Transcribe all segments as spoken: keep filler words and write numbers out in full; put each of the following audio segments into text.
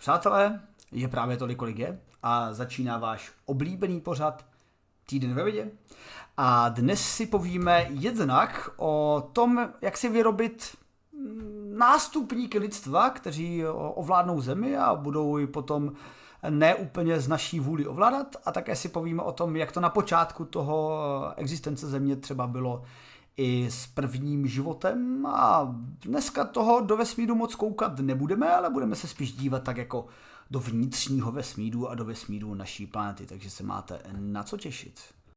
Přátelé, je právě tolik, kolik je a začíná váš oblíbený pořad Týden ve vědě. A dnes si povíme jednak o tom, jak si vyrobit nástupníky lidstva, kteří ovládnou Zemi a budou ji potom ne úplně z naší vůli ovládat. A také si povíme o tom, jak to na počátku toho existence Země třeba bylo i s prvním životem. A dneska toho do vesmíru moc koukat nebudeme, ale budeme se spíš dívat tak jako do vnitřního vesmíru a do vesmíru naší planety, takže se máte na co těšit.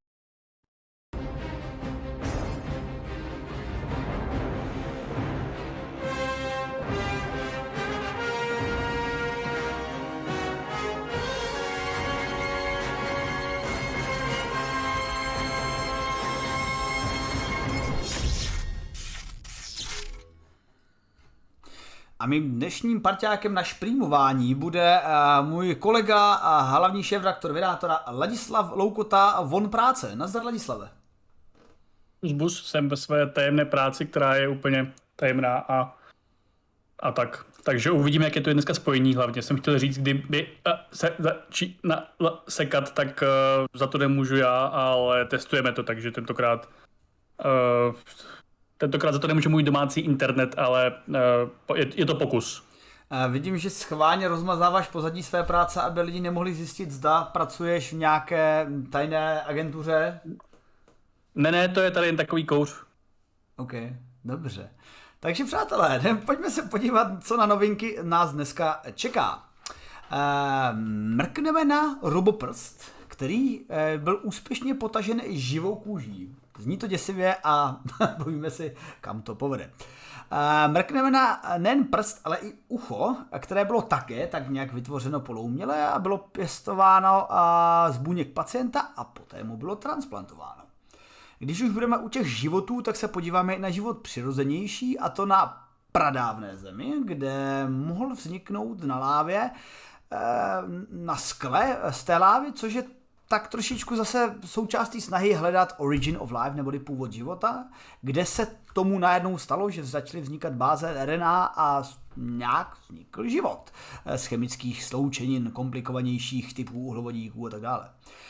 A mým dnešním parťákem na šprýmování bude uh, můj kolega a hlavní šéfredaktor Vydátora Ladislav Loukota von Práce. Nazdar, Ladislave. Zbus, jsem ve své tajemné práci, která je úplně tajemná a, a tak. Takže uvidíme, jak je to dneska spojení. Hlavně jsem chtěl říct, kdyby uh, se začíná sekat, tak uh, za to nemůžu já, ale testujeme to, takže tentokrát... Uh, Tentokrát za to nemůže můj domácí internet, ale uh, je, je to pokus. Uh, vidím, že schválně rozmazáváš pozadí své práce, aby lidi nemohli zjistit, zda pracuješ v nějaké tajné agentuře. Ne, ne, to je tady jen takový kouř. OK, dobře. Takže přátelé, pojďme se podívat, co na novinky nás dneska čeká. Uh, mrkneme na Roboprst, který uh, byl úspěšně potažen živou kůží. Zní to děsivě a povíme si, kam to povede. Mrkneme na nejen prst, ale i ucho, které bylo také tak nějak vytvořeno polouměle a bylo pěstováno z buněk pacienta a poté mu bylo transplantováno. Když už budeme u těch životů, tak se podíváme i na život přirozenější, a to na pradávné Zemi, kde mohl vzniknout na lávě, na skle z té lávy, což je tak trošičku zase součástí snahy hledat origin of life, neboli původ života, kde se tomu najednou stalo, že začaly vznikat báze R N A a nějak vznikl život z chemických sloučenin, komplikovanějších typů uhlovodíků a tak dále.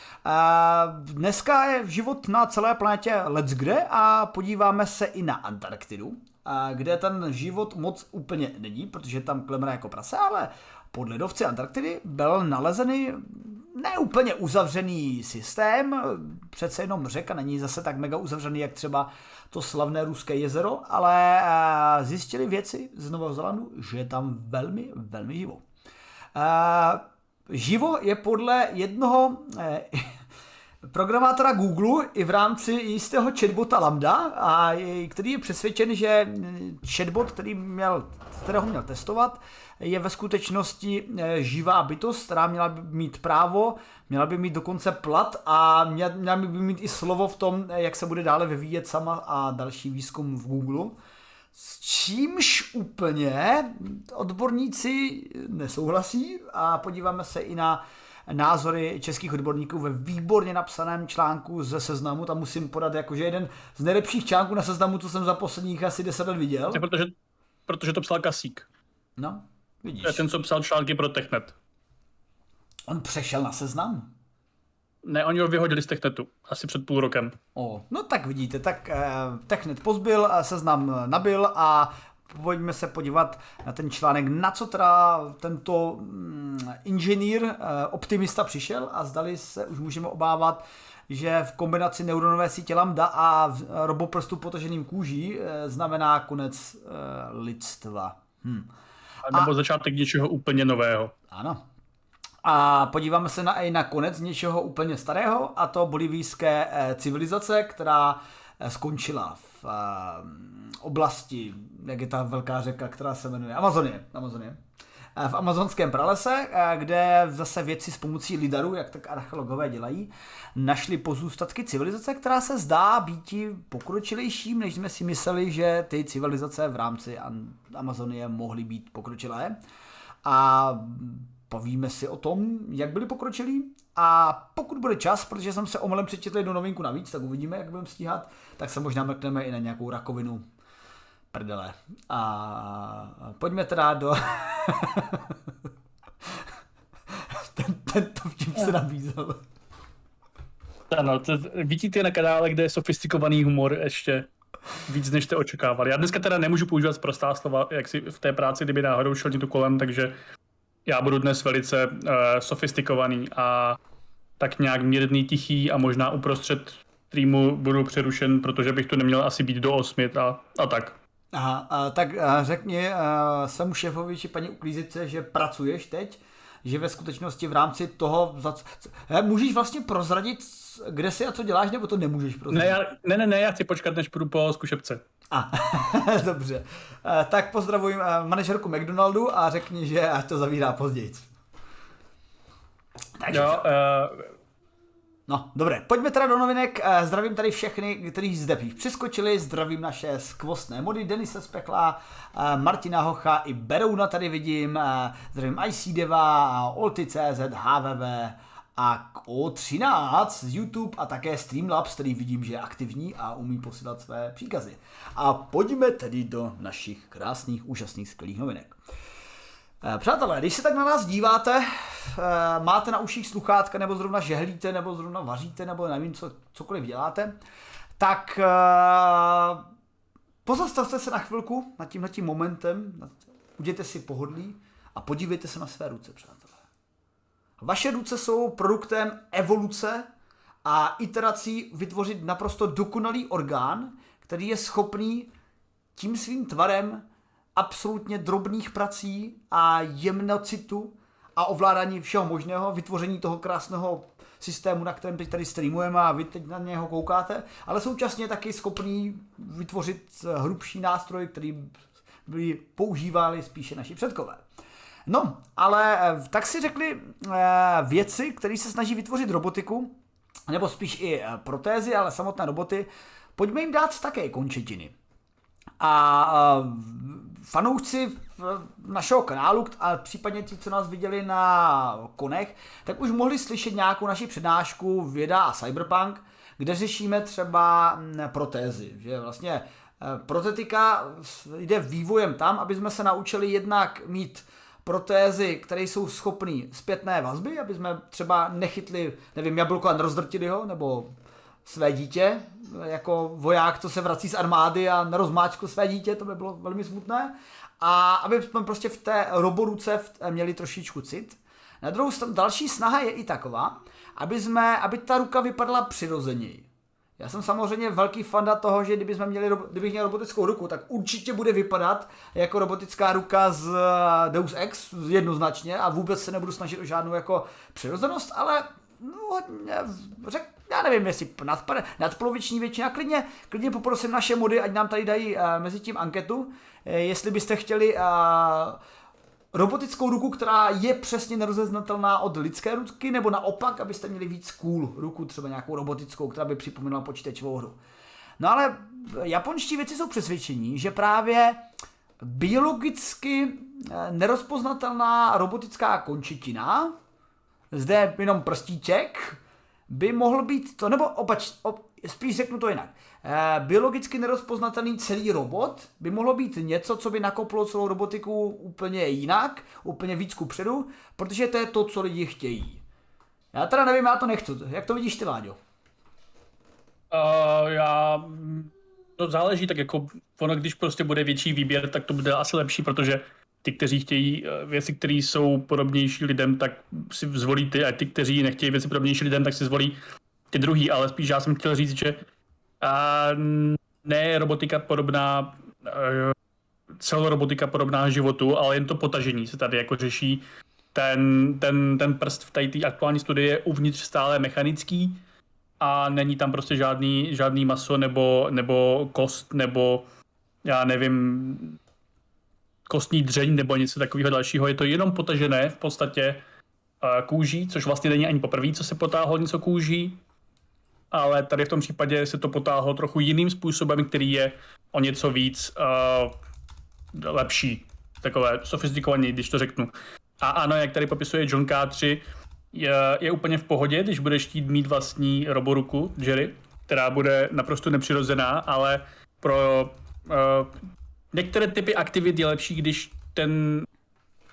Dneska je život na celé planetě leckde a podíváme se i na Antarktidu, kde ten život moc úplně není, protože tam klemrá jako prase, ale pod ledovci Antarktidy byl nalezený neúplně uzavřený systém, přece jenom řeka není zase tak mega uzavřený, jak třeba to slavné ruské jezero, ale zjistili věci z Nového Zélandu, že je tam velmi, velmi živo. Živo je podle jednoho programátora Google i v rámci jistého chatbota Lambda, a který je přesvědčen, že chatbot, který měl, kterého měl testovat, je ve skutečnosti živá bytost, která měla by mít právo, měla by mít dokonce plat a měla by mít i slovo v tom, jak se bude dále vyvíjet sama a další výzkum v Google. S čímž úplně odborníci nesouhlasí a podíváme se i na názory českých odborníků ve výborně napsaném článku ze Seznamu. Tam musím podat jakože jeden z nejlepších článků na Seznamu, co jsem za posledních asi deset let viděl. Protože, protože to psal Kasík. No, vidíš. To je ten, co psal články pro Technet. On přešel na Seznam? Ne, oni ho vyhodili z Technetu. Asi před půl rokem. O, no tak vidíte, tak eh, Technet pozbyl, Seznam nabil a pojďme se podívat na ten článek, na co teda tento mm, inženýr, eh, optimista přišel a zdali se už můžeme obávat, že v kombinaci neuronové sítě Lambda a v roboprstu potaženým kůží eh, znamená konec eh, lidstva. Hm. A nebo a, začátek něčeho úplně nového. Ano. A podíváme se na, i na konec něčeho úplně starého, a to bolivijské eh, civilizace, která eh, skončila v eh, oblasti, jak je ta velká řeka, která se jmenuje Amazonie, Amazonie. Eh, v amazonském pralese, eh, kde zase vědci s pomocí lidaru, jak tak archeologové dělají, našli pozůstatky civilizace, která se zdá být pokročilejším, než jsme si mysleli, že ty civilizace v rámci Amazonie mohly být pokročilé. A povíme si o tom, jak byli pokročilí, a pokud bude čas, protože jsem se omylem přečetl jednu novinku navíc, tak uvidíme, jak budeme stíhat, tak se možná mrkneme i na nějakou rakovinu prdele. A pojďme teda do se nabízel. Ano, to, vidíte na kanále, kde je sofistikovaný humor ještě víc, než jste očekávali. Já dneska teda nemůžu používat prostá slova, jak si v té práci, kdyby náhodou šel něco kolem, takže já budu dnes velice uh, sofistikovaný a tak nějak mírný, tichý a možná uprostřed streamu budu přerušen, protože bych tu neměl asi být do osmi a, a tak. Aha, a tak a řekni a svému šéfovi či paní uklízečce, že pracuješ teď, že ve skutečnosti v rámci toho... Můžeš vlastně prozradit, kde jsi a co děláš, nebo to nemůžeš prozradit? Ne, já, ne, ne, ne, já chci počkat, než půjdu po zkušebce. A, dobře. A, tak pozdravuji manažerku McDonaldu a řekni, že ať to zavírá později. Takže... Jo, uh... No, dobré, pojďme teda do novinek. Zdravím tady všechny, kteří zde přeskočili. Zdravím naše skvostné mody, Denise z Pekla, Martina Hocha i Berouna tady vidím. Zdravím I C Deva, Olty tečka cé zet, H V V a O třináct z YouTube a také Streamlabs, který vidím, že je aktivní a umí posílat své příkazy. A pojďme tedy do našich krásných, úžasných, skvělých novinek. Přátelé, když se tak na nás díváte, máte na uších sluchátka, nebo zrovna žehlíte, nebo zrovna vaříte, nebo nevím, co, cokoliv děláte, tak pozastavte se na chvilku nad tímhletím momentem, udějte si pohodlí a podívejte se na své ruce, přátelé. Vaše ruce jsou produktem evoluce a iterací vytvořit naprosto dokonalý orgán, který je schopný tím svým tvarem absolutně drobných prací a jemnocitu a ovládání všeho možného, vytvoření toho krásného systému, na kterém teď tady streamujeme a vy teď na něho koukáte, ale současně taky schopný vytvořit hrubší nástroj, který by používali spíše naši předkové. No, ale tak si řekli věci, které se snaží vytvořit robotiku, nebo spíš i protézy, ale samotné roboty, pojďme jim dát také končetiny. A fanoušci našeho kanálu a případně ti, co nás viděli na konech, tak už mohli slyšet nějakou naši přednášku Věda a Cyberpunk, kde řešíme třeba protézy. Že vlastně protetika jde vývojem tam, aby jsme se naučili jednak mít protézy, které jsou schopné zpětné vazby, aby jsme třeba nechytli, nevím, jablko a nerozdrtili ho, nebo své dítě, jako voják, co se vrací z armády a nerozmáčkl své dítě, to by bylo velmi smutné. A aby jsme prostě v té roboruce měli trošičku cit. Na druhou stranu další snaha je i taková, aby, jsme, aby ta ruka vypadala přirozeněji. Já jsem samozřejmě velký fanda toho, že kdyby jsme měli, kdybych měl robotickou ruku, tak určitě bude vypadat jako robotická ruka z Deus Ex jednoznačně a vůbec se nebudu snažit o žádnou jako přirozenost, ale no, řek, já nevím, jestli nadpade, nadpoloviční většina, klidně, klidně poprosím naše mody, ať nám tady dají uh, mezi tím anketu, uh, jestli byste chtěli uh, robotickou ruku, která je přesně nerozeznatelná od lidské ruky, nebo naopak, abyste měli víc cool ruku, třeba nějakou robotickou, která by připomínala počítačovou hru. No ale japonští věci jsou přesvědčení, že právě biologicky nerozpoznatelná robotická končetina, zde jenom prstíček, by mohl být to, nebo opač, op, spíš řeknu to jinak. E, biologicky nerozpoznatelný celý robot by mohlo být něco, co by nakoplo celou robotiku úplně jinak, úplně víc kupředu, protože to je to, co lidi chtějí. Já teda nevím, já to nechci. Jak to vidíš ty, Láďo? Uh, já... To záleží, tak jako ono, když prostě bude větší výběr, tak to bude asi lepší, protože ty, kteří chtějí věci, které jsou podobnější lidem, tak si zvolí ty, a ty, kteří nechtějí věci podobnější lidem, tak si zvolí ty druhý, ale spíš já jsem chtěl říct, že a ne robotika podobná, celorobotika podobná životu, ale jen to potažení se tady jako řeší. Ten, ten, ten prst v té aktuální studii je uvnitř stále mechanický a není tam prostě žádný, žádný maso nebo, nebo kost nebo já nevím, kostní dřeň nebo něco takového dalšího. Je to jenom potažené v podstatě kůží, což vlastně není ani poprvé, co se potáhlo něco kůží, ale tady v tom případě se to potáhlo trochu jiným způsobem, který je o něco víc uh, lepší, takové sofistikovanější, když to řeknu. A ano, jak tady popisuje John K tři, je, je úplně v pohodě, když budeš chtít mít vlastní roboruku, Jerry, která bude naprosto nepřirozená, ale pro uh, některé typy aktivit je lepší, když ten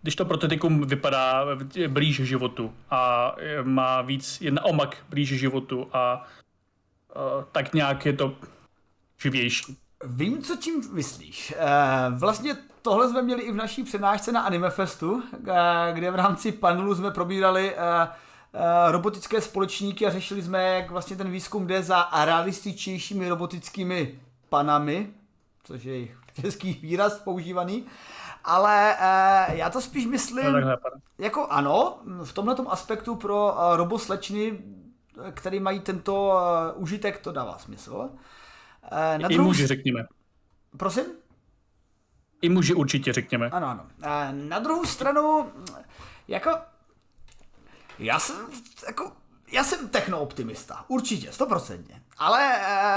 když to prototypum vypadá blíž životu a má víc, je naopak blíž životu a uh, tak nějak je to živější. Vím, co tím myslíš. Vlastně tohle jsme měli i v naší přednášce na Animefestu, kde v rámci panelu jsme probírali robotické společníky a řešili jsme, jak vlastně ten výzkum jde za realističtějšími robotickými panami, což je jejich český výraz používaný. Ale já to spíš myslím, no, jako ano, v tomhletom aspektu pro roboslečny, který mají tento užitek, to dává smysl. Na I druhou... muži, řekněme. Prosím? I muži určitě, řekněme. Ano, ano. Na druhou stranu, jako, já jsem, jako, já jsem technooptimista, určitě, stoprocentně. Ale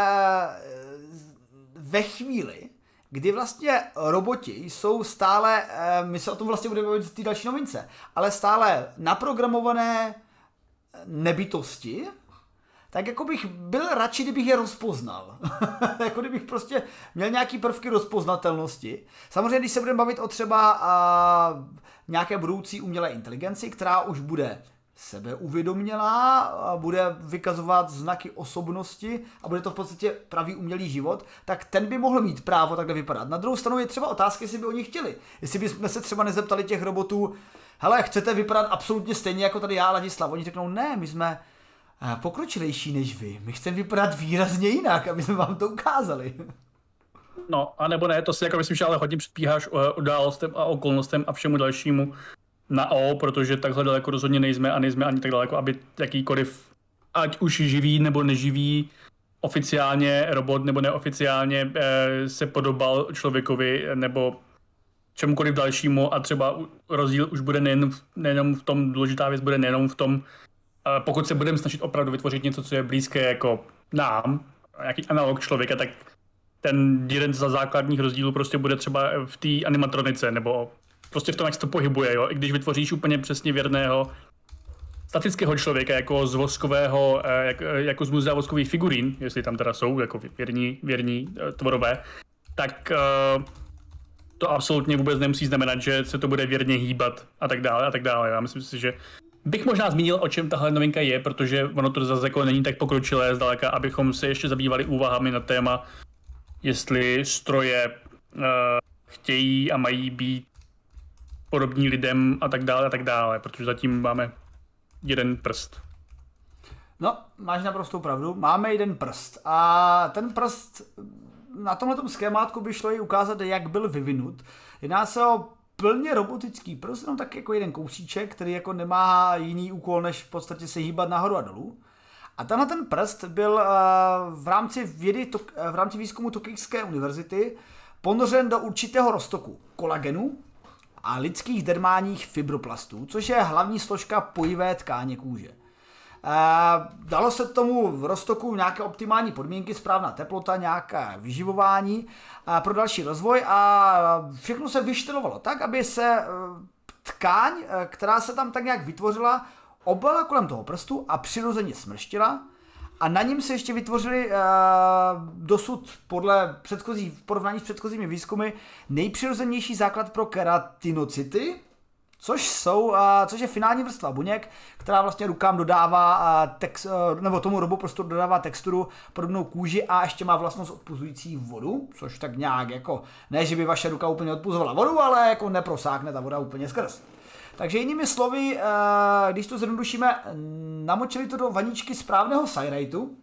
ve chvíli, kdy vlastně roboti jsou stále, my se o tom vlastně budeme bavit v té další novince, ale stále naprogramované nebytosti, tak jako bych byl radši, kdybych je rozpoznal. Jako kdybych prostě měl nějaký prvky rozpoznatelnosti. Samozřejmě, když se budeme bavit o třeba a, nějaké budoucí umělé inteligenci, která už bude sebeuvědomělá, a bude vykazovat znaky osobnosti a bude to v podstatě pravý umělý život, tak ten by mohl mít právo takhle vypadat. Na druhou stranu je třeba otázka, jestli by oni chtěli. Jestli bychom se třeba nezeptali těch robotů, hele, chcete vypadat absolutně stejně jako tady já, Ladislav. Oni řeknou, ne, my jsme pokročilejší než vy. My chceme vypadat výrazně jinak, aby jsme vám to ukázali. No, a nebo ne, to si jako myslím, že ale hodně předpíháš událostem a okolnostem a všemu dalšímu na O, protože takhle daleko rozhodně nejsme a nejsme ani tak daleko, aby jakýkoliv, ať už živý nebo neživý, oficiálně robot nebo neoficiálně eh, se podobal člověkovi nebo čemukoliv dalšímu a třeba rozdíl už bude nejen, nejenom v tom, důležitá věc bude nejenom v tom, pokud se budeme snažit opravdu vytvořit něco, co je blízké jako nám, nějaký analog člověka, tak ten jeden z základních rozdílů prostě bude třeba v té animatronice, nebo prostě v tom, jak se to pohybuje, jo. I když vytvoříš úplně přesně věrného statického člověka, jako z voskového, jak, jako z muzea voskových figurín, jestli tam teda jsou, jako věrní, věrní tvorové, tak to absolutně vůbec nemusí znamenat, že se to bude věrně hýbat a tak dále a tak dále. Já myslím si, že bych možná zmínil, o čem tahle novinka je, protože ono to zase jako není tak pokročilé zdaleka, abychom se ještě zabývali úvahami na téma, jestli stroje uh, chtějí a mají být podobní lidem a tak dále a tak dále, protože zatím máme jeden prst. No, máš naprostou pravdu, máme jeden prst a ten prst na tomhletom schémátku by šlo i ukázat, jak byl vyvinut. Jedná se o plně robotický prst, jenom tak jako jeden kousíček, který jako nemá jiný úkol, než v podstatě se hýbat nahoru a dolů. A tenhle ten prst byl uh, v rámci vědy, to, uh, v rámci výzkumu Tokijské univerzity ponořen do určitého roztoku kolagenu a lidských dermálních fibroplastů, což je hlavní složka pojivé tkáně kůže. Uh, dalo se tomu v roztoku nějaké optimální podmínky, správná teplota, nějaké vyživování uh, pro další rozvoj a všechno se vyštelovalo tak, aby se uh, tkáň, uh, která se tam tak nějak vytvořila, obalila kolem toho prstu a přirozeně smrštila a na něm se ještě vytvořily uh, dosud podle předchozí, v porovnání s předchozími výzkumy nejpřirozenější základ pro keratinocyty, Což jsou, uh, což je finální vrstva buněk, která vlastně rukám dodává uh, text, uh, nebo tomu roboprostoru dodává texturu podobnou kůži a ještě má vlastnost odpuzující vodu, což tak nějak jako, ne, že by vaše ruka úplně odpuzovala vodu, ale jako neprosákne ta voda úplně skrz. Takže jinými slovy, uh, když to zjednodušíme, namočili to do vaničky správného sajrajtu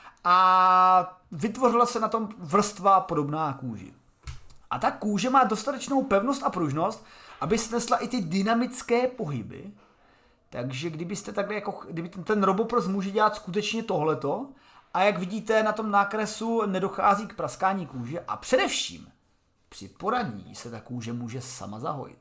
a vytvořila se na tom vrstva podobná kůži. A ta kůže má dostatečnou pevnost a pružnost, aby snesla i ty dynamické pohyby. Takže kdybyste takhle jako, kdyby ten, ten roboprst může dělat skutečně tohleto a jak vidíte na tom nákresu nedochází k praskání kůže a především při poraní se ta kůže může sama zahojit.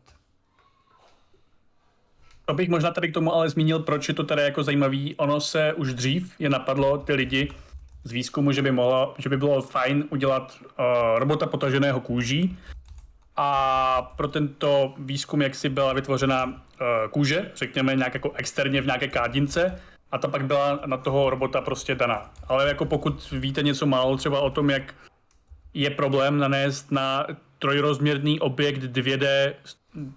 To bych možná tady k tomu ale zmínil, proč je to tady jako zajímavý. Ono se už dřív je napadlo ty lidi z výzkumu, že by, mohlo, že by bylo fajn udělat uh, robota potaženého kůží. A pro tento výzkum, jak si byla vytvořena uh, kůže, řekněme nějak jako externě v nějaké kádince, a ta pak byla na toho robota prostě daná. Ale jako pokud víte něco málo třeba o tom, jak je problém nanést na trojrozměrný objekt dvě dé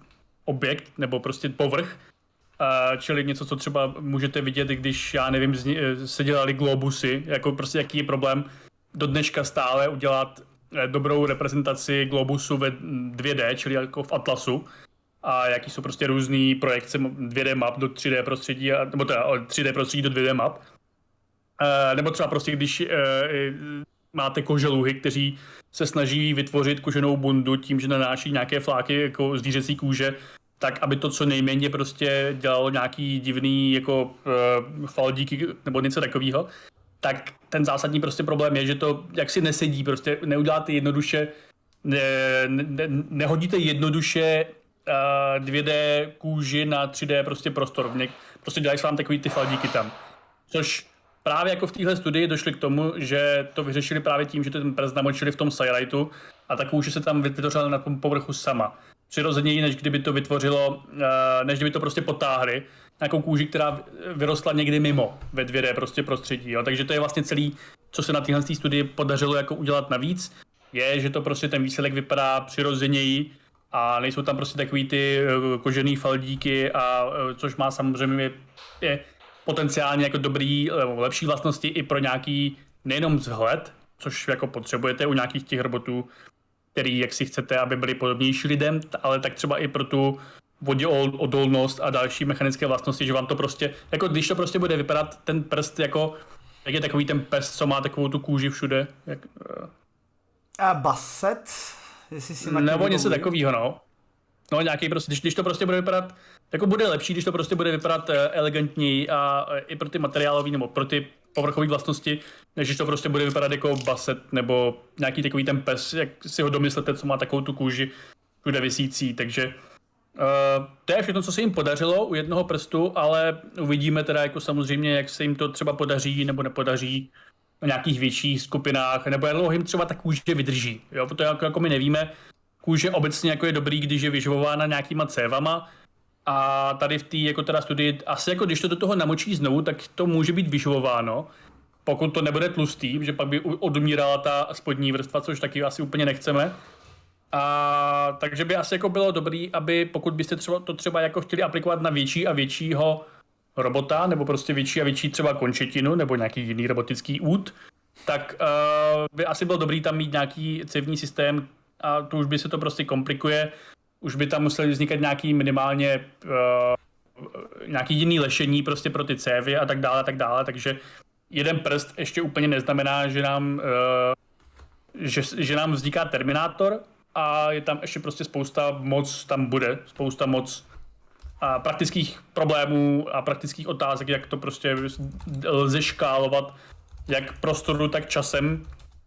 objekt nebo prostě povrch, uh, čili něco, co třeba můžete vidět, když, já nevím, se dělali globusy, jako prostě jaký je problém do dneška stále udělat dobrou reprezentaci globusu ve dvě dé, čili jako v Atlasu, a jaký jsou prostě různý projekce dvě dé map do tři dé prostředí, nebo teda tři dé prostředí do dvě dé map. Uh, nebo třeba prostě, když uh, máte koželuhy, kteří se snaží vytvořit koženou bundu tím, že nanáší nějaké fláky jako zvířecí kůže, tak aby to co nejméně prostě dělalo nějaký divný jako uh, faldíky nebo něco takového, tak ten zásadní prostě problém je, že to jaksi nesedí, prostě neuděláte jednoduše, ne, ne, nehodíte jednoduše uh, dvě dé kůži na tři dé prostě prostor, prostě dělají se vám takový ty faldíky tam, což právě jako v téhle studii došli k tomu, že to vyřešili právě tím, že ten prst namočili v tom Cyrite'u a ta kůže se tam vytvořila na tom povrchu sama. Přirozeněji, než kdyby to vytvořilo, než kdyby to prostě potáhli, nějakou kůži, která vyrostla někdy mimo ve dvě dé prostě prostředí. Jo. Takže to je vlastně celý, co se na téhle studii podařilo jako udělat navíc, je, že to prostě ten výsledek vypadá přirozeněji a nejsou tam prostě takový ty kožený faldíky, a což má samozřejmě je potenciálně jako dobrý, lepší vlastnosti i pro nějaký nejenom vzhled, což jako potřebujete u nějakých těch robotů, který, jak si chcete, aby byli podobnější lidem, ale tak třeba i pro tu voděodolnost a další mechanické vlastnosti, že vám to prostě, jako když to prostě bude vypadat ten prst jako, jak je takový ten pes, co má takovou tu kůži všude. Jak, a Basset? Jestli si nebo něco takového, no. No nějaký prostě, když, když to prostě bude vypadat, jako bude lepší, když to prostě bude vypadat elegantněji a i pro ty materiálové nebo pro ty povrchové vlastnosti, než když to prostě bude vypadat jako Basset nebo nějaký takový ten pes, jak si ho domyslete, co má takovou tu kůži všude visící, takže uh, to je všechno, co se jim podařilo u jednoho prstu, ale uvidíme teda jako samozřejmě, jak se jim to třeba podaří nebo nepodaří na nějakých větších skupinách, nebo jak dlouho jim třeba ta kůže vydrží, jo, protože jako, jako my nevíme. Kůže obecně jako je dobrý, když je vyživována nějakýma cévama, a tady v té jako teda studii, asi jako když to do toho namočí znovu, tak to může být vyživováno, pokud to nebude tlustý, že pak by odumírala ta spodní vrstva, což taky asi úplně nechceme. A takže by asi jako bylo dobrý, aby pokud byste třeba, to třeba jako chtěli aplikovat na větší a většího robota, nebo prostě větší a větší třeba končetinu, nebo nějaký jiný robotický út, tak uh, by asi bylo dobrý tam mít nějaký cévní systém, a to už by se to prostě komplikuje, už by tam museli vznikat nějaký minimálně uh, nějaký jiný lešení prostě pro ty cévy a tak dále, a tak dále, takže jeden prst ještě úplně neznamená, že nám, uh, že, že nám vzniká Terminátor, a je tam ještě prostě spousta moc tam bude, spousta moc a praktických problémů a praktických otázek, jak to prostě lze škálovat, jak prostoru, tak časem.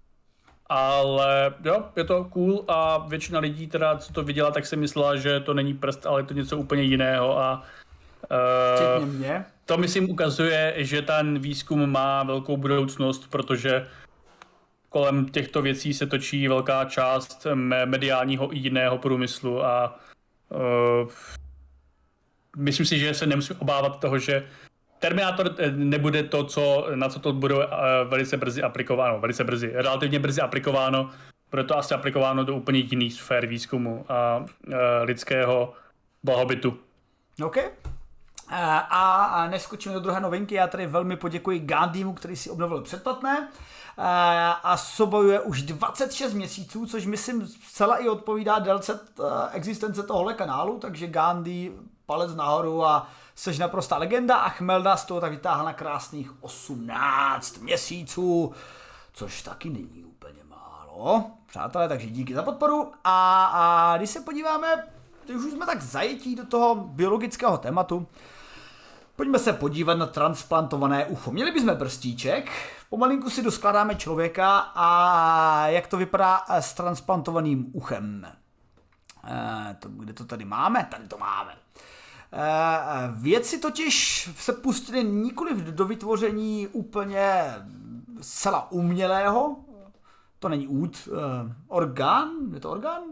Ale jo, je to cool a většina lidí, teda, co to viděla, tak si myslela, že to není prst, ale je to něco úplně jiného. A uh, mě. to myslím ukazuje, že ten výzkum má velkou budoucnost, protože kolem těchto věcí se točí velká část mediálního i jiného průmyslu a uh, myslím si, že se nemusím obávat toho, že Terminátor nebude to, co, na co to bude velice brzy aplikováno, velice brzy, relativně brzy aplikováno, bude to asi aplikováno do úplně jiných sfér výzkumu a, a lidského blahobytu. OK. A, a než skočíme do druhé novinky, já tady velmi poděkuji Gandhimu, který si obnovil předplatné a sobojuje už dvacet šest měsíců, což myslím zcela i odpovídá délce existence tohohle kanálu, takže Gandhi, palec nahoru a seš naprostá legenda, a Chmelda z toho tak vytáhl na krásných osmnáct měsíců, což taky není úplně málo, přátelé, takže díky za podporu. A, a když se podíváme, když už jsme tak zajetí do toho biologického tématu, pojďme se podívat na transplantované ucho. Měli bychom prstíček, pomalinku si doskládáme člověka, a jak to vypadá s transplantovaným uchem. E, to, kde to tady máme? Tady to máme. Vědci totiž se pustili nikoliv do vytvoření úplně zcela umělého, to není út, orgán, je to orgán?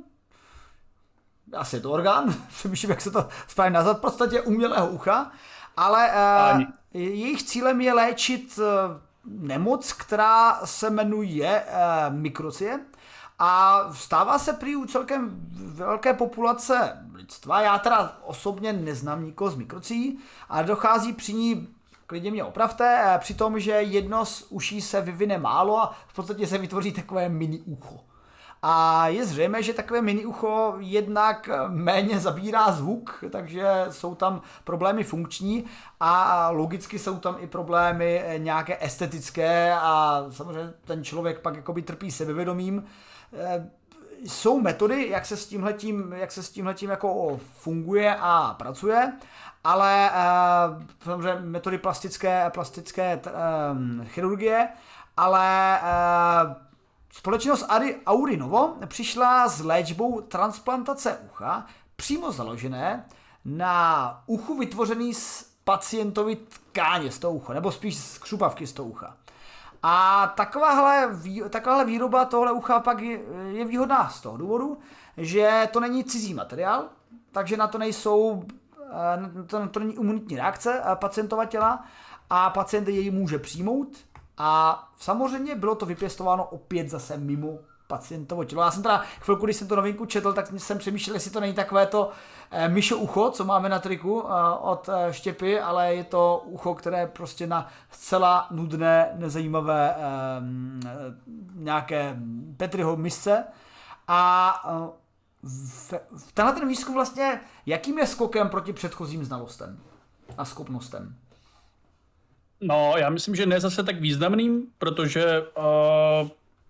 Asi je to orgán, přemýšlím, jak se to správně nazvat, v podstatě umělého ucha, ale Ani. jejich cílem je léčit nemoc, která se jmenuje mikrocie, a stává se prý u celkem velké populace lidstva. Já teda osobně neznám nikoho z mikrocií, ale dochází při ní, klidně mě opravte, při tom, že jedno z uší se vyvine málo a v podstatě se vytvoří takové mini ucho. A je zřejmé, že takové mini ucho jednak méně zabírá zvuk, takže jsou tam problémy funkční a logicky jsou tam i problémy nějaké estetické a samozřejmě ten člověk pak jakoby trpí sebevědomím. Jsou metody, jak se s tímhletím, jak se s tímhletím jako funguje a pracuje, ale samozřejmě metody plastické, plastické chirurgie, ale společnost Aurinovo přišla s léčbou transplantace ucha, přímo založené na uchu vytvořený z pacientovi tkáně z toho ucha, nebo spíš z křupavky z toho ucha. A takováhle, takováhle výroba tohle ucha pak je, je výhodná z toho důvodu, že to není cizí materiál, takže na to nejsou, to, to není imunitní reakce pacientova těla a pacient jej může přijmout. A samozřejmě bylo to vypěstováno opět zase mimo pacientovo tělo. Já jsem teda chvilku, když jsem to novinku četl, tak jsem přemýšlel, jestli to není takové to eh, myšo ucho, co máme na triku eh, od eh, Štěpy, ale je to ucho, které prostě na zcela nudné, nezajímavé eh, nějaké Petriho misce. A eh, v, v tenhle ten výzkum vlastně, jakým je skokem proti předchozím znalostem a schopnostem? No, já myslím, že ne zase tak významným, protože uh,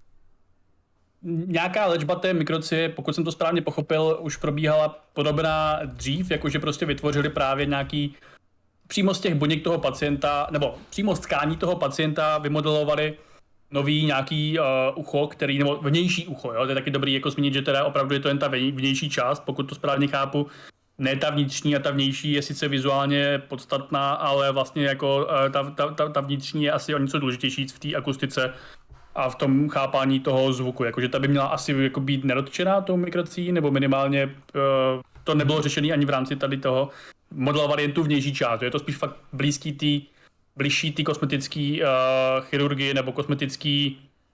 nějaká léčba té mikrocie, pokud jsem to správně pochopil, už probíhala podobná dřív, jakože prostě vytvořili právě nějaký přímo z těch buněk toho pacienta, nebo přímo z tkání toho pacienta vymodelovali nový nějaký uh, ucho, který, nebo vnější ucho, jo? To je taky dobrý jako zmínit, že teda opravdu je to jen ta vnější část, pokud to správně chápu. Ne ta vnitřní a ta vnější je sice vizuálně podstatná, ale vlastně jako ta, ta, ta, ta vnitřní je asi o něco důležitější v té akustice a v tom chápání toho zvuku. Jakože ta by měla asi jako být nedotčená tou mikrocií, nebo minimálně uh, to nebylo řešené ani v rámci tady toho. Modelovali jen tu vnější část. Je to spíš fakt blízký tý, blížší té kosmetické uh, chirurgii nebo kosmetické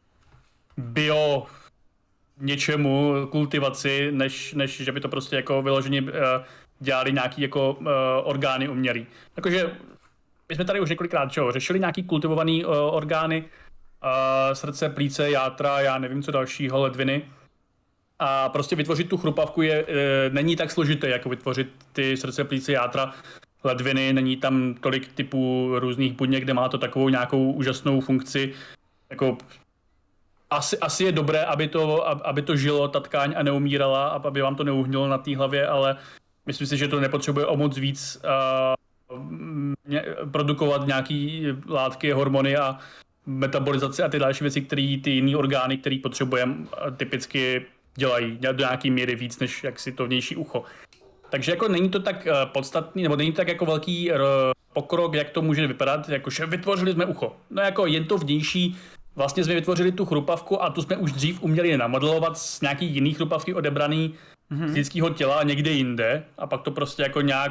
bio něčemu, kultivaci, než, než že by to prostě jako vyloženě uh, dělali nějaký jako uh, orgány umělý. Takže my jsme tady už několikrát čo, řešili nějaký kultivovaný uh, orgány, uh, srdce, plíce, játra, já nevím co dalšího, ledviny. A prostě vytvořit tu chrupavku je, uh, není tak složité, jako vytvořit ty srdce, plíce, játra, ledviny, není tam tolik typů různých buněk, kde má to takovou nějakou úžasnou funkci, jako Asi, asi je dobré, aby to, aby to žilo, ta tkáň, a neumírala, aby vám to neuhnilo na té hlavě, ale myslím si, že to nepotřebuje o moc víc uh, produkovat nějaký látky, hormony a metabolizaci a ty další věci, které ty jiné orgány, které potřebujeme, typicky dělají do nějaké míry víc, než jak si to vnější ucho. Takže jako není to tak podstatný, nebo není to tak jako velký pokrok, jak to může vypadat, jakože vytvořili jsme ucho. No jako jen to vnější. Vlastně jsme vytvořili tu chrupavku a tu jsme už dřív uměli namodelovat z nějaký jiný chrupavky odebraný mm-hmm. z lidského těla někde jinde a pak to prostě jako nějak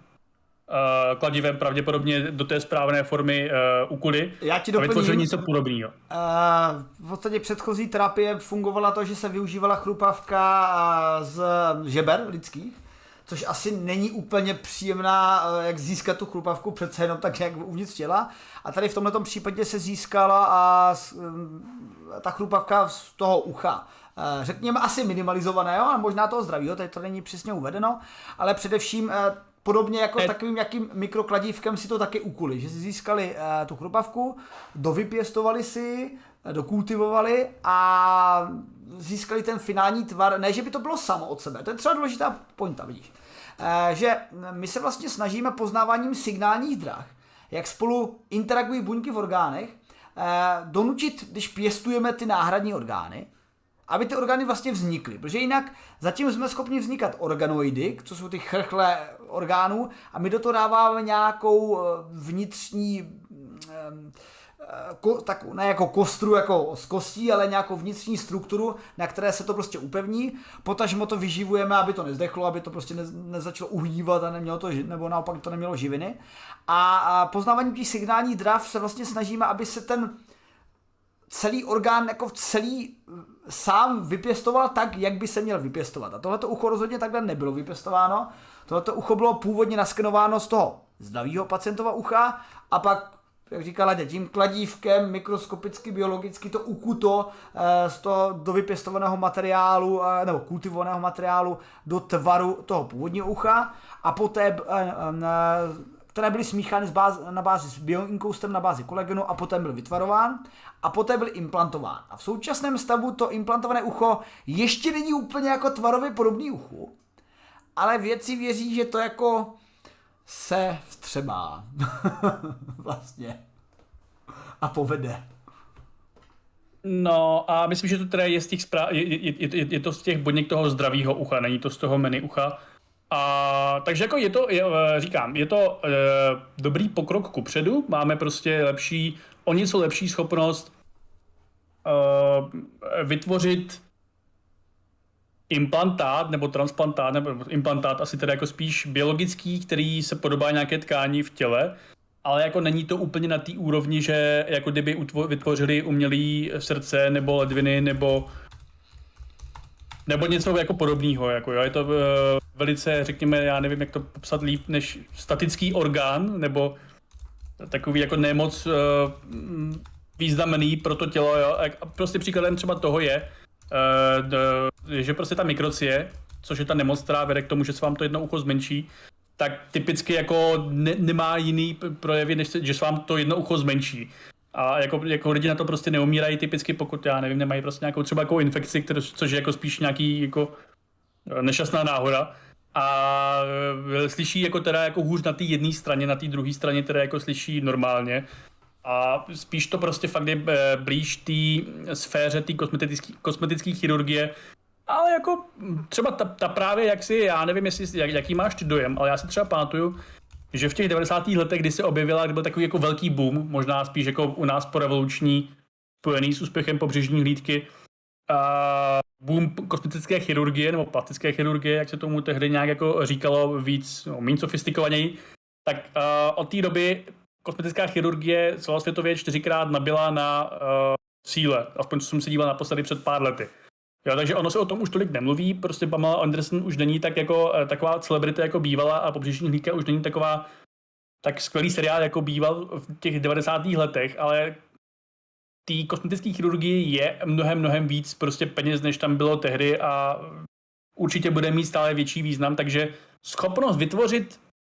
uh, kladivem pravděpodobně do té správné formy uh, ukuli Já ti a vytvořili něco podobného. Uh, v podstatě předchozí terapie fungovala to, že se využívala chrupavka z žeber lidských, což asi není úplně příjemná, jak získat tu chrupavku přece jenom tak nějak uvnitř těla. A tady v tomto případě se získala a ta chrupavka z toho ucha. Řekněme asi minimalizovaného, a možná toho zdravého, tady to není přesně uvedeno, ale především podobně jako ne. takovým jakým mikrokladívkem si to taky ukuli, že si získali tu chrupavku, dovypěstovali si, dokultivovali a získali ten finální tvar, ne, že by to bylo samo od sebe, to je třeba důležitá pointa, vidíš, e, že my se vlastně snažíme poznáváním signálních drah, jak spolu interagují buňky v orgánech, e, donutit, když pěstujeme ty náhradní orgány, aby ty orgány vlastně vznikly, protože jinak zatím jsme schopni vznikat organoidy, co jsou ty chrchle orgánů, a my do toho dáváme nějakou vnitřní Ko, tak ne jako kostru jako z kostí, ale nějakou vnitřní strukturu, na které se to prostě upevní, potažmo to vyživujeme, aby to nezdechlo, aby to prostě ne, nezačalo uhnívat a nemělo to, nebo naopak to nemělo živiny. A, a poznáváním těch signálních drav se vlastně snažíme, aby se ten celý orgán jako celý sám vypěstoval tak, jak by se měl vypěstovat. A tohleto ucho rozhodně takhle nebylo vypěstováno. Tohleto ucho bylo původně naskenováno z toho zdravého pacientova ucha a pak, jak říkala, tím kladívkem mikroskopicky, biologicky to ukuto z toho do vypěstovaného materiálu nebo kultivovaného materiálu do tvaru toho původního ucha a poté, které byly smíchány na bázi s bioinkoustem, na bázi kolagenu a poté byl vytvarován a poté byl implantován. A v současném stavu to implantované ucho ještě není úplně jako tvarově podobný uchu, ale vědci věří, že to jako se vstřebá vlastně a povede. No a myslím, že to teda je z těch správ, je, je, je, je to z těch buněk toho zdravého ucha, není to z toho meny ucha. A takže jako je to, je, říkám, je to e, dobrý pokrok kupředu, máme prostě lepší, o něco lepší schopnost e, vytvořit implantát nebo transplantát, nebo implantát asi teda jako spíš biologický, který se podobá nějaké tkání v těle, ale jako není to úplně na té úrovni, že jako kdyby utvo- vytvořili umělý srdce nebo ledviny nebo nebo něco jako podobného. Jako, jo. Je to uh, velice, řekněme, já nevím, jak to popsat líp, než statický orgán, nebo takový jako nemoc uh, významný pro to tělo. Jo. A prostě příkladem třeba toho je, uh, d, že prostě ta mikrocie, což je ta nemoc, která vede k tomu, že se vám to jedno ucho zmenší, tak typicky jako ne, nemá jiný projevy, než se, že se vám to jedno ucho zmenší. A jako, jako lidi na to prostě neumírají typicky, pokud, já nevím, nemají prostě nějakou třeba jako infekci, kterou, což je jako spíš nějaký jako nešťastná náhoda. A slyší jako teda jako hůř na té jedné straně, na té druhé straně teda jako slyší normálně. A spíš to prostě fakt je blíž té sféře té kosmetické, kosmetické chirurgie. Ale jako třeba ta, ta právě, jak si, já nevím, jestli, jak, jaký máš ty dojem, ale já si třeba pamatuju, že v těch devadesátých letech, kdy se objevila, kdy byl takový jako velký boom, možná spíš jako u nás porevoluční, spojený s úspěchem pobřežní hlídky, a boom kosmetické chirurgie nebo plastické chirurgie, jak se tomu tehdy nějak jako říkalo víc, no, méně sofistikovaněji, tak uh, od té doby kosmetická chirurgie celosvětově čtyřikrát nabyla na uh, síle, aspoň co jsem se díval naposledy před pár lety. Jo, takže ono se o tom už tolik nemluví, prostě Pamela Anderson už není tak jako taková celebrity jako bývala a pobřežní hlídka už není taková tak skvělý seriál jako býval v těch devadesátých letech, ale té kosmetické chirurgii je mnohem, mnohem víc prostě peněz, než tam bylo tehdy a určitě bude mít stále větší význam, takže schopnost vytvořit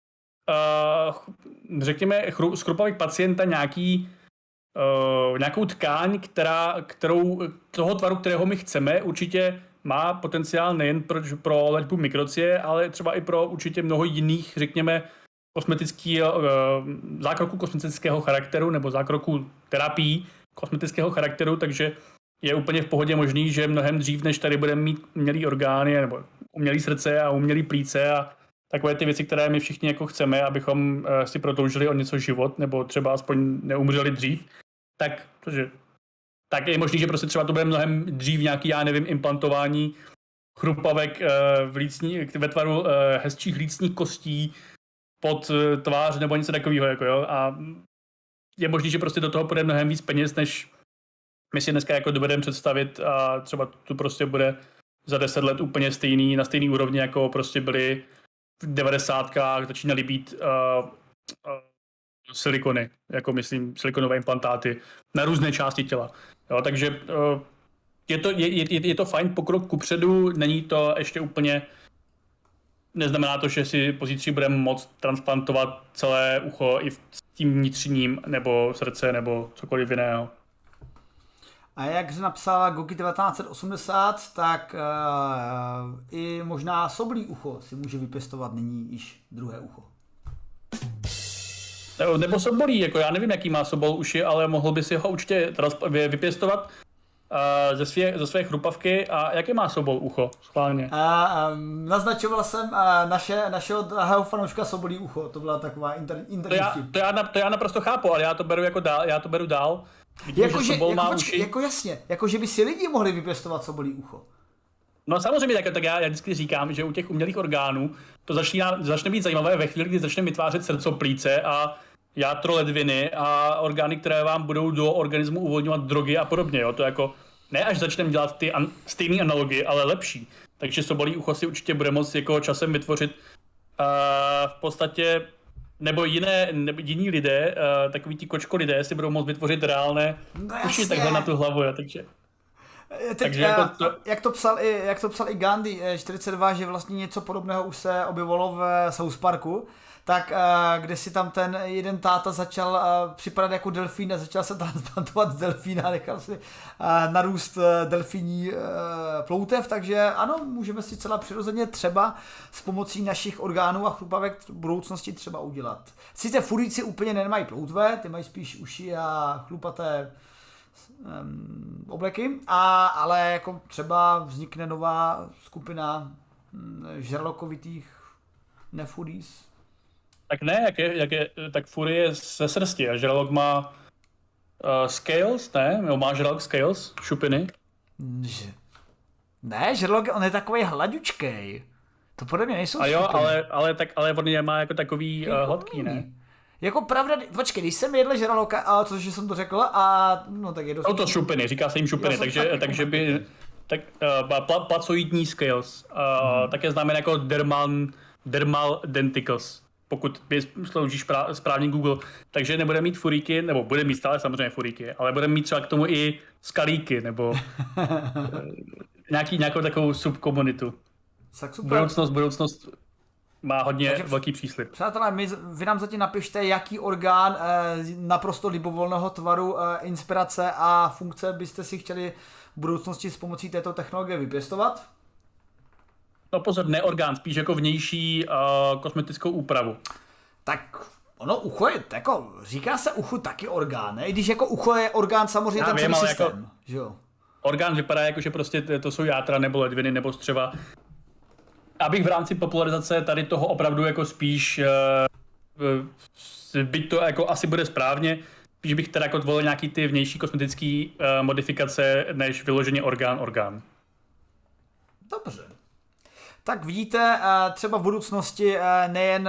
uh, řekněme schrupavek pacienta nějaký Uh, nějakou tkáň, která, kterou, toho tvaru, kterého my chceme, určitě má potenciál nejen pro, pro léčbu mikrocie, ale třeba i pro určitě mnoho jiných, řekněme, kosmetický, uh, zákroků kosmetického charakteru nebo zákroků terapií kosmetického charakteru, takže je úplně v pohodě možný, že mnohem dřív, než tady budeme mít umělý orgány nebo umělý srdce a umělý plíce a takové ty věci, které my všichni jako chceme, abychom uh, si prodloužili o něco život nebo třeba aspoň neumřeli dřív, tak, protože, tak je možný, že prostě třeba to bude mnohem dřív nějaký, já nevím, implantování chrupavek uh, v lícní, ve tvaru uh, hezčích lícních kostí pod uh, tvář nebo něco takového, jako jo, a je možný, že prostě do toho půjde mnohem víc peněz, než my si dneska jako dovedeme představit a třeba to prostě bude za deset let úplně stejný, na stejný úrovni, jako prostě byly v devadesátkách, začínaly být uh, uh, silikony, jako myslím silikonové implantáty na různé části těla. Jo, takže uh, je, to, je, je, je to fajn pokrok kupředu, není to ještě úplně, neznamená to, že si pozítří budeme moct transplantovat celé ucho i s tím vnitřním, nebo srdce, nebo cokoliv jiného. A jak jsi napsala Gogi devatenáct set osmdesát, tak uh, i možná soblí ucho si může vypěstovat nyní již druhé ucho. Nebo sobolí, jako já nevím, jaký má sobol uši, ale mohl by si ho určitě vypěstovat uh, ze, svě, ze své chrupavky. A jaké má sobol ucho, schválně? Uh, um, naznačoval jsem uh, naše, našeho drahého fanouška sobolí ucho, to byla taková inter, inter to, já, to, já, to já naprosto chápu, ale já to beru jako dál, já to beru dál. Vidím, jako, že že, sobol jako, má počkej, uši. jako jasně, jako že by si lidi mohli vypěstovat sobolí ucho. No samozřejmě, tak, tak já, já vždycky říkám, že u těch umělých orgánů to začne, začne být zajímavé ve chvíli, kdy začne vytvářet srdcoplíce a játro ledviny a orgány, které vám budou do organismu uvolňovat drogy a podobně. Jo? To jako ne až začneme dělat ty an, stejné analogie, ale lepší. Takže sobolí ucho si určitě bude moct jako časem vytvořit uh, v podstatě, nebo jiné, nebo jiní lidé, uh, takový ti kočko lidé si budou moct vytvořit reálné no uši takhle na tu hlavu, takže... Teď, Takže jako to... jak, to psal i, jak to psal i Gandhi čtyřicet dva, že vlastně něco podobného už se objevilo v South Parku, tak kde si tam ten jeden táta začal připadat jako delfín a začal se transplantovat z delfína, nechal si narůst delfíní ploutev, takže ano, můžeme si celá přirozeně třeba s pomocí našich orgánů a chrupavek v budoucnosti třeba udělat. Sice furíci úplně nemají ploutve, ty mají spíš uši a chlupaté um, obleky, a, ale jako třeba vznikne nová skupina um, žralokovitých nefuries. Tak ne, jak je, jak je, tak fury je ze srsti a žralok má uh, scales, ne? Jo, má žralok scales, šupiny? Že... Ne, žralok, on je takový hladučkej. To podle mě nejsou a jo, šupiny. ale, ale, tak, ale on je má jako takový uh, hladký, ne? Jako pravda, počkej, když jsem jedl žraloka, a což jsem to řekl, a no tak je dost... Jsou to šupiny, říká se jim šupiny, takže, tak, takže by... Tak uh, pla, placoidní scales, uh, hmm. také znamená jako dermal, dermal denticles, pokud sloužíš správně Google. Takže nebude mít furíky, nebo bude mít stále samozřejmě furíky, ale bude mít třeba k tomu i skalíky, nebo uh, nějaký, nějakou takovou subkomunitu. Budoucnost, budoucnost má hodně takže, velký příslib. Přátelé, my, vy nám zatím napište, jaký orgán eh, naprosto libovolného tvaru, eh, inspirace a funkce byste si chtěli v budoucnosti s pomocí této technologie vypěstovat? No pozor, ne orgán, spíš jako vnější uh, kosmetickou úpravu. Tak ono ucho je, jako říká se uchu taky orgán, ne? I když jako ucho je orgán samozřejmě já ten vím, celý systém, jako, že jo? Orgán vypadá jako, že prostě to jsou játra nebo ledviny nebo střeva. Abych v rámci popularizace tady toho opravdu jako spíš, uh, byť to jako asi bude správně, spíš bych teda jako volil nějaký ty vnější kosmetické uh, modifikace, než vyloženě orgán, orgán. Dobře. Tak vidíte, třeba v budoucnosti nejen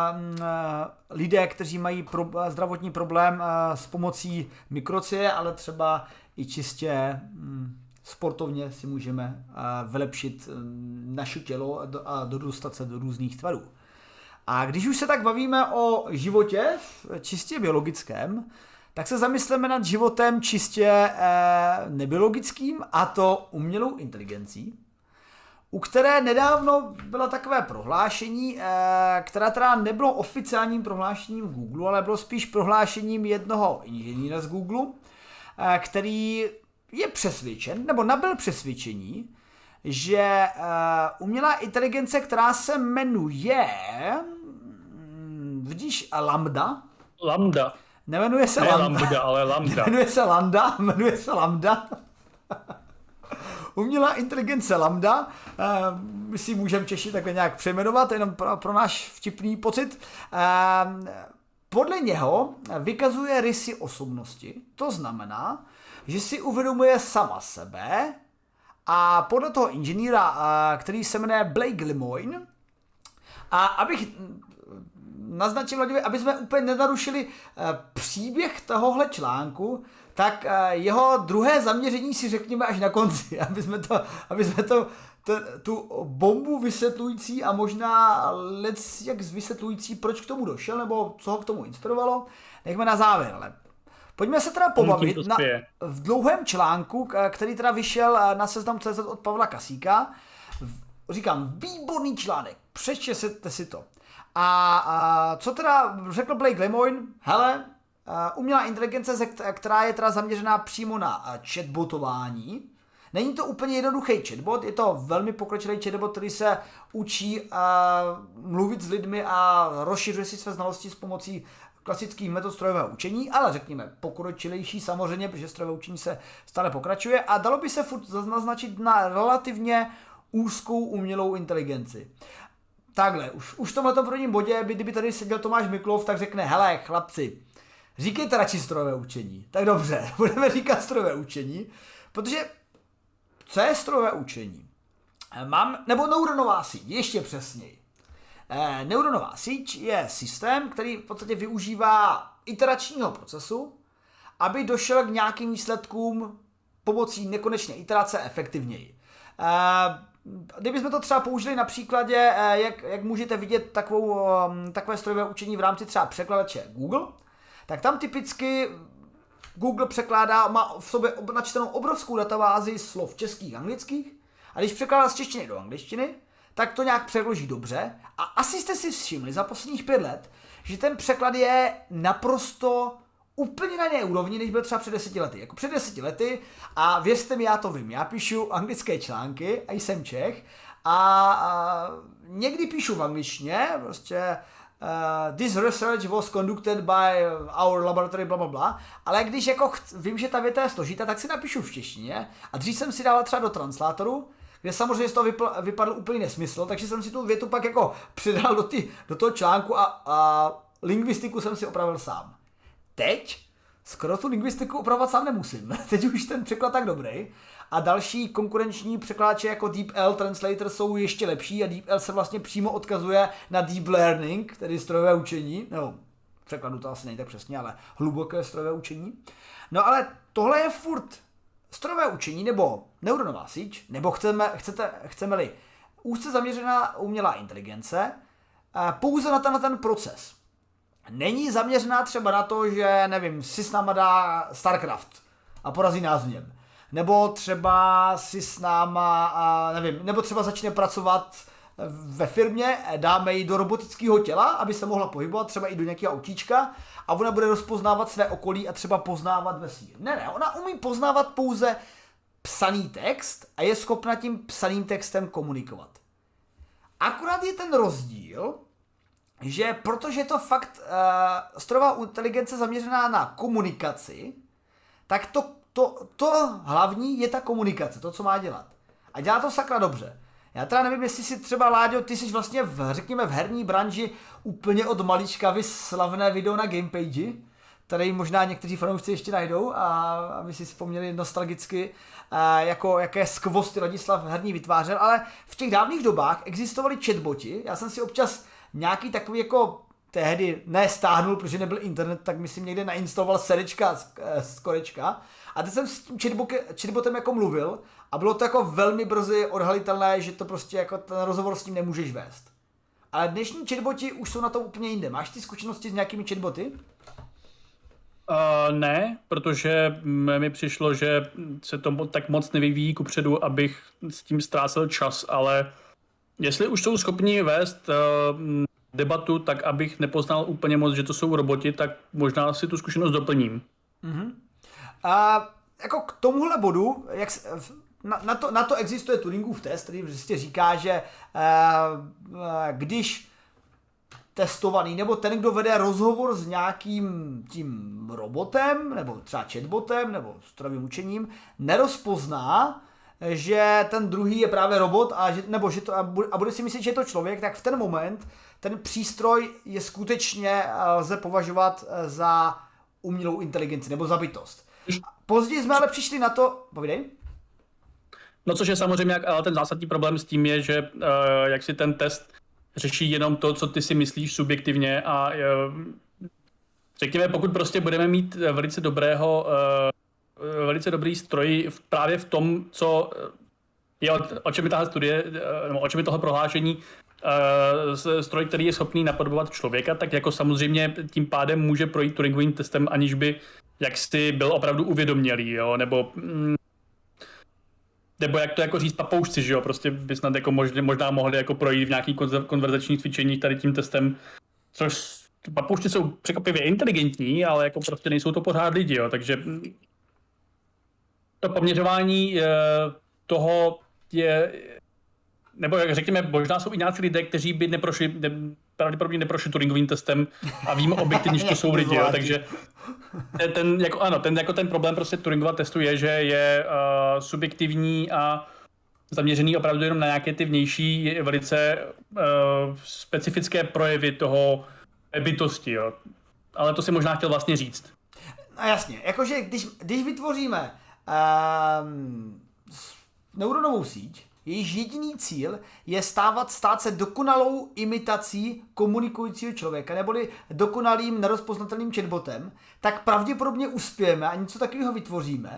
lidé, kteří mají zdravotní problém s pomocí mikrocie, ale třeba i čistě sportovně si můžeme vylepšit naše tělo a dostat se do různých tvarů. A když už se tak bavíme o životě čistě biologickém, tak se zamysleme nad životem čistě nebiologickým, a to umělou inteligencí, u které nedávno bylo takové prohlášení, která teda nebylo oficiálním prohlášením Google, ale bylo spíš prohlášením jednoho inženýra z Google, který je přesvědčen, nebo nabyl přesvědčení, že umělá inteligence, která se jmenuje, vidíš, Lambda. Lambda. Nemenuje se ne Lambda. Lambda, ale Lambda. Jmenuje se Lambda, jmenuje se Lambda. Umělá inteligence Lambda, my si můžeme Češi takhle nějak přejmenovat, jenom pro, pro náš vtipný pocit. Podle něho vykazuje rysy osobnosti, to znamená, že si uvědomuje sama sebe, a podle toho inženýra, který se jmenuje Blake Lemoine, a abych naznačil, aby jsme úplně nenarušili příběh tohohle článku, tak jeho druhé zaměření si řekněme až na konci, aby jsme to, aby jsme to, to tu bombu vysvětlující a možná lec jak vysvětlující, proč k tomu došel, nebo co ho k tomu inspirovalo, nechme na závěr. Ale pojďme se teda pobavit na, v dlouhém článku, který teda vyšel na seznam tečka cé zet od Pavla Kasíka. Říkám, výborný článek, přečtěte si to. A, a co teda řekl Blake Lemoine? Hele, umělá inteligence, která je teda zaměřená přímo na chatbotování. Není to úplně jednoduchý chatbot, je to velmi pokročilý chatbot, který se učí uh, mluvit s lidmi a rozšiřuje si své znalosti s pomocí klasických metod strojového učení, ale řekněme pokročilejší samozřejmě, protože strojové učení se stále pokračuje a dalo by se furt naznačit na relativně úzkou umělou inteligenci. Takhle, už, už v tomhletom prvním bodě, kdyby tady seděl Tomáš Miklov, tak řekne, hele chlapci, říkejte radši strojové učení. Tak dobře, budeme říkat strojové učení, protože co je strojové učení? Mám, nebo neuronová síť, ještě přesněji. E, neuronová síť je systém, který v podstatě využívá iteračního procesu, aby došel k nějakým výsledkům pomocí nekonečné iterace efektivněji. Kdybychom to třeba použili na příkladě, jak, jak můžete vidět takovou, takové strojové učení v rámci třeba překladače Google, tak tam typicky Google překládá, má v sobě načtenou obrovskou databázi slov českých a anglických a když překládá z češtiny do angličtiny, tak to nějak přeloží dobře a asi jste si všimli za posledních pět let, že ten překlad je naprosto úplně na jiné úrovni, než byl třeba před deseti lety. Jako před deseti lety a věřte mi, já to vím, já píšu anglické články a jsem Čech a, a někdy píšu v angličtině, prostě Uh, this research was conducted by our laboratory, bla, bla, bla. Ale když jako chc- vím, že ta věta je složitá, tak si napíšu v češtině. A dřív jsem si dával třeba do translátoru, kde samozřejmě z toho vypl- vypadl úplný nesmysl, takže jsem si tu větu pak jako přidal do, ty, do toho článku a, a lingvistiku jsem si opravil sám. Teď skoro tu lingvistiku opravovat sám nemusím. Teď už ten překlad tak dobrý. A další konkurenční překladače jako DeepL Translator jsou ještě lepší a DeepL se vlastně přímo odkazuje na Deep Learning, tedy strojové učení. No, v překladu to asi není tak přesně, ale hluboké strojové učení. No ale tohle je furt strojové učení nebo neuronová síť, nebo chceme, chcete, chceme-li úzce zaměřená umělá inteligence, pouze na ten, na ten proces. Není zaměřená třeba na to, že, nevím, si s náma dá StarCraft a porazí nás v něm. Nebo třeba si s náma, a nevím, nebo třeba začne pracovat ve firmě, dáme ji do robotického těla, aby se mohla pohybovat, třeba i do nějakého autíčka a ona bude rozpoznávat své okolí a třeba poznávat vesmír. Ne, ne, ona umí poznávat pouze psaný text a je schopna tím psaným textem komunikovat. Akorát je ten rozdíl, že protože je to fakt uh, strojová inteligence zaměřená na komunikaci, tak to To, to hlavní je ta komunikace, to, co má dělat. A dělá to sakra dobře. Já teda nevím, jestli si třeba, Láďo, ty jsi vlastně v, řekněme, v herní branži úplně od malička vyslavné video na Gamepage, tady možná někteří fanoušci ještě najdou a aby si vzpomněli nostalgicky, jako jaké skvosty Ladislav herní vytvářel, ale v těch dávných dobách existovaly chatboti, já jsem si občas nějaký takový jako tehdy nestáhnul, protože nebyl internet, tak myslím někde nainstaloval serečka z, z korečka. A teď jsem s tím chatbotem jako mluvil a bylo to jako velmi brzy odhalitelné, že to prostě jako ten rozhovor s ním nemůžeš vést. Ale dnešní chatboti už jsou na to úplně jinde. Máš ty zkušenosti s nějakými chatboty? Uh, ne, protože mi přišlo, že se to tak moc nevyvíjí kupředu, abych s tím ztrácel čas, ale jestli už jsou schopni vést uh, debatu tak, abych nepoznal úplně moc, že to jsou roboti, tak možná si tu zkušenost doplním. Mm-hmm. A jako k tomuhle bodu, jak na, na, to, na to existuje Turingův test, který prostě říká, že uh, když testovaný, nebo ten, kdo vede rozhovor s nějakým tím robotem, nebo třeba chatbotem, nebo strojovým učením, nerozpozná, že ten druhý je právě robot, a že, nebo že to, a bude si myslet, že je to člověk, tak v ten moment ten přístroj je skutečně lze považovat za umělou inteligenci, nebo za bytost. Později jsme ale přišli na to, povídej. No což je samozřejmě, ale ten zásadní problém s tím je, že uh, jak si ten test řeší jenom to, co ty si myslíš subjektivně a uh, řekněme, pokud prostě budeme mít velice dobrého, uh, velice dobrý stroj v, právě v tom, co je, o, o čem je tahle studie, uh, o čem je tohle prohlášení, uh, stroj, který je schopný napodobovat člověka, tak jako samozřejmě tím pádem může projít Turingovým testem, aniž by jaksi byl opravdu uvědomělý, jo, nebo mm, nebo jak to jako říct papoušci, že jo, prostě by snad jako možná, možná mohli jako projít v nějaký konverzační cvičení tady tím testem, což papoušci jsou překvapivě inteligentní, ale jako prostě nejsou to pořád lidi, jo, takže to poměřování toho je, nebo jak řekněme, možná jsou i nějací lidé, kteří by neprošli, ne, pravděpodobně neprošli Turingovým testem a víme objektivně, že to jsou lidi, jo, takže ten, jako, ano, ten, jako ten problém prostě Turingova testu je, že je uh, subjektivní a zaměřený opravdu jenom na nějaké ty vnější, velice uh, specifické projevy toho bytosti, jo. Ale to si možná chtěl vlastně říct. No jasně, jakože když, když vytvoříme um, neuronovou síť, jejíž jediný cíl je stávat, stát se dokonalou imitací komunikujícího člověka, neboli dokonalým nerozpoznatelným chatbotem, tak pravděpodobně uspějeme a něco takového vytvoříme.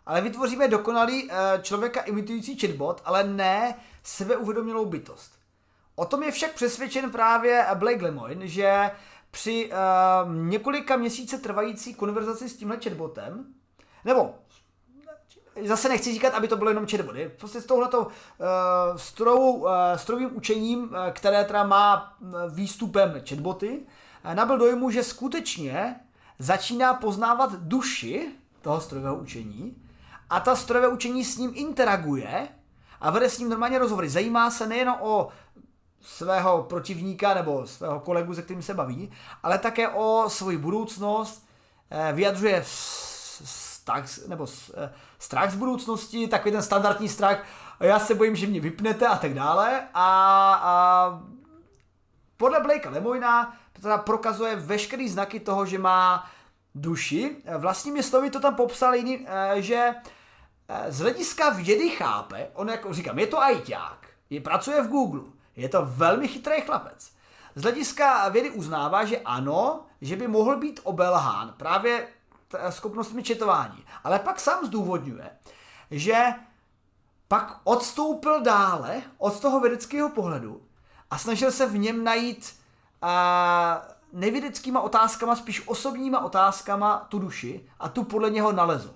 ale vytvoříme dokonalý člověka imitující chatbot, ale ne sebeuvědomělou bytost. O tom je však přesvědčen právě Blake Lemoine, že při uh, několika měsíce trvající konverzaci s tímhle chatbotem, nebo zase nechci říkat, aby to bylo jenom chatbot, je prostě s touhletou uh, strojovou, uh, strojovým učením, uh, které teda má výstupem chatboty, uh, nabyl dojmu, že skutečně začíná poznávat duši toho strojového učení a ta strojové učení s ním interaguje a vede s ním normálně rozhovory. Zajímá se nejen o svého protivníka nebo svého kolegu, se kterým se baví, ale také o svoji budoucnost, vyjadřuje strach, nebo strach z budoucnosti, takový ten standardní strach, já se bojím, že mě vypnete a tak dále. A, a podle Blakea Lemoina teda prokazuje veškerý znaky toho, že má duši. Vlastními slovy to tam popsal jiný, že z hlediska vědy chápe, on jako říkám, je to ajťák, je, pracuje v Google, je to velmi chytrý chlapec. Z hlediska vědy uznává, že ano, že by mohl být obelhán právě schopnostmi četování. Ale pak sám zdůvodňuje, že pak odstoupil dále od toho vědeckého pohledu a snažil se v něm najít a, nevědeckýma otázkama, spíš osobníma otázkama tu duši a tu podle něho nalezl.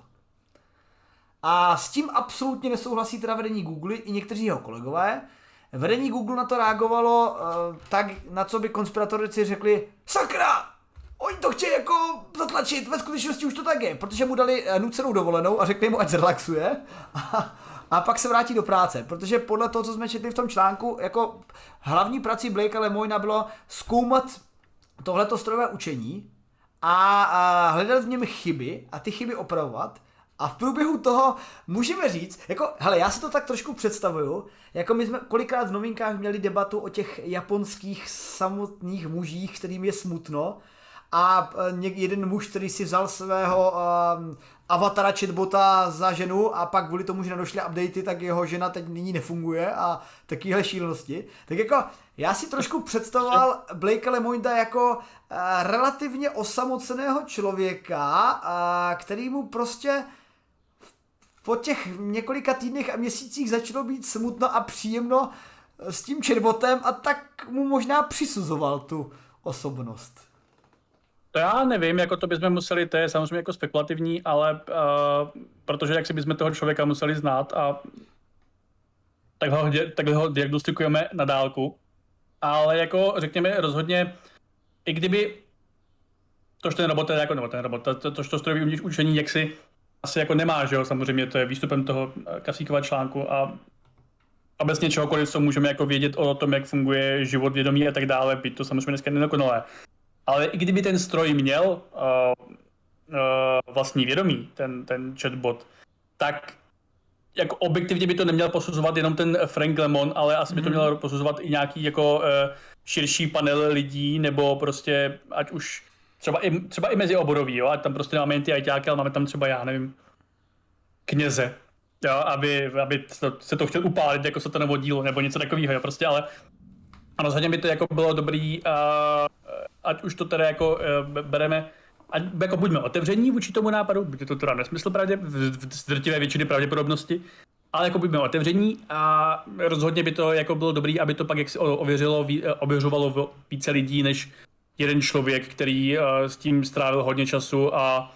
A s tím absolutně nesouhlasí teda vedení Google i někteří jeho kolegové. Vedení Google na to reagovalo uh, tak, na co by konspiratorici řekli, sakra, oni to chtějí jako zatlačit, ve skutečnosti už to tak je, protože mu dali uh, nucenou dovolenou a řekli mu, ať zrelaxuje a, a pak se vrátí do práce, protože podle toho, co jsme četli v tom článku, jako hlavní prací Blakea Lemoina bylo zkoumat tohleto strojové učení a, a hledat v něm chyby a ty chyby opravovat. A v průběhu toho můžeme říct, jako, hele, já si to tak trošku představuju, jako my jsme kolikrát v novinkách měli debatu o těch japonských samotných mužích, kterým je smutno, a jeden muž, který si vzal svého um, avatara chatbota za ženu a pak kvůli tomu, že nedošly updaty, tak jeho žena teď nyní nefunguje a takovéhle šílenosti. Tak jako, já si trošku představoval Blakea Lemoina jako uh, relativně osamoceného člověka, uh, který mu prostě po těch několika týdnech a měsících začalo být smutno a příjemno s tím chatbotem a tak mu možná přisuzoval tu osobnost. To já nevím, jako to bychom museli, to je samozřejmě jako spekulativní, ale uh, protože jak si bychom toho člověka museli znát a takhle ho, takhle ho diagnostikujeme na dálku, ale jako řekněme rozhodně, i kdyby tož ten robot, jako, nebo ten robot, to, to, to, to strojové učení jaksi asi jako nemá, že jo, samozřejmě to je výstupem toho Kasíkova článku a, a bez něčehokoliv, co můžeme jako vědět o tom, jak funguje život, vědomí a tak dále, byť to samozřejmě dneska nedokonalé. Ale i kdyby ten stroj měl uh, uh, vlastní vědomí, ten, ten chatbot, tak jako objektivně by to neměl posuzovat jenom ten Frank Lemon, ale asi by to měl posuzovat i nějaký jako uh, širší panel lidí, nebo prostě ať už třeba i, třeba i mezioborový, jo, ať tam prostě máme jen ty ajťáky, ale máme tam třeba, já nevím, kněze, jo, aby, aby to, se to chtěl upálit jako satanovou dílo, nebo něco takového, jo, prostě, ale rozhodně by to jako bylo dobrý, uh, ať už to teda jako uh, bereme, ať jako buďme otevření vůči tomu nápadu, bude to teda nesmysl pravdě, v drtivé většiny pravděpodobnosti, ale jako buďme otevření a rozhodně by to jako bylo dobrý, aby to pak jak si ověřilo, ověřovalo více lidí, než jeden člověk, který uh, s tím strávil hodně času a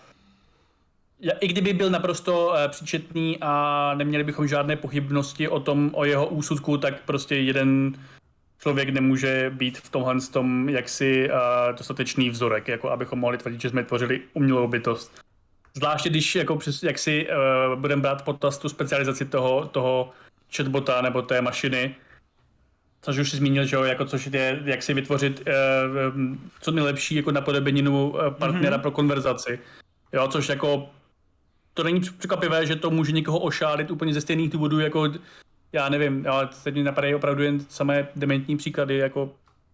i kdyby byl naprosto uh, příčetný a neměli bychom žádné pochybnosti o tom, o jeho úsudku, tak prostě jeden člověk nemůže být v tomhle tom jaksi uh, dostatečný vzorek, jako abychom mohli tvrdit, že jsme tvořili umělou bytost. Zvláště když jako přes, jaksi uh, budeme brát potaz tu specializaci toho, toho chatbota nebo té mašiny, což už si zmínil, že jo, jako což je, jak si vytvořit uh, co nejlepší jako napodobeninu uh, partnera mm-hmm. pro konverzaci. Jo, což jako to není překvapivé, že to může někoho ošálit úplně ze stejných důvodů, jako já nevím, ale teď mi napadají opravdu jen samé dementní příklady, jako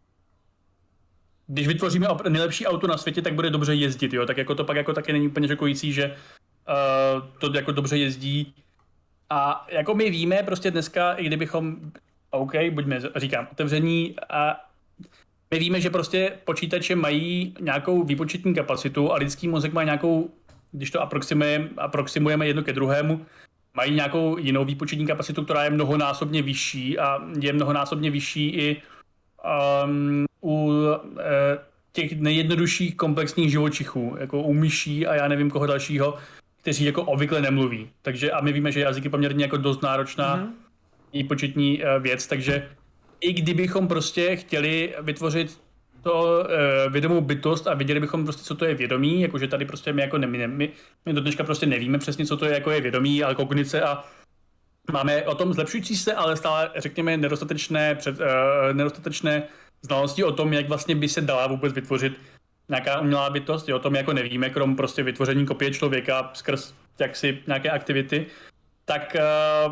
když vytvoříme nejlepší auto na světě, tak bude dobře jezdit, jo, tak jako to pak jako taky není úplně šokující, že uh, to jako dobře jezdí. A jako my víme prostě dneska, i kdybychom, OK, buďme, říkám, otevření, a my víme, že prostě počítače mají nějakou výpočetní kapacitu a lidský mozek má nějakou když to aproximujeme, aproximujeme jedno ke druhému, mají nějakou jinou výpočetní kapacitu, která je mnohonásobně vyšší a je mnohonásobně vyšší i um, u e, těch nejjednodušších komplexních živočichů, jako u myší a já nevím koho dalšího, kteří jako obvykle nemluví. Takže a my víme, že jazyk je poměrně jako dost náročná mm-hmm. výpočetní uh, věc, takže i kdybychom prostě chtěli vytvořit to uh, vědomou bytost a viděli bychom prostě, co to je vědomí, jakože tady prostě my jako ne, my, my, my do dneška prostě nevíme přesně, co to je, jako je vědomí, ale kognice a máme o tom zlepšující se, ale stále, řekněme, nedostatečné, před, uh, nedostatečné znalosti o tom, jak vlastně by se dala vůbec vytvořit nějaká umělá bytost, o tom jako nevíme, krom prostě vytvoření kopie člověka skrz jaksi nějaké aktivity, tak uh,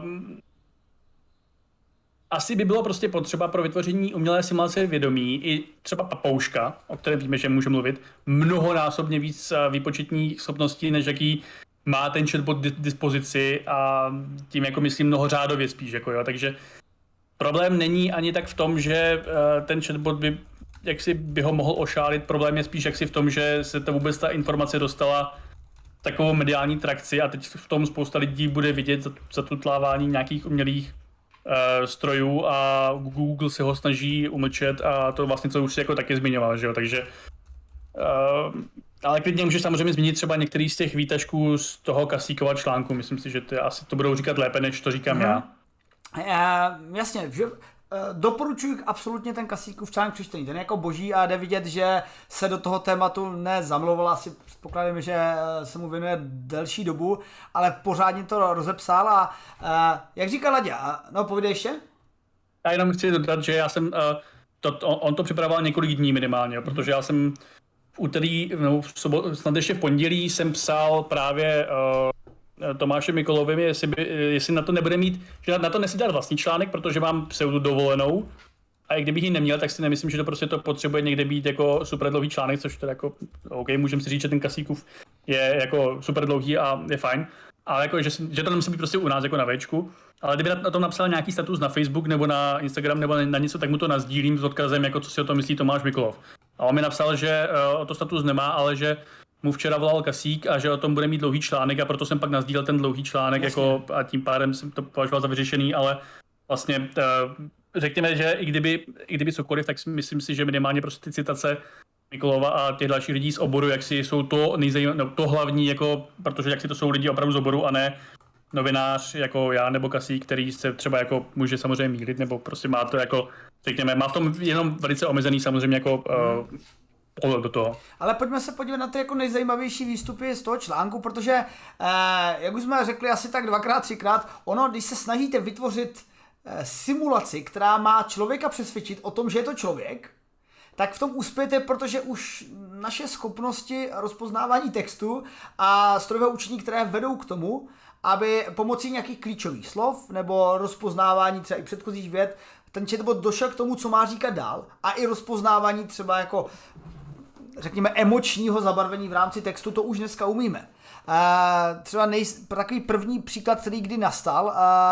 asi by bylo prostě potřeba pro vytvoření umělé simulace vědomí i třeba papouška, o kterém víme, že může mluvit, mnohonásobně víc výpočetních schopností, než jaký má ten chatbot k dispozici a tím jako myslím mnohořádově spíš, jako jo, takže problém není ani tak v tom, že uh, ten chatbot by jak si by ho mohl ošálit, problém je spíš jaksi v tom, že se to vůbec ta informace dostala takovou mediální trakci a teď v tom spousta lidí bude vidět zatutlávání nějakých umělých uh, strojů a Google se ho snaží umlčet a to vlastně, co už si jako taky zmiňoval, že jo, takže uh, ale klidně můžeš samozřejmě zmínit třeba některý z těch výtažků z toho Kasíkova článku, myslím si, že ty asi to budou říkat lépe, než to říkám mm-hmm. já. Uh, jasně, že doporučuji absolutně ten Kasíkův článek přečtený, ten je jako boží a jde vidět, že se do toho tématu nezamlouval, asi předpokládám, že se mu věnuje delší dobu, ale pořádně to rozepsal a uh, jak říká Laďa, no povídej ještě? Já jenom chci dodat, že já jsem, uh, to, on, on to připravoval několik dní minimálně, protože já jsem v úterý, no v sobotu, snad ještě v pondělí jsem psal právě uh, Tomáše Mikolovi, jestli, by, jestli na to nebude mít, že na to nesmí dát vlastní článek, protože mám pseudo dovolenou a i kdybych ji neměl, tak si nemyslím, že to prostě to potřebuje někde být jako super dlouhý článek, což to jako, OK, můžeme si říct, že ten Kasíkův je jako super dlouhý a je fajn, ale jako, že, že to nemusí být prostě u nás jako na Včku, ale kdyby na tom napsal nějaký status na Facebook nebo na Instagram nebo na něco, tak mu to nazdílím s odkazem, jako co si o tom myslí Tomáš Mikolov. A on mi napsal, že uh, o to status nemá, ale že mu včera volal Kasík a že o tom bude mít dlouhý článek a proto jsem pak nasdílel ten dlouhý článek jako, a tím pádem jsem to považoval za vyřešený, ale vlastně uh, řekněme, že i kdyby, i kdyby cokoliv, tak myslím si, že minimálně prostě ty citace Mikolova a těch dalších lidí z oboru, jak si jsou to nejzajím, no, to hlavní, jako, protože jak si to jsou lidi opravdu z oboru a ne novinář jako já nebo Kasík, který se třeba jako může samozřejmě mýlit nebo prostě má to jako, řekněme, má v tom jenom velice omezený samozřejmě jako uh, do toho. Ale pojďme se podívat na ty jako nejzajímavější výstupy z toho článku, protože, eh, jak už jsme řekli asi tak dvakrát, třikrát, ono, když se snažíte vytvořit eh, simulaci, která má člověka přesvědčit o tom, že je to člověk, tak v tom uspějete, protože už naše schopnosti rozpoznávání textu a strojového učení, které vedou k tomu, aby pomocí nějakých klíčových slov nebo rozpoznávání třeba i předchozích vět, ten chatbot došel k tomu, co má říkat dál a i rozpoznávání třeba jako řekněme emočního zabarvení v rámci textu, to už dneska umíme. Uh, třeba nej, takový první příklad, který kdy nastal uh,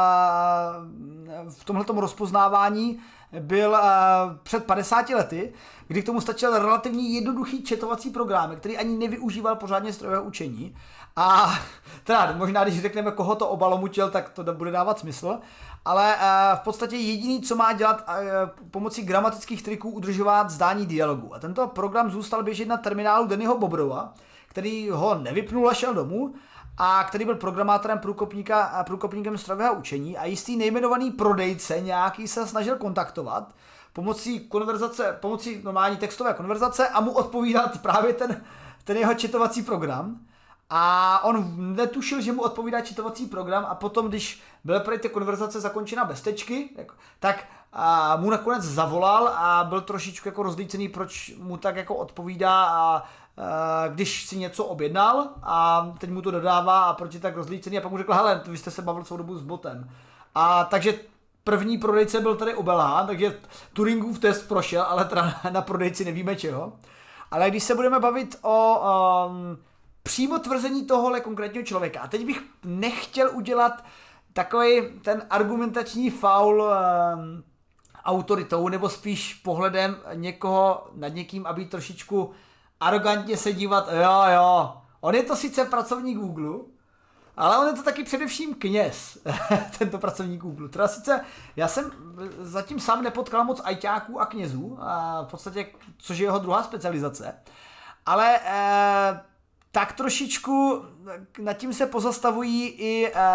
v tomhletom rozpoznávání, byl uh, před padesáti lety, kdy k tomu stačil relativně jednoduchý chatovací program, který ani nevyužíval pořádně strojového učení. A teda možná, když řekneme, koho to obalomutil, tak to bude dávat smysl. Ale uh, v podstatě jediný, co má dělat uh, pomocí gramatických triků, udržovat zdání dialogu. A tento program zůstal běžet na terminálu Dannyho Bobrova, který ho nevypnul a šel domů, a který byl programátorem průkopníka a průkopníkem strojového učení a jistý nejmenovaný prodejce nějaký se snažil kontaktovat pomocí konverzace, pomocí normální textové konverzace a mu odpovídat právě ten, ten jeho chatovací program. A on netušil, že mu odpovídá čitovací program a potom, když byla prý ta konverzace zakončena bez tečky, tak a mu nakonec zavolal a byl trošičku jako rozlícený, proč mu tak jako odpovídá a, a když si něco objednal a teď mu to dodává a proč je tak rozlícený a pak mu řekl, hele, vy jste se bavil celou dobu s botem. A takže první prodejce byl tady obelhán, takže Turingův test prošel, ale teda na prodejci nevíme čeho. Ale když se budeme bavit o um, přímo tvrzení tohohle konkrétního člověka. A teď bych nechtěl udělat takový ten argumentační faul um, autoritou, nebo spíš pohledem někoho nad někým, aby trošičku arrogantně se dívat, jo, jo, On je to sice pracovník Google, ale on je to taky především kněz, tento pracovník Google. Teda sice, já jsem zatím sám nepotkal moc ajťáků a knězů, a v podstatě, což je jeho druhá specializace, ale eh, tak trošičku nad tím se pozastavují i eh,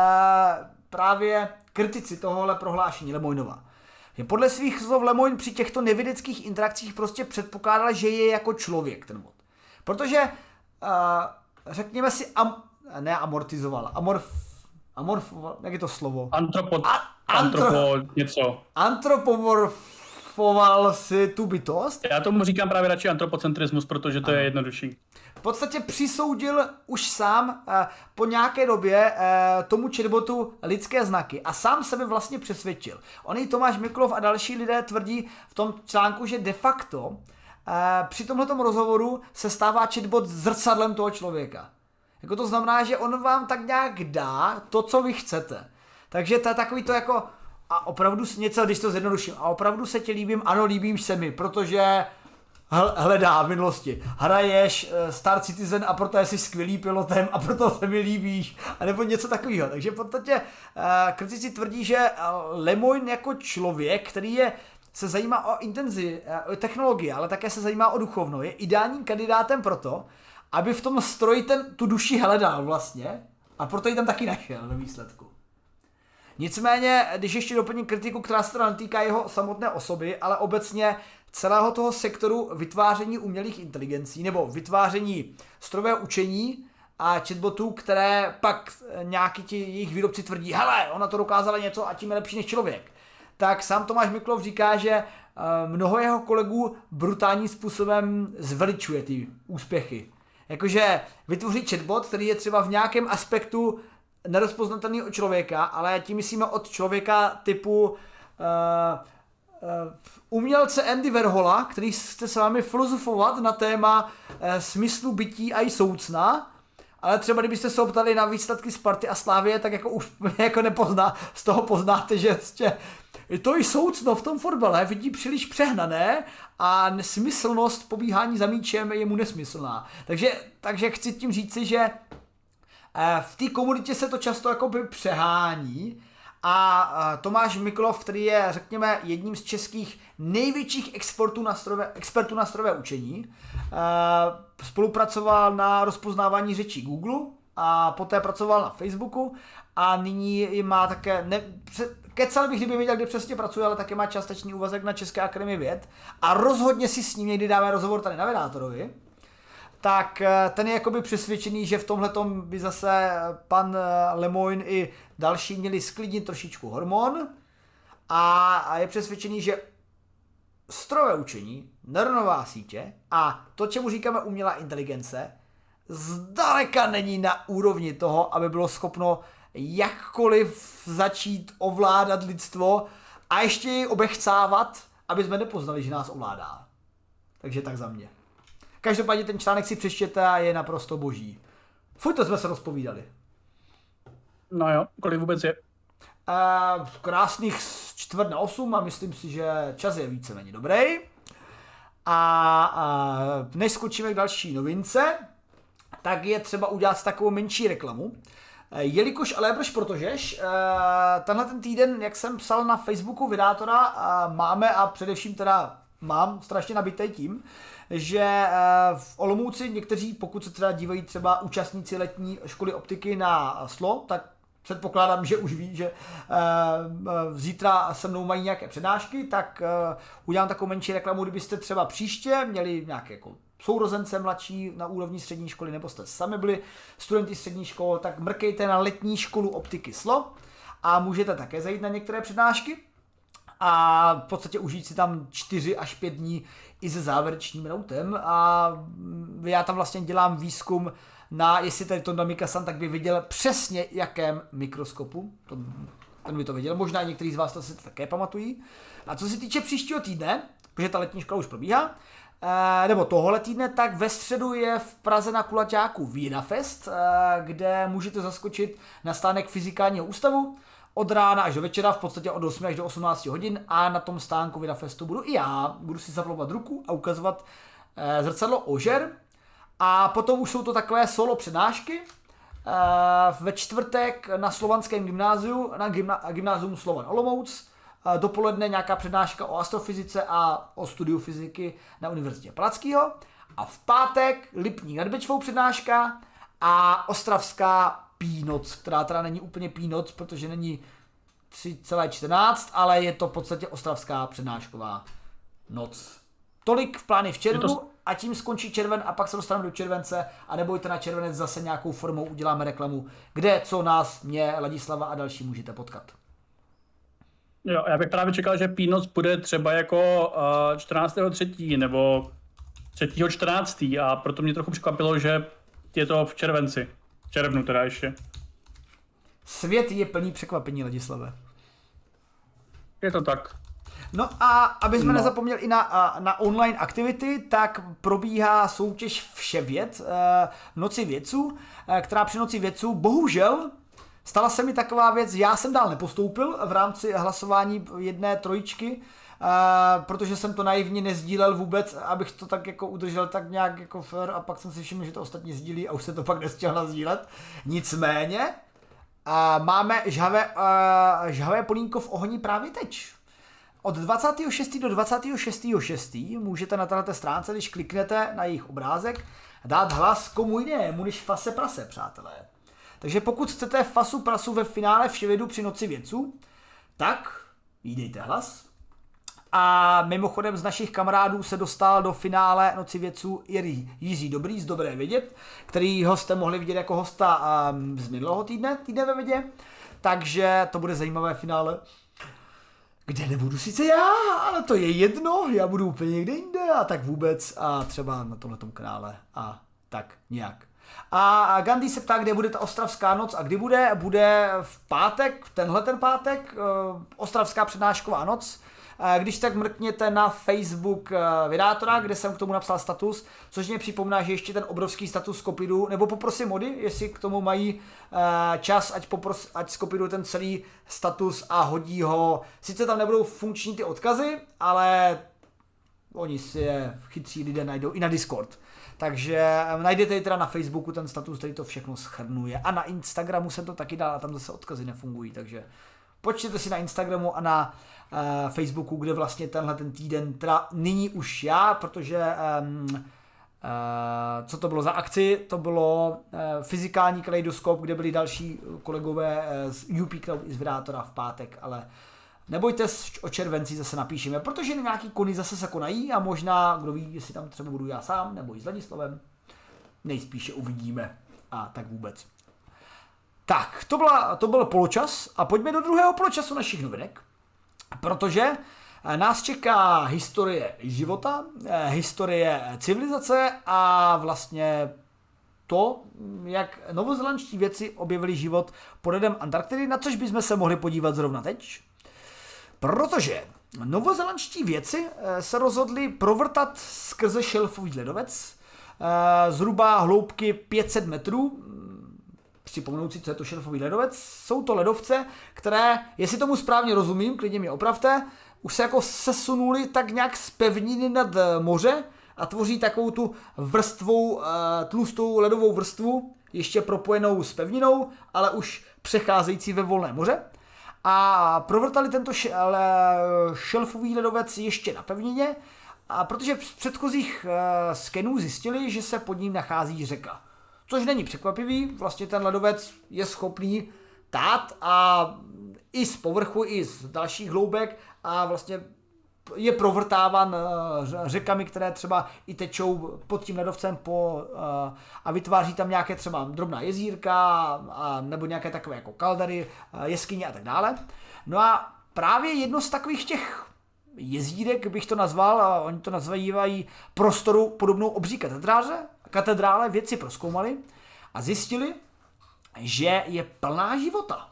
právě kritici tohohle prohlášení Lemoyneova. Podle svých slov Lemoyne při těchto nevědeckých interakcích prostě předpokládal, že je jako člověk ten mod. Protože, uh, řekněme si, am, ne amortizoval, amorf, amorfoval, jak je to slovo? Antropo, A, antro, antropo něco. Antropomorfoval si tu bytost. Já tomu říkám právě radši antropocentrismus, protože to ano. je jednodušší. V podstatě přisoudil už sám uh, po nějaké době uh, tomu chatbotu lidské znaky a sám sebe vlastně přesvědčil. On i Tomáš Mikulov a další lidé tvrdí v tom článku, že de facto uh, při tomhletom rozhovoru se stává chatbot zrcadlem toho člověka. Jako to znamená, že on vám tak nějak dá to, co vy chcete. Takže to je takový to jako a opravdu něco, když to zjednoduším, a opravdu se ti líbím, ano, líbím se mi, protože hledá v minulosti. Hraješ Star Citizen a proto jsi skvělý pilotem a proto se mi líbíš. A nebo něco takového. Takže v podstatě uh, kritici tvrdí, že Lemoyne jako člověk, který je, se zajímá o intenzi, o technologii, ale také se zajímá o duchovno, je ideálním kandidátem pro to, aby v tom stroji ten, tu duši hledal vlastně a proto ji tam taky našel ve výsledku. Nicméně, když ještě doplním kritiku, která se teda netýká jeho samotné osoby, ale obecně celého toho sektoru vytváření umělých inteligencí nebo vytváření strojového učení a chatbotů, které pak nějaký ti jejich výrobci tvrdí, hele, ona to dokázala něco a tím je lepší než člověk. Tak sám Tomáš Mikulov říká, že mnoho jeho kolegů brutálním způsobem zveličuje ty úspěchy. Jakože vytvoří chatbot, který je třeba v nějakém aspektu nerozpoznatelný od člověka, ale tím myslíme od člověka typu uh, uh, umělce Andy Warhola, který chce s vámi filozofovat na téma uh, smyslu bytí a i soucna, ale třeba kdybyste se optali na výsledky Sparty a Slávie, tak jako už jako nepozná, z toho poznáte, že jste, to i soucno v tom fotbale vidí příliš přehnané a nesmyslnost pobíhání za míčem je mu nesmyslná. Takže, takže chci tím říci, že v té komunitě se to často jakoby přehání a Tomáš Mikulov, který je, řekněme, jedním z českých největších expertů na strojové, expertů na strojové učení, spolupracoval na rozpoznávání řečí Google a poté pracoval na Facebooku a nyní má také, ne, kecal bych, kdyby věděl, kde přesně pracuje, ale také má částečný úvazek na České akademii věd a rozhodně si s ním někdy dáme rozhovor tady na Vydátorovi. Tak ten je jakoby přesvědčený, že v tomhletom by zase pan Lemoyne i další měli sklidnit trošičku hormon a je přesvědčený, že strojové učení, neuronová sítě a to, čemu říkáme umělá inteligence, zdaleka není na úrovni toho, aby bylo schopno jakkoliv začít ovládat lidstvo a ještě jej obechcávat, aby jsme nepoznali, že nás ovládá. Takže tak za mě. Každopádně ten článek si přečtěte a je naprosto boží. Fuj, to jsme se rozpovídali. No jo, kolik vůbec je? Uh, krásných čtvrt na osm a myslím si, že čas je víceméně dobrý. A, a než skočíme k další novince, tak je třeba udělat takovou menší reklamu. Jelikož, ale proč protože, tenhle ten týden, jak jsem psal na Facebooku Vydátora, máme a především teda mám strašně nabitý tím, že v Olomouci někteří, pokud se teda dívají třeba účastníci letní školy optiky na SLO, tak předpokládám, že už ví, že zítra se mnou mají nějaké přednášky, tak udělám takovou menší reklamu, kdybyste třeba příště měli nějaké jako sourozence mladší na úrovni střední školy, nebo jste sami byli studenty střední škol, tak mrkejte na letní školu optiky SLO a můžete také zajít na některé přednášky a v podstatě užít si tam čtyři až pět dní i se závěrečným routem a já tam vlastně dělám výzkum na, jestli tady Tonda Mika-san tak by viděl přesně jakém mikroskopu, to, ten by to viděl, možná některý z vás to si také pamatují. A co se týče příštího týdne, protože ta letní škola už probíhá, eh, nebo tohle týdne, tak ve středu je v Praze na Kulaťáku VinaFest, eh, kde můžete zaskočit na stánek Fyzikálního ústavu od rána až do večera, v podstatě od osmi až do osmnácti hodin a na tom stánku VinaFestu budu i já, budu si zaplovat ruku a ukazovat eh, zrcadlo Ožer A potom už jsou to takové solo přednášky. Ve čtvrtek na Slovanském gymnáziu, na gymna, gymnázium Slovan Olomouc. Dopoledne nějaká přednáška o astrofyzice a o studiu fyziky na Univerzitě Palackého. A v pátek Lipník nad Bečvou přednáška a ostravská Pínoc, která teda není úplně Pínoc, protože není tři celé čtrnáct, ale je to v podstatě ostravská přednášková noc. Tolik v plány v červnu to... a tím skončí červen a pak se dostaneme do července a nebojte, na červenec zase nějakou formou uděláme reklamu, kde co nás, mě, Ladislava a další můžete potkat. Jo, já bych právě čekal, že Pínoc bude třeba jako uh, čtrnáctého třetího nebo třetího čtrnáctého a proto mě trochu překvapilo, že je to v červenci. V červnu teda ještě. Svět je plný překvapení, Ladislave. Je to tak. No a aby jsme no. nezapomněli i na, na online aktivity, tak probíhá soutěž Vševěd, Noci vědců, která při Noci vědců bohužel stala se mi taková věc, já jsem dál nepostoupil v rámci hlasování jedné trojičky, Uh, protože jsem to naivně nezdílel vůbec, abych to tak jako udržel tak nějak jako fair a pak jsem si všiml, že to ostatní sdílí a už se to pak nestihl nazdílet. Nicméně uh, máme žhavé, uh, žhavé polínko v ohni právě teď. Od dvacátého šestého do dvacátého šestého šestého můžete na této stránce, když kliknete na jejich obrázek, dát hlas komu jinému než Fase Prase, přátelé. Takže pokud chcete Fasu Prasu ve finále Vševědu při Noci vědců, tak jí dejte hlas. A mimochodem z našich kamarádů se dostal do finále Noci vědců Jiří, Jiří Dobrý z Dobré vědět, který ho jste mohli vidět jako hosta um, z minulého týdne, týdne ve vědě. Takže to bude zajímavé finále, kde nebudu sice já, ale to je jedno, já budu úplně někde jinde a tak vůbec a třeba na tomhletom kanále a tak nějak. A Gandhi se ptá, kde bude ta ostravská noc a kdy bude. Bude v pátek, tenhle ten pátek, uh, ostravská přednášková noc. Když tak mrkněte na Facebook Vydátora, kde jsem k tomu napsal status, což mě připomíná, že ještě ten obrovský status skopidu, nebo poprosím mody, jestli k tomu mají čas, ať, popros, ať skopidu ten celý status a hodí ho. Sice tam nebudou funkční ty odkazy, ale oni si je chytří lidé najdou i na Discord. Takže najdete ji teda na Facebooku ten status, který to všechno shrnuje. A na Instagramu jsem to taky dal a tam zase odkazy nefungují, takže počtěte si na Instagramu a na uh, Facebooku, kde vlastně tenhle ten týden, teda nyní už já, protože um, uh, co to bylo za akci, to bylo uh, fyzikální kaleidoskop, kde byli další kolegové uh, z U P Cloud i z Vydátora v pátek, ale nebojte, o červenci zase napíšeme, protože nějaký kony zase se konají a možná, kdo ví, jestli tam třeba budu já sám, nebo i s Ladislavem, nejspíše uvidíme a tak vůbec. Tak, to, byla, to byl poločas a pojďme do druhého poločasu našich novinek, protože nás čeká historie života, historie civilizace a vlastně to, jak novozélandští vědci objevili život pod ledem Antarktidy, na což bychom se mohli podívat zrovna teď. Protože novozélandští vědci se rozhodli provrtat skrze šelfový ledovec zhruba hloubky pět set metrů, připomenout si, co je to šelfový ledovec. Jsou to ledovce, které, jestli tomu správně rozumím, klidně mě opravte, už se jako sesunuly tak nějak z pevniny nad moře a tvoří takovou tu vrstvou, tlustou ledovou vrstvu, ještě propojenou s pevninou, ale už přecházející ve volné moře. A provrtali tento šelfový ledovec ještě na pevnině, a protože z předchozích skenů zjistili, že se pod ním nachází řeka. Což není překvapivý, vlastně ten ledovec je schopný tát a i z povrchu, i z dalších hloubek a vlastně je provrtávan řekami, které třeba i tečou pod tím ledovcem po, a vytváří tam nějaké třeba drobná jezírka a, nebo nějaké takové jako kaldery, jeskyně a tak dále. No a právě jedno z takových těch jezírek bych to nazval, a oni to nazývají prostoru podobnou obří katedráře, katedrále vědci prozkoumali a zjistili, že je plná života.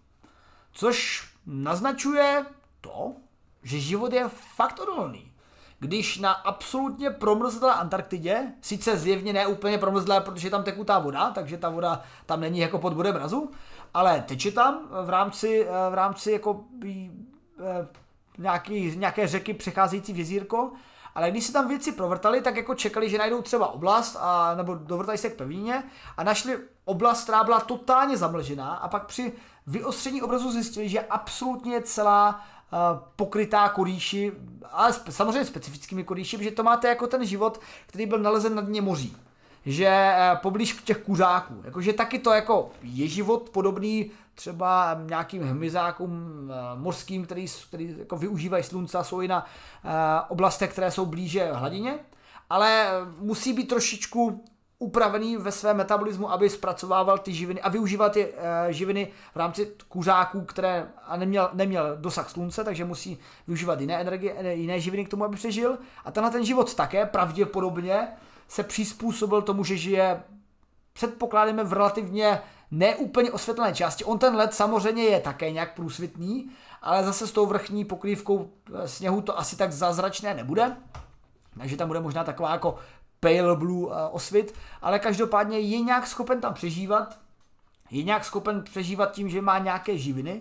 Což naznačuje to, že život je fakt odolný. Když na absolutně promrzlé Antarktidě, sice zjevně ne úplně promrzlé, protože je tam tekutá voda, takže ta voda tam není jako pod bodem mrazu, ale teče tam v rámci, v rámci jako nějaký, nějaké řeky přecházející v jezírko ale když se tam věci provrtali, tak jako čekali, že najdou třeba oblast, a, nebo dovrtali se k pevnině a našli oblast, která byla totálně zamlžená a pak při vyostření obrazu zjistili, že absolutně celá uh, pokrytá korýši, ale spe, samozřejmě specifickými korýši, protože to máte jako ten život, který byl nalezen na dně moří. Že uh, poblíž těch kuřáků, jakože taky to jako je život podobný třeba nějakým hmyzákům uh, mořským, který, který jako využívají slunce a jsou i na uh, oblastech, které jsou blíže hladině, ale musí být trošičku upravený ve svém metabolismu, aby zpracovával ty živiny a využíval ty uh, živiny v rámci kuřáků, které a neměl, neměl dosah slunce, takže musí využívat jiné energie, jiné živiny k tomu, aby přežil. A tenhle ten život také pravděpodobně se přizpůsobil tomu, že žije, předpokládáme, v relativně neúplně osvětlené části. On ten led samozřejmě je také nějak průsvitný, ale zase s tou vrchní pokrývkou sněhu to asi tak zázračné nebude. Takže tam bude možná taková jako pale blue osvit, ale každopádně je nějak schopen tam přežívat. Je nějak schopen přežívat tím, že má nějaké živiny.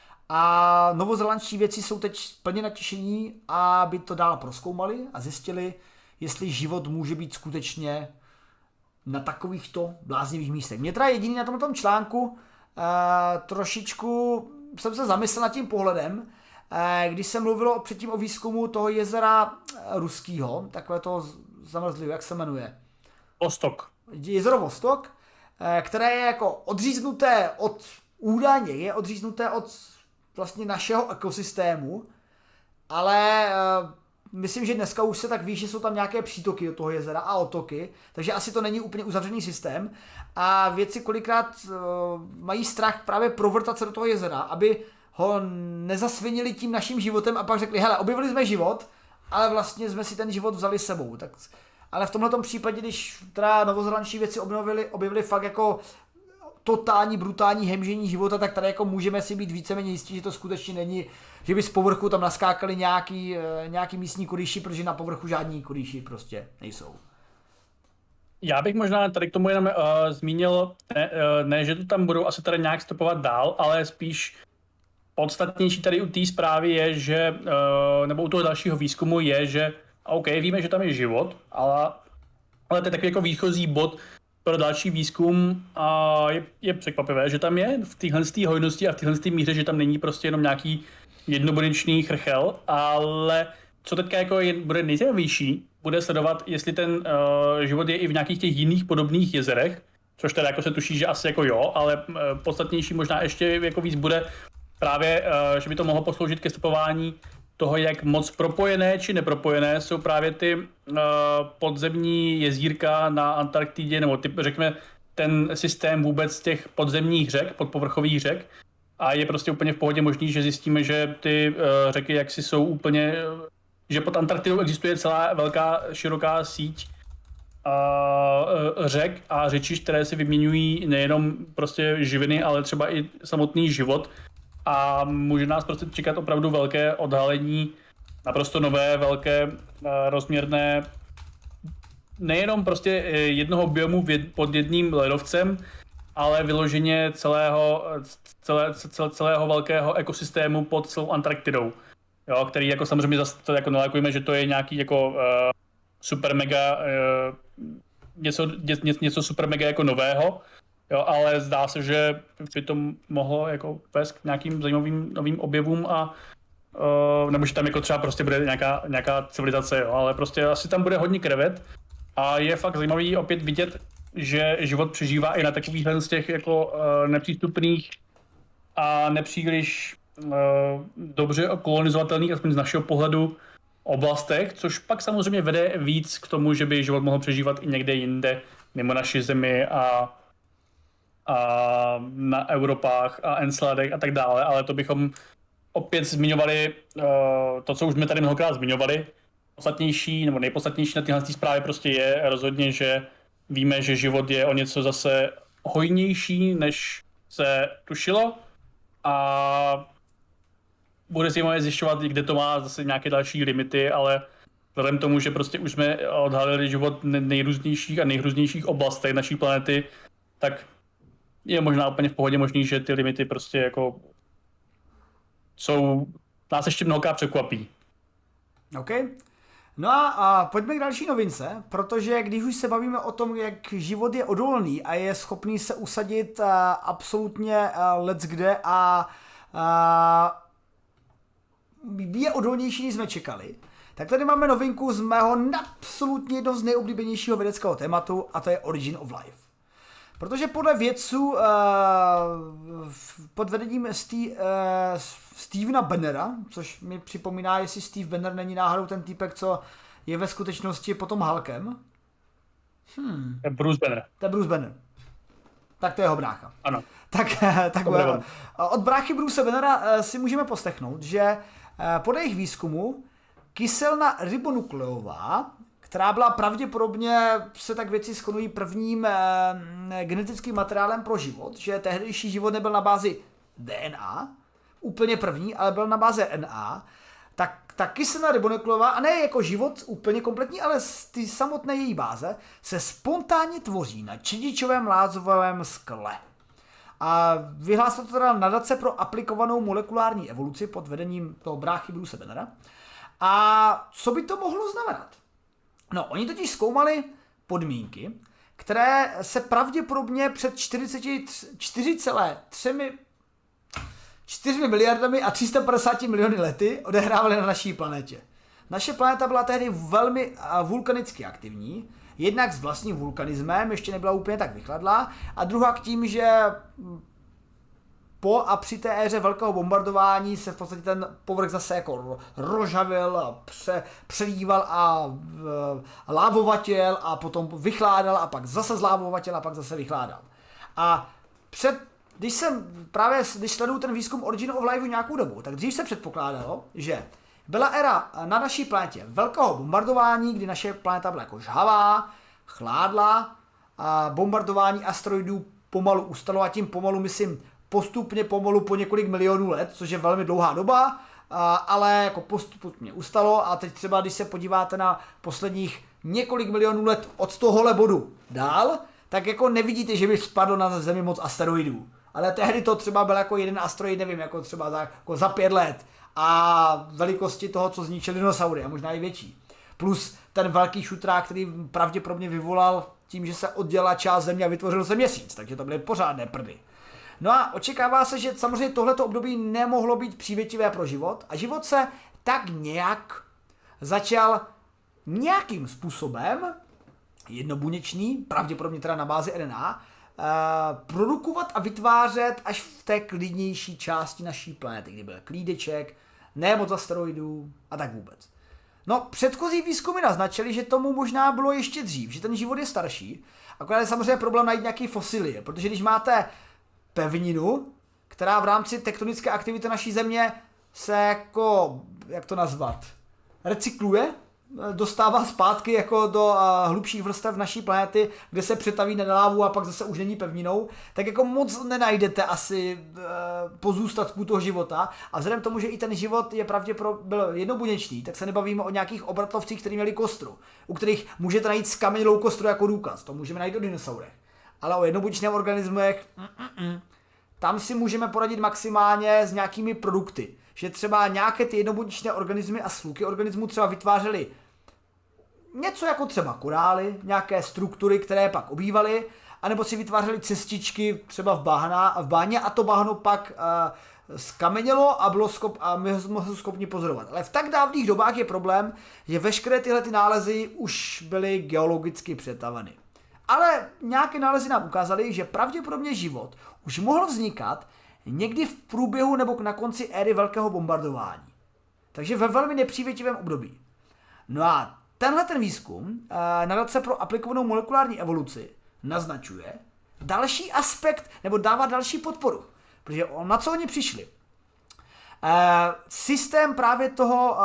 A novozélandští vědci jsou teď plně natěšení, aby to dál prozkoumali a zjistili, jestli život může být skutečně na takovýchto bláznivých místech. Mě teda jediný na tomto článku eh, trošičku jsem se zamyslel nad tím pohledem, eh, když se mluvilo předtím o výzkumu toho jezera ruského, takové toho zamrzlého, jak se jmenuje? Vostok. Jezero Vostok, eh, které je jako odříznuté od údajně, je odříznuté od vlastně našeho ekosystému, ale eh, myslím, že dneska už se tak ví, že jsou tam nějaké přítoky do toho jezera a otoky, takže asi to není úplně uzavřený systém a vědci kolikrát uh, mají strach právě provrtat se do toho jezera, aby ho nezasvinili tím naším životem a pak řekli, hele, objevili jsme život, ale vlastně jsme si ten život vzali s sebou. Tak, ale v tomhletom případě, když teda novozélandští vědci objevili, objevili fakt jako totální, brutální hemžení života, tak tady jako můžeme si být víceméně jistí, že to skutečně není, že by z povrchu tam naskákali nějaký, nějaký místní kurýši, protože na povrchu žádní kurýši prostě nejsou. Já bych možná tady k tomu jenom uh, zmínil, ne, uh, ne, že to tam budou asi tady nějak stopovat dál, ale spíš podstatnější tady u té zprávy je, že, uh, nebo u toho dalšího výzkumu je, že OK, víme, že tam je život, ale, ale to je takový jako výchozí bod pro další výzkum a je, je překvapivé, že tam je v téhle hojnosti a v téhle míře, že tam není prostě jenom nějaký jednobodečný chrchel, ale co teďka jako je, bude nejzajímavější, bude sledovat, jestli ten uh, život je i v nějakých těch jiných podobných jezerech, což teda jako se tuší, že asi jako jo, ale uh, podstatnější možná ještě jako víc bude právě, uh, že by to mohlo posloužit ke stopování toho, jak moc propojené či nepropojené jsou právě ty uh, podzemní jezírka na Antarktidě, nebo ty, řekněme, ten systém vůbec těch podzemních řek, podpovrchových řek. A je prostě úplně v pohodě možný, že zjistíme, že ty uh, řeky jaksi jsou úplně, že pod Antarktidou existuje celá velká, široká síť uh, řek a řečišť, které si vyměňují nejenom prostě živiny, ale třeba i samotný život. A může nás prostě čekat opravdu velké odhalení, naprosto nové, velké, uh, rozměrné, nejenom prostě jednoho biomu pod jedním ledovcem, ale vyloženě celého, celé, celé, celého velkého ekosystému pod celou Antarktidou. Jo, který jako samozřejmě zase to jako nelakujeme, že to je nějaký jako uh, super mega, uh, něco, ně, něco super mega jako nového, jo, ale zdá se, že by to mohlo jako vést k nějakým zajímavým novým objevům a uh, nebo že tam jako třeba prostě bude nějaká, nějaká civilizace, jo, ale prostě asi tam bude hodně krevet a je fakt zajímavý opět vidět, že život přežívá i na takových z těch jako uh, nepřístupných a nepříliš uh, dobře kolonizovatelných, aspoň z našeho pohledu, oblastech, což pak samozřejmě vede víc k tomu, že by život mohl přežívat i někde jinde, mimo naši zemi a, a na Europách a Enceladech a tak dále, ale to bychom opět zmiňovali uh, to, co už jsme tady mnohokrát zmiňovali. Podstatnější, nebo nejpodstatnější na téhle zprávě prostě je rozhodně, že víme, že život je o něco zase hojnější, než se tušilo a bude zajímavé zjišťovat, kde to má zase nějaké další limity, ale vzhledem tomu, že prostě už jsme odhalili život v nejrůznějších a nejrůznějších oblastech naší planety, tak je možná úplně v pohodě možný, že ty limity prostě jako jsou, nás ještě mnohokrát překvapí. OK. No a, a pojďme k další novince, protože když už se bavíme o tom, jak život je odolný a je schopný se usadit uh, absolutně uh, leckde a uh, je odolnější, než jsme čekali, tak tady máme novinku z mého absolutně jednoho z nejoblíbenějšího vědeckého tématu a to je Origin of Life. Protože podle vědců uh, pod vedením Steve, uh, Stevena Bannera, což mi připomíná, jestli Steve Banner není náhodou ten týpek, co je ve skutečnosti potom Hulkem. Hmm. To je Bruce Banner. To je Bruce Banner. Tak to je jeho brácha. Ano. Tak, tak od bráchy Bruce Bannera si můžeme poslechnout, že podle jejich výzkumu kyselina ribonukleová, která byla pravděpodobně, se tak věci shodují, prvním eh, genetickým materiálem pro život, že tehdejší život nebyl na bázi D N A, úplně první, ale byl na bázi R N A, tak ta kyselina ribonukleová, a ne jako život úplně kompletní, ale z ty samotné její báze, se spontánně tvoří na čedičovém lázovém skle. A vyhlásila to teda nadace pro aplikovanou molekulární evoluci pod vedením toho bráchy Bruce Bannera. A co by to mohlo znamenat? No, oni totiž zkoumali podmínky, které se pravděpodobně před čtyři celé tři miliardami a tři sta padesáti miliony lety odehrávaly na naší planetě. Naše planeta byla tehdy velmi vulkanicky aktivní, jednak s vlastním vulkanismem, ještě nebyla úplně tak vychladlá, a druhá k tím, že po a při té éře velkého bombardování se v podstatě ten povrch zase jako rozžavil a pře, přelíval a e, lávovatěl a potom vychládal a pak zase zlávovatěl a pak zase vychládal. A před, když jsem právě, když sleduju ten výzkum Origin of Life nějakou dobu, tak dřív se předpokládalo, že byla éra na naší planetě velkého bombardování, kdy naše planeta byla jako žhavá, chládla, a bombardování asteroidů pomalu ustalo, a tím pomalu myslím postupně pomalu po několik milionů let, což je velmi dlouhá doba, ale jako postupně ustalo, a teď třeba, když se podíváte na posledních několik milionů let od tohohle bodu dál, tak jako nevidíte, že by spadlo na Zemi moc asteroidů. Ale tehdy to třeba byl jako jeden asteroid, nevím, jako třeba za, jako za pět let a velikosti toho, co zničili dinosaury, a možná i větší. Plus ten velký šutrák, který pravděpodobně vyvolal tím, že se oddělila část Země a vytvořil se Měsíc, takže to byly pořádné prdy. No a očekává se, že samozřejmě tohleto období nemohlo být přívětivé pro život a život se tak nějak začal nějakým způsobem, jednobuněčný, pravděpodobně teda na bázi R N A, uh, produkovat a vytvářet až v té klidnější části naší planety, kdy byl klídeček, ne moc asteroidů a tak vůbec. No, předchozí výzkumy naznačily, že tomu možná bylo ještě dřív, že ten život je starší, akorát je samozřejmě problém najít nějaký fosilie, protože když máte pevninu, která v rámci tektonické aktivity naší Země se jako, jak to nazvat, recykluje, dostává zpátky jako do uh, hlubších vrstev naší planety, kde se přetaví na lávu a pak zase už není pevninou, tak jako moc nenajdete asi uh, pozůstatků toho života, a vzhledem k tomu, že i ten život je pravděpodobně byl jednobuněčný, tak se nebavíme o nějakých obratlovcích, kteří měli kostru, u kterých můžete najít skamenělou kostru jako důkaz, to můžeme najít o dinosaurech. Ale o jednobuněčných organismech, mm, mm, mm, tam si můžeme poradit maximálně s nějakými produkty. Že třeba nějaké ty jednobuněčné organismy a sluky organismů třeba vytvářely něco jako třeba korály, nějaké struktury, které pak obývaly, anebo si vytvářely cestičky třeba v, bahna, v báně, a to bahno pak uh, skamenělo a, bylo schop, a my jsme ho schopni pozorovat. Ale v tak dávných dobách je problém, že veškeré tyhle ty nálezy už byly geologicky přetaveny. Ale nějaké nálezy nám ukázaly, že pravděpodobně život už mohl vznikat někdy v průběhu nebo na konci éry velkého bombardování. Takže ve velmi nepřívětivém období. No a tenhle ten výzkum nadace pro aplikovanou molekulární evoluci naznačuje další aspekt, nebo dává další podporu. Protože na co oni přišli? Systém právě toho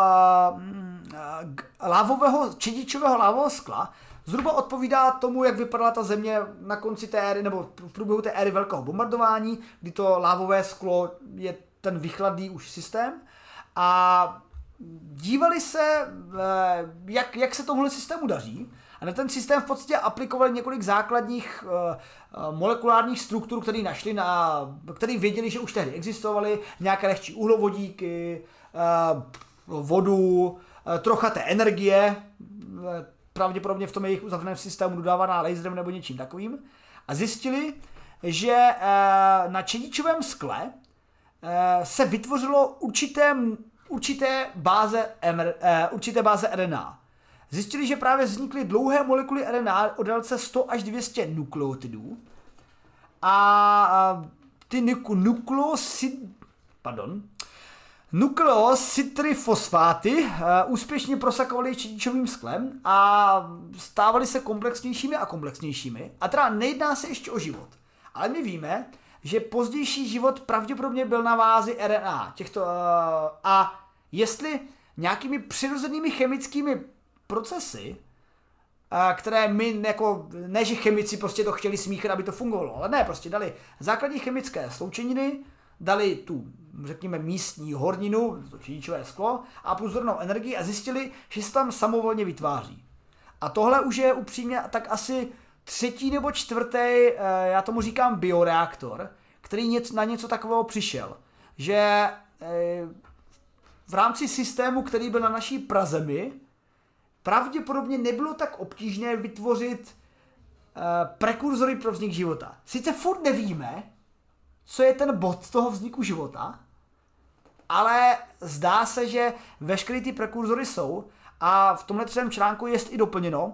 lávového, čedičového lávového skla zhruba odpovídá tomu, jak vypadala ta Země na konci té éry, nebo v průběhu té éry velkého bombardování, kdy to lávové sklo je ten vychladný už systém. A dívali se, jak, jak se tomuhle systému daří. A na ten systém v podstatě aplikovali několik základních molekulárních struktur, které našli, na, které věděli, že už tehdy existovaly, nějaké lehčí uhlovodíky, vodu, trocha té energie, pravděpodobně v tom jejich uzavřeném systému dodávaná laserem nebo něčím takovým. A zjistili, že na čedičovém skle se vytvořilo určité, určité, báze, určité báze R N A. Zjistili, že právě vznikly dlouhé molekuly R N A o délce sto až dvě stě nukleotidů a ty nukleosid, pardon, nukleositryfosfáty uh, úspěšně prosakovaly čedičovým sklem a stávaly se komplexnějšími a komplexnějšími. A teda nejedná se ještě o život. Ale my víme, že pozdější život pravděpodobně byl na vázi R N A. Těchto, uh, a jestli nějakými přirozenými chemickými procesy, uh, které my jako, ne že chemici prostě to chtěli smíchat, aby to fungovalo, ale ne, prostě dali základní chemické sloučeniny, dali tu, řekněme, místní horninu, to čedičové sklo a pozornou energii a zjistili, že se tam samovolně vytváří. A tohle už je upřímně tak asi třetí nebo čtvrtý, já tomu říkám bioreaktor, který něco, na něco takového přišel. Že v rámci systému, který byl na naší prazemi, pravděpodobně nebylo tak obtížné vytvořit prekurzory pro vznik života. Sice furt nevíme, co je ten bod toho vzniku života, ale zdá se, že veškeré ty prekurzory jsou a v tomhle třetím článku je i doplněno,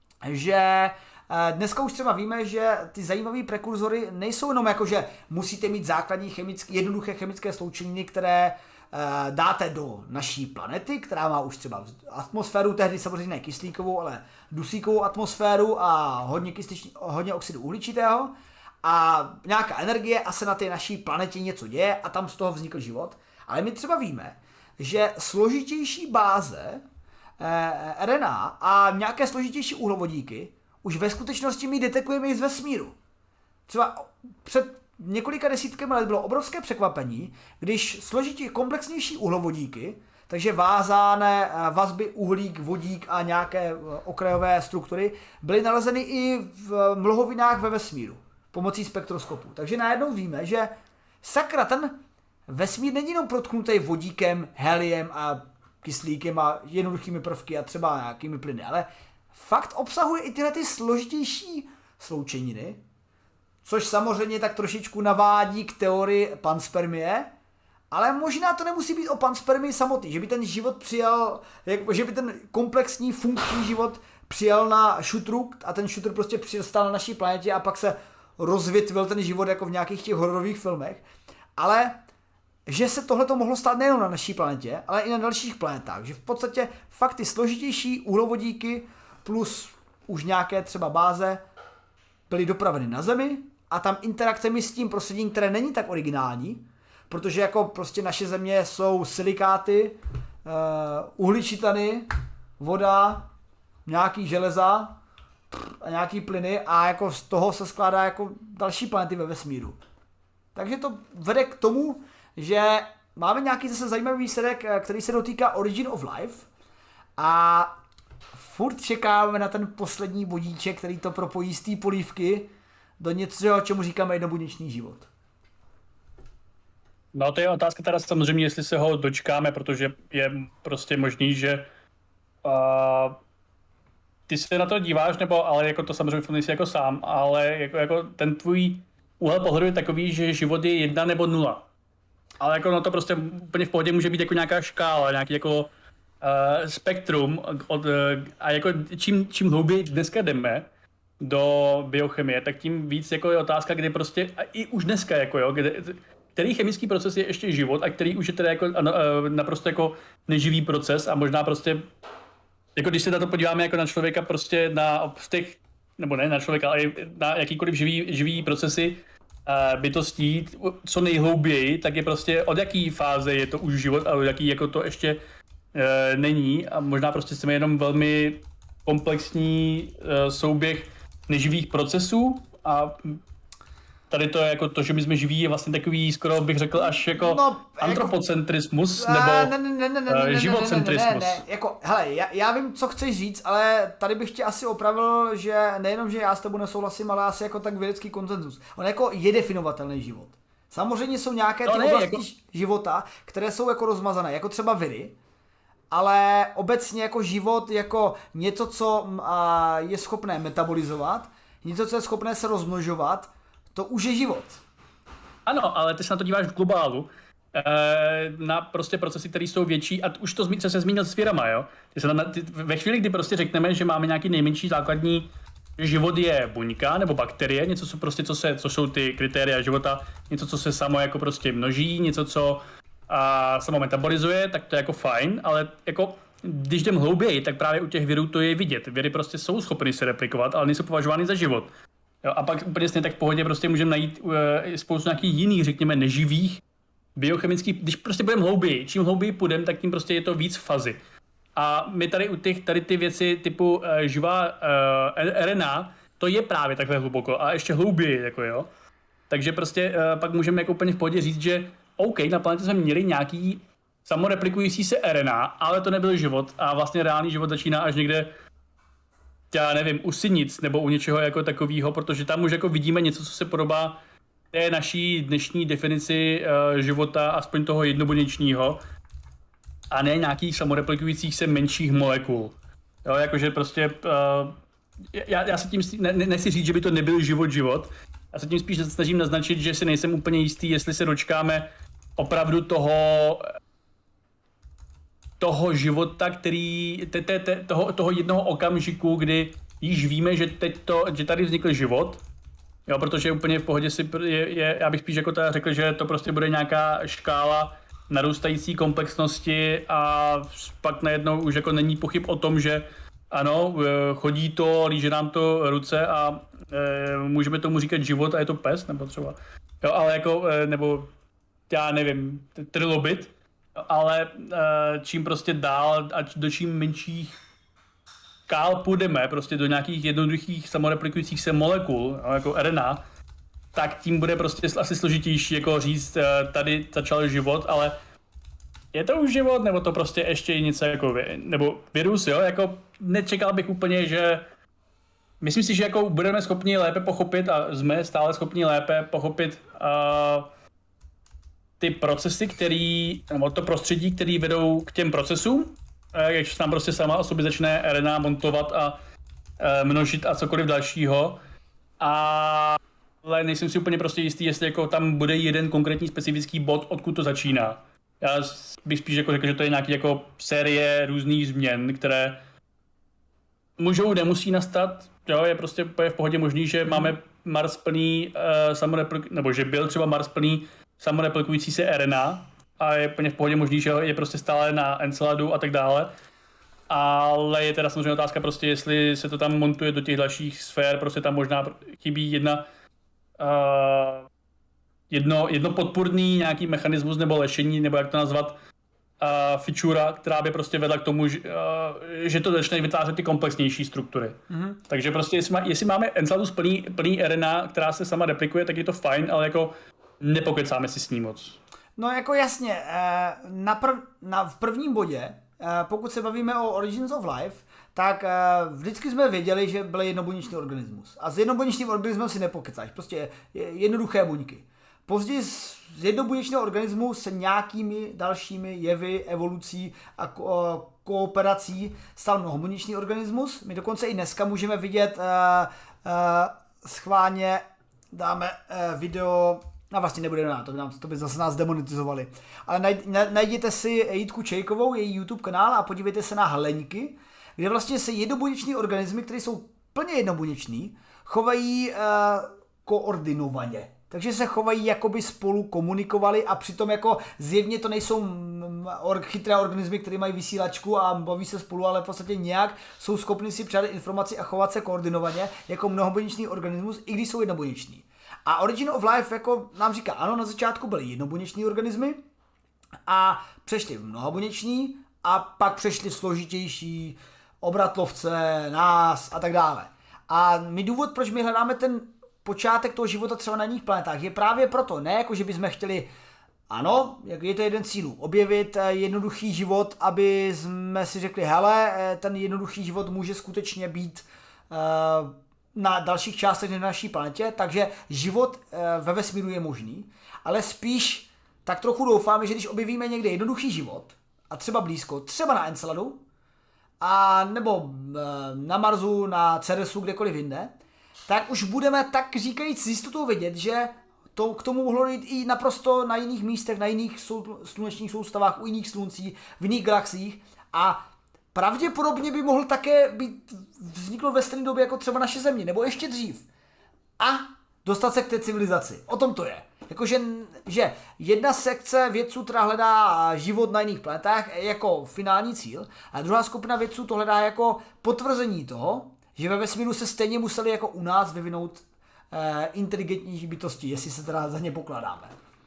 že dneska už třeba víme, že ty zajímavé prekurzory nejsou jenom jako, že musíte mít základní chemické, jednoduché chemické sloučeniny, které dáte do naší planety, která má už třeba atmosféru, tehdy samozřejmě ne kyslíkovou, ale dusíkovou atmosféru a hodně, kyslič, hodně oxidu uhličitého, a nějaká energie a se na té naší planetě něco děje a tam z toho vznikl život. Ale my třeba víme, že složitější báze eh, R N A a nějaké složitější uhlovodíky už ve skutečnosti my detekujeme i z vesmíru. Třeba před několika desítkami let bylo obrovské překvapení, když složitě komplexnější uhlovodíky, takže vázané vazby uhlík, vodík a nějaké okrajové struktury, byly nalezeny i v mlhovinách ve vesmíru pomocí spektroskopu. Takže najednou víme, že sakra, ten vesmír není jenom protknutý vodíkem, heliem a kyslíkem a jednoduchými prvky a třeba nějakými plyny, ale fakt obsahuje i tyhle ty složitější sloučeniny, což samozřejmě tak trošičku navádí k teorii panspermie, ale možná to nemusí být o panspermii samotný, že by ten život přijal, že by ten komplexní funkční život přijal na šutru a ten šutr prostě přistal na naší planetě a pak se rozvětvil ten život jako v nějakých těch hororových filmech, ale že se tohleto mohlo stát nejen na naší planetě, ale i na dalších planetách, že v podstatě fakt ty složitější uhlovodíky plus už nějaké třeba báze byly dopraveny na Zemi a tam interakcemi s tím prostředím, které není tak originální, protože jako prostě naše Země jsou silikáty, uh, uhličitany, voda, nějaký železa a nějaký plyny a jako z toho se skládá jako další planety ve vesmíru. Takže to vede k tomu, že máme nějaký zase zajímavý výsledek, který se dotýká Origin of Life a furt čekáme na ten poslední bodíček, který to propojí z té polívky do něčeho, čemu říkáme jednobuněčný život. No to je otázka teda samozřejmě, jestli se ho dočkáme, protože je prostě možný, že uh, ty se na to díváš, nebo ale jako to samozřejmě nejsi jako sám, ale jako, jako ten tvůj úhel pohledu je takový, že život je jedna nebo nula. Ale jako no to prostě úplně v pohodě může být jako nějaká škála, nějaký jako uh, spektrum od, uh, a jako čím, čím hlouběji dneska jdeme do biochemie, tak tím víc jako je otázka, kde prostě a i už dneska jako jo, kde, který chemický proces je ještě život a který už je teda jako uh, naprosto jako neživý proces a možná prostě jako když se na to podíváme jako na člověka prostě na v těch, nebo ne na člověka, ale na jakýkoliv živý, živý procesy bytostí, co nejhlouběji, tak je prostě od jaký fáze je to už život a od jaký jako to ještě e, není a možná prostě jsme jenom velmi komplexní e, souběh neživých procesů a tady to je jako to, že my jsme živí, je vlastně takový, skoro bych řekl, až jako no, antropocentrismus, jako, nebo ne, ne, ne, ne, ne, živocentrismus. Ne, ne, ne, ne. Jako, hele, já, já vím, co chceš říct, ale tady bych tě asi opravil, že nejenom, že já s tebou nesouhlasím, ale asi jako tak vědecký konsenzus. On jako je definovatelný život. Samozřejmě jsou nějaké ty no, ne, oblasti jako života, které jsou jako rozmazané, jako třeba viry, ale obecně jako život, jako něco, co a, je schopné metabolizovat, něco, co je schopné se rozmnožovat, to už je život. Ano, ale ty se na to díváš v globálu, na prostě procesy, které jsou větší, a už to, co se zmínil s firama, jo. Ty se na, ty, ve chvíli, kdy prostě řekneme, že máme nějaký nejmenší základní, že život je buňka nebo bakterie, něco, co prostě, co, se, co jsou ty kritéria života, něco, co se samo jako prostě množí, něco, co a, samo metabolizuje, tak to je jako fajn, ale jako když jdem hlouběji, tak právě u těch virů to je vidět. Viry prostě jsou schopny se replikovat, ale nejsou považovány za život. Jo, a pak úplně stejně tak v pohodě prostě můžeme najít uh, spoustu nějakých jiných, řekněme, neživých biochemických, když prostě budeme hlouběji, čím hlouběji půjdeme, tak tím prostě je to víc fazy. A my tady u těch, tady ty věci typu uh, živá uh, R N A, to je právě takhle hluboko a ještě hlouběji, jako jo. Takže prostě uh, pak můžeme jako úplně v pohodě říct, že OK, na planetě jsme měli nějaký samoreplikující se R N A, ale to nebyl život a vlastně reálný život začíná až někde, já nevím, u sinic nebo u něčeho jako takového, protože tam už jako vidíme něco, co se podobá té naší dnešní definici uh, života, aspoň toho jednobuněčního, a ne nějakých samoreplikujících se menších molekul. Jo, jakože prostě, uh, já, já se tím, ne, nechci říct, že by to nebyl život život, já se tím spíš snažím naznačit, že si nejsem úplně jistý, jestli se dočkáme opravdu toho, toho života, který, te, te, te, toho, toho jednoho okamžiku, kdy již víme, že, teď to, že tady vznikl život. Jo, protože úplně v pohodě si je, je, já bych spíš jako teda řekl, že to prostě bude nějaká škála narůstající komplexnosti a pak najednou už jako není pochyb o tom, že ano, chodí to, líže nám to ruce a e, můžeme tomu říkat život a je to pes, nebo třeba, jo, ale jako, e, nebo já nevím, trilobit, ale e, čím prostě dál a do čím menších kál půjdeme prostě do nějakých jednoduchých samoreplikujících se molekul, jako R N A, tak tím bude prostě asi složitější jako říct, tady začal život, ale je to už život, nebo to prostě ještě něco jako, nebo virus, jo, jako nečekal bych úplně, že myslím si, že jako budeme schopni lépe pochopit a jsme stále schopni lépe pochopit uh, ty procesy, který, nebo to prostředí, který vedou k těm procesům, když tam prostě sama o sobě začne R N A montovat a e, množit a cokoliv dalšího. A, ale nejsem si úplně prostě jistý, jestli jako tam bude jeden konkrétní specifický bod, odkud to začíná. Já bych spíš jako řekl, že to je nějaký jako série různých změn, které můžou, nemusí nastat. Jo, je prostě je v pohodě možný, že máme Mars plný e, samoreplik, nebo že byl třeba Mars plný samoreplikující se R N A, a je plně v pohodě možný, že je prostě stále na Enceladu a tak dále. Ale je teda samozřejmě otázka prostě, jestli se to tam montuje do těch dalších sfér, prostě tam možná chybí jedna, uh, jedno, jedno podpůrný nějaký mechanismus nebo lešení, nebo jak to nazvat, uh, fičura, která by prostě vedla k tomu, že, uh, že to začne vytvářet ty komplexnější struktury. Mm-hmm. Takže prostě jestli, má, jestli máme Enceladus plný, plný R N A, která se sama replikuje, tak je to fajn, ale jako nepokecáme si s ní moc. No jako jasně, na prv, na, v prvním bodě, pokud se bavíme o Origins of Life, tak vždycky jsme věděli, že byl jednobuněčný organismus. A s jednobuněčným organismem si nepokecáš, prostě jednoduché buňky. Později z jednobuněčného organismu se nějakými dalšími jevy, evolucí a ko- kooperací stal mnohobuněčný organismus. My dokonce i dneska můžeme vidět, uh, uh, schválně dáme uh, video. No vlastně nebudeme na to, to by zase nás demonetizovali. Ale naj, najděte si Jitku Čejkovou, její YouTube kanál a podívejte se na hleňky, kde vlastně se jednobuněční organismy, které jsou plně jednobuněční, chovají uh, koordinovaně. Takže se chovají, jako by spolu komunikovali a přitom jako zjevně to nejsou or, chytré organismy, které mají vysílačku a baví se spolu, ale v podstatě nějak jsou schopni si předat informaci a chovat se koordinovaně jako mnohobuněčný organismus, i když jsou jednobuněční. A Origin of Life jako nám říká, ano, na začátku byly jednobuněční organismy a přešli mnohobuněční a pak přešli složitější obratlovce, nás a tak dále. A my důvod, proč my hledáme ten počátek toho života třeba na jiných planetách, je právě proto, ne jako, že bychom chtěli, ano, je to jeden cílů, objevit jednoduchý život, aby jsme si řekli, hele, ten jednoduchý život může skutečně být uh, na dalších částech na naší planetě, takže život e, ve vesmíru je možný, ale spíš tak trochu doufáme, že když objevíme někde jednoduchý život a třeba blízko, třeba na Enceladu, a nebo na Marsu, na Ceresu, kdekoliv jinde, tak už budeme tak říkajíc s jistotou vědět, že to k tomu mohlo jít i naprosto na jiných místech, na jiných sou, slunečních soustavách, u jiných sluncí, v jiných galaxiích a pravděpodobně by mohl také být vzniklo ve stejné době jako třeba naše Země, nebo ještě dřív. A dostat se k té civilizaci. O tom to je. Jakože že jedna sekce vědců, která hledá život na jiných planetách jako finální cíl, a druhá skupina vědců to hledá jako potvrzení toho, že ve vesmíru se stejně museli jako u nás vyvinout eh, inteligentní bytosti, jestli se teda za ně pokládáme.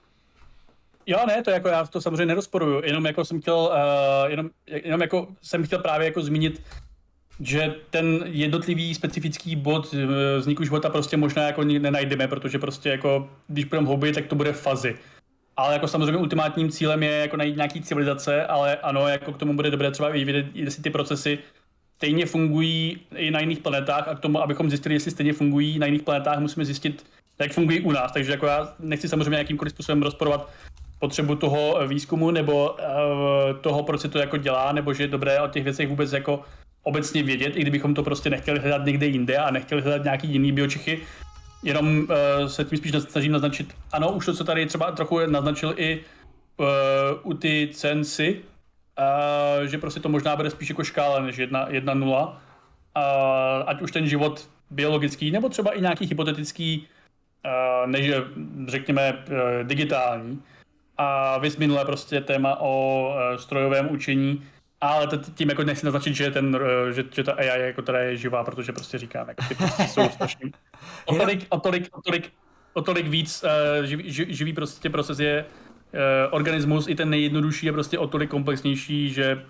Jo, ne, to jako já to samozřejmě nerozporuju, jenom jako jsem chtěl, uh, jenom, jenom jako jsem chtěl právě jako zmínit, že ten jednotlivý specifický bod vzniku života prostě možná jako nenajdeme, protože prostě jako, když budeme hloubit, tak to bude fazy. Ale jako samozřejmě ultimátním cílem je jako najít nějaký civilizace, ale ano, jako k tomu bude dobré třeba i vidět, jestli ty procesy stejně fungují i na jiných planetách a k tomu, abychom zjistili, jestli stejně fungují na jiných planetách, musíme zjistit, jak fungují u nás. Takže jako já nechci samozřejmě jakýmkoliv způsobem rozporovat potřebu toho výzkumu nebo uh, toho, proč se to jako dělá, nebo že je dobré o těch věcech vůbec jako obecně vědět, i kdybychom to prostě nechtěli hledat někde jinde a nechtěli hledat nějaký jiný biočichy. Jenom uh, se tím spíš snažím naznačit, ano, už to, co tady třeba trochu naznačil i uh, u ty Censi, uh, že prostě to možná bude spíš jako škála než jedna nula. Uh, ať už ten život biologický, nebo třeba i nějaký hypotetický, uh, než řekněme uh, digitální. A vys minulé prostě téma o uh, strojovém učení, ale tím jako nechci naznačit, že, ten, že, že ta A I jako teda je živá, protože prostě říkám, jako ty prostě jsou strašný. O tolik, o tolik, o tolik, o tolik víc uh, živý, živý prostě proces je uh, organismus, i ten nejjednodušší je prostě o tolik komplexnější, že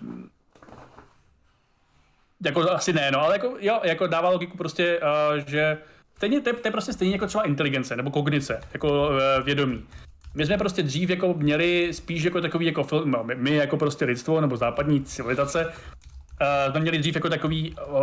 jako asi ne, no, ale jako, jo, jako dává logiku prostě, uh, že stejně, to, je, to je prostě stejně jako třeba inteligence nebo kognice, jako uh, vědomí. My jsme prostě dřív jako měli spíš jako takový jako film, no, my, my jako prostě lidstvo nebo západní civilizace, uh, jsme měli dřív jako takový uh,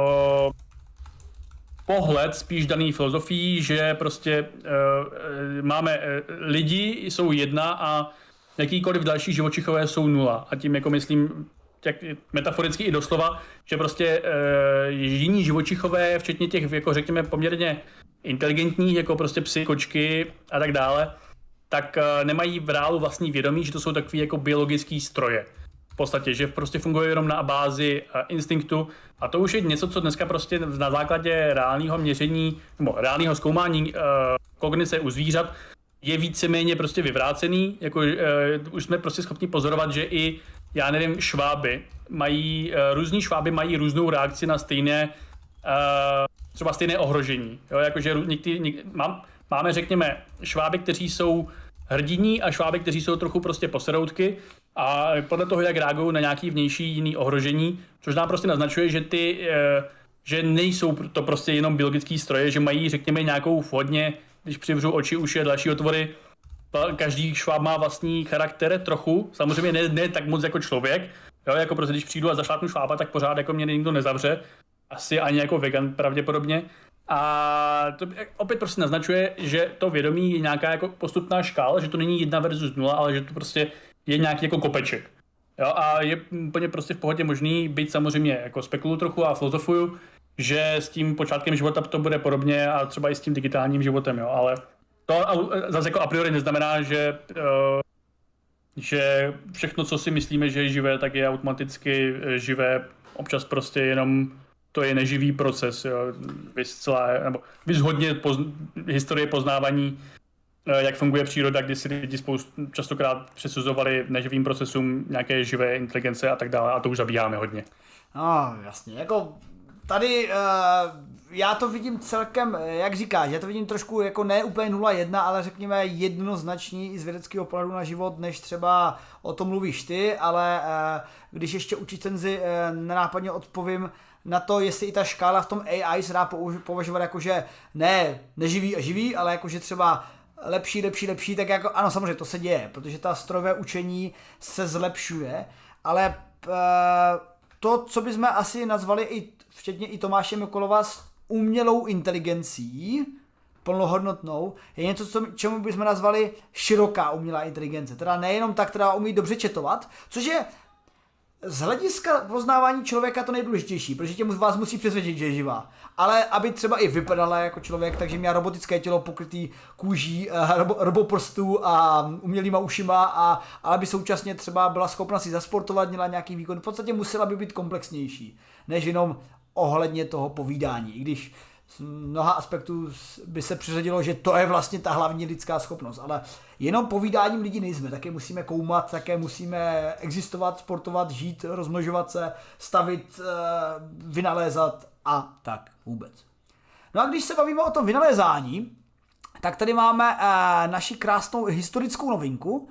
pohled spíš daný filozofií, že prostě uh, máme uh, lidi jsou jedna a jakýkoliv další živočichové jsou nula. A tím jako myslím jak metaforicky i doslova, že prostě uh, jiní živočichové, včetně těch jako řekněme poměrně inteligentních, jako prostě psy, kočky a tak dále, tak uh, nemají v reálu vlastní vědomí, že to jsou takový jako biologický stroje. V podstatě, že prostě funguje jenom na bázi uh, instinktu a to už je něco, co dneska prostě na základě reálného měření nebo reálného zkoumání uh, kognice u zvířat je víceméně prostě vyvrácený, jako uh, už jsme prostě schopni pozorovat, že i já nevím, šváby mají, uh, různí šváby mají různou reakci na stejné uh, třeba stejné ohrožení. Jo, jakože někdy, někdy, mám, máme, řekněme, šváby, kteří jsou hrdiní a šváby, kteří jsou trochu prostě poseroutky a podle toho, jak reagují na nějaký vnější jiný ohrožení, což nám prostě naznačuje, že ty, že nejsou to prostě jenom biologický stroje, že mají, řekněme, nějakou vhodně, když přivřu oči, uši a další otvory, každý šváb má vlastní charakter trochu, samozřejmě ne, ne tak moc jako člověk, jo, jako prostě když přijdu a zašlápnu švába, tak pořád jako mě nikdo nezavře, asi ani jako vegan pravděpodobně. A to opět prostě naznačuje, že to vědomí je nějaká jako postupná škála, že to není jedna versus nula, ale že to prostě je nějaký jako kopeček. Jo, a je úplně prostě v pohodě možný, být samozřejmě jako spekuluju trochu a filozofuju, že s tím počátkem života to bude podobně a třeba i s tím digitálním životem, jo, ale to zase jako a priori neznamená, že, uh, že všechno, co si myslíme, že je živé, tak je automaticky živé, občas prostě jenom to je neživý proces, jo. Vys celá, nebo vys hodně pozn- historie poznávání, jak funguje příroda, kdy si lidi spoustu, častokrát přisuzovali neživým procesům nějaké živé inteligence a tak dále, a to už zabíháme hodně. No, jasně, jako tady uh, já to vidím celkem, jak říkáš, já to vidím trošku jako ne úplně nula jedna, ale řekněme jednoznačný i z vědeckého pohledu na život, než třeba o tom mluvíš ty, ale uh, když ještě učí cenzi, uh, nenápadně odpovím na to, jestli i ta škála v tom A I se dá považovat jako, že ne neživý a živý, ale jako, že třeba lepší, lepší, lepší, tak jako ano, samozřejmě to se děje, protože ta strojové učení se zlepšuje, ale uh, to, co bychom asi nazvali i včetně i Tomáše Mikolova s umělou inteligencí, plnohodnotnou, je něco, co, čemu bychom nazvali široká umělá inteligence. Teda nejenom tak, která umí dobře četovat, což je z hlediska poznávání člověka to nejdůležitější, protože tě vás musí přesvědčit, že je živá. Ale aby třeba i vypadala jako člověk, takže měla robotické tělo pokrytý kůží, robo, roboprstů a umělýma ušima, a, ale aby současně třeba byla schopna si zasportovat, měla nějaký výkon. V podstatě musela by být komplexnější, než jenom ohledně toho povídání. I když z mnoha aspektů by se přiřadilo, že to je vlastně ta hlavní lidská schopnost, ale jenom povídáním lidi nejsme, také musíme koumat, také musíme existovat, sportovat, žít, rozmnožovat se, stavit, vynalézat a tak vůbec. No a když se bavíme o tom vynalézání, tak tady máme naši krásnou historickou novinku,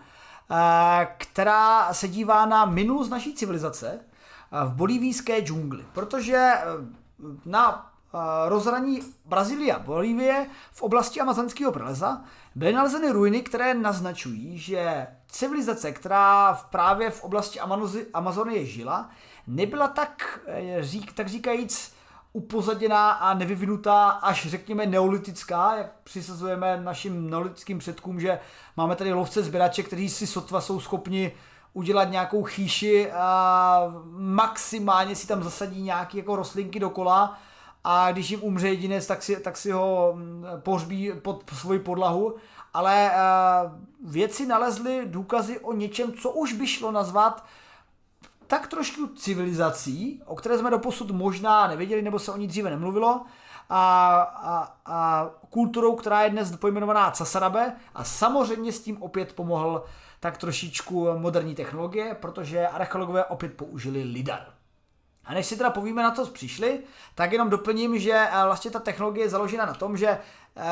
která se dívá na minulost naší civilizace v bolívijské džungli, protože na rozhraní Brazílie a Bolívie v oblasti amazonského pralesa byly nalezeny ruiny, které naznačují, že civilizace, která právě v oblasti Amazonie žila, nebyla tak, tak říkajíc upozaděná a nevyvinutá až řekněme neolitická, jak přisazujeme našim neolitickým předkům, že máme tady lovce sběrače, kteří si sotva jsou schopni udělat nějakou chýši a maximálně si tam zasadí nějaké jako rostlinky dokola, a když jim umře jedinec, tak si, tak si ho pohřbí pod svoji podlahu. Ale uh, vědci nalezli důkazy o něčem, co už by šlo nazvat tak trošku civilizací, o které jsme doposud možná nevěděli, nebo se o ní dříve nemluvilo, a, a, a kulturou, která je dnes pojmenovaná Casarabe, a samozřejmě s tím opět pomohl tak trošičku moderní technologie, protože archeologové opět použili lidar. A než si teda povíme, na co přišli, tak jenom doplním, že vlastně ta technologie je založena na tom, že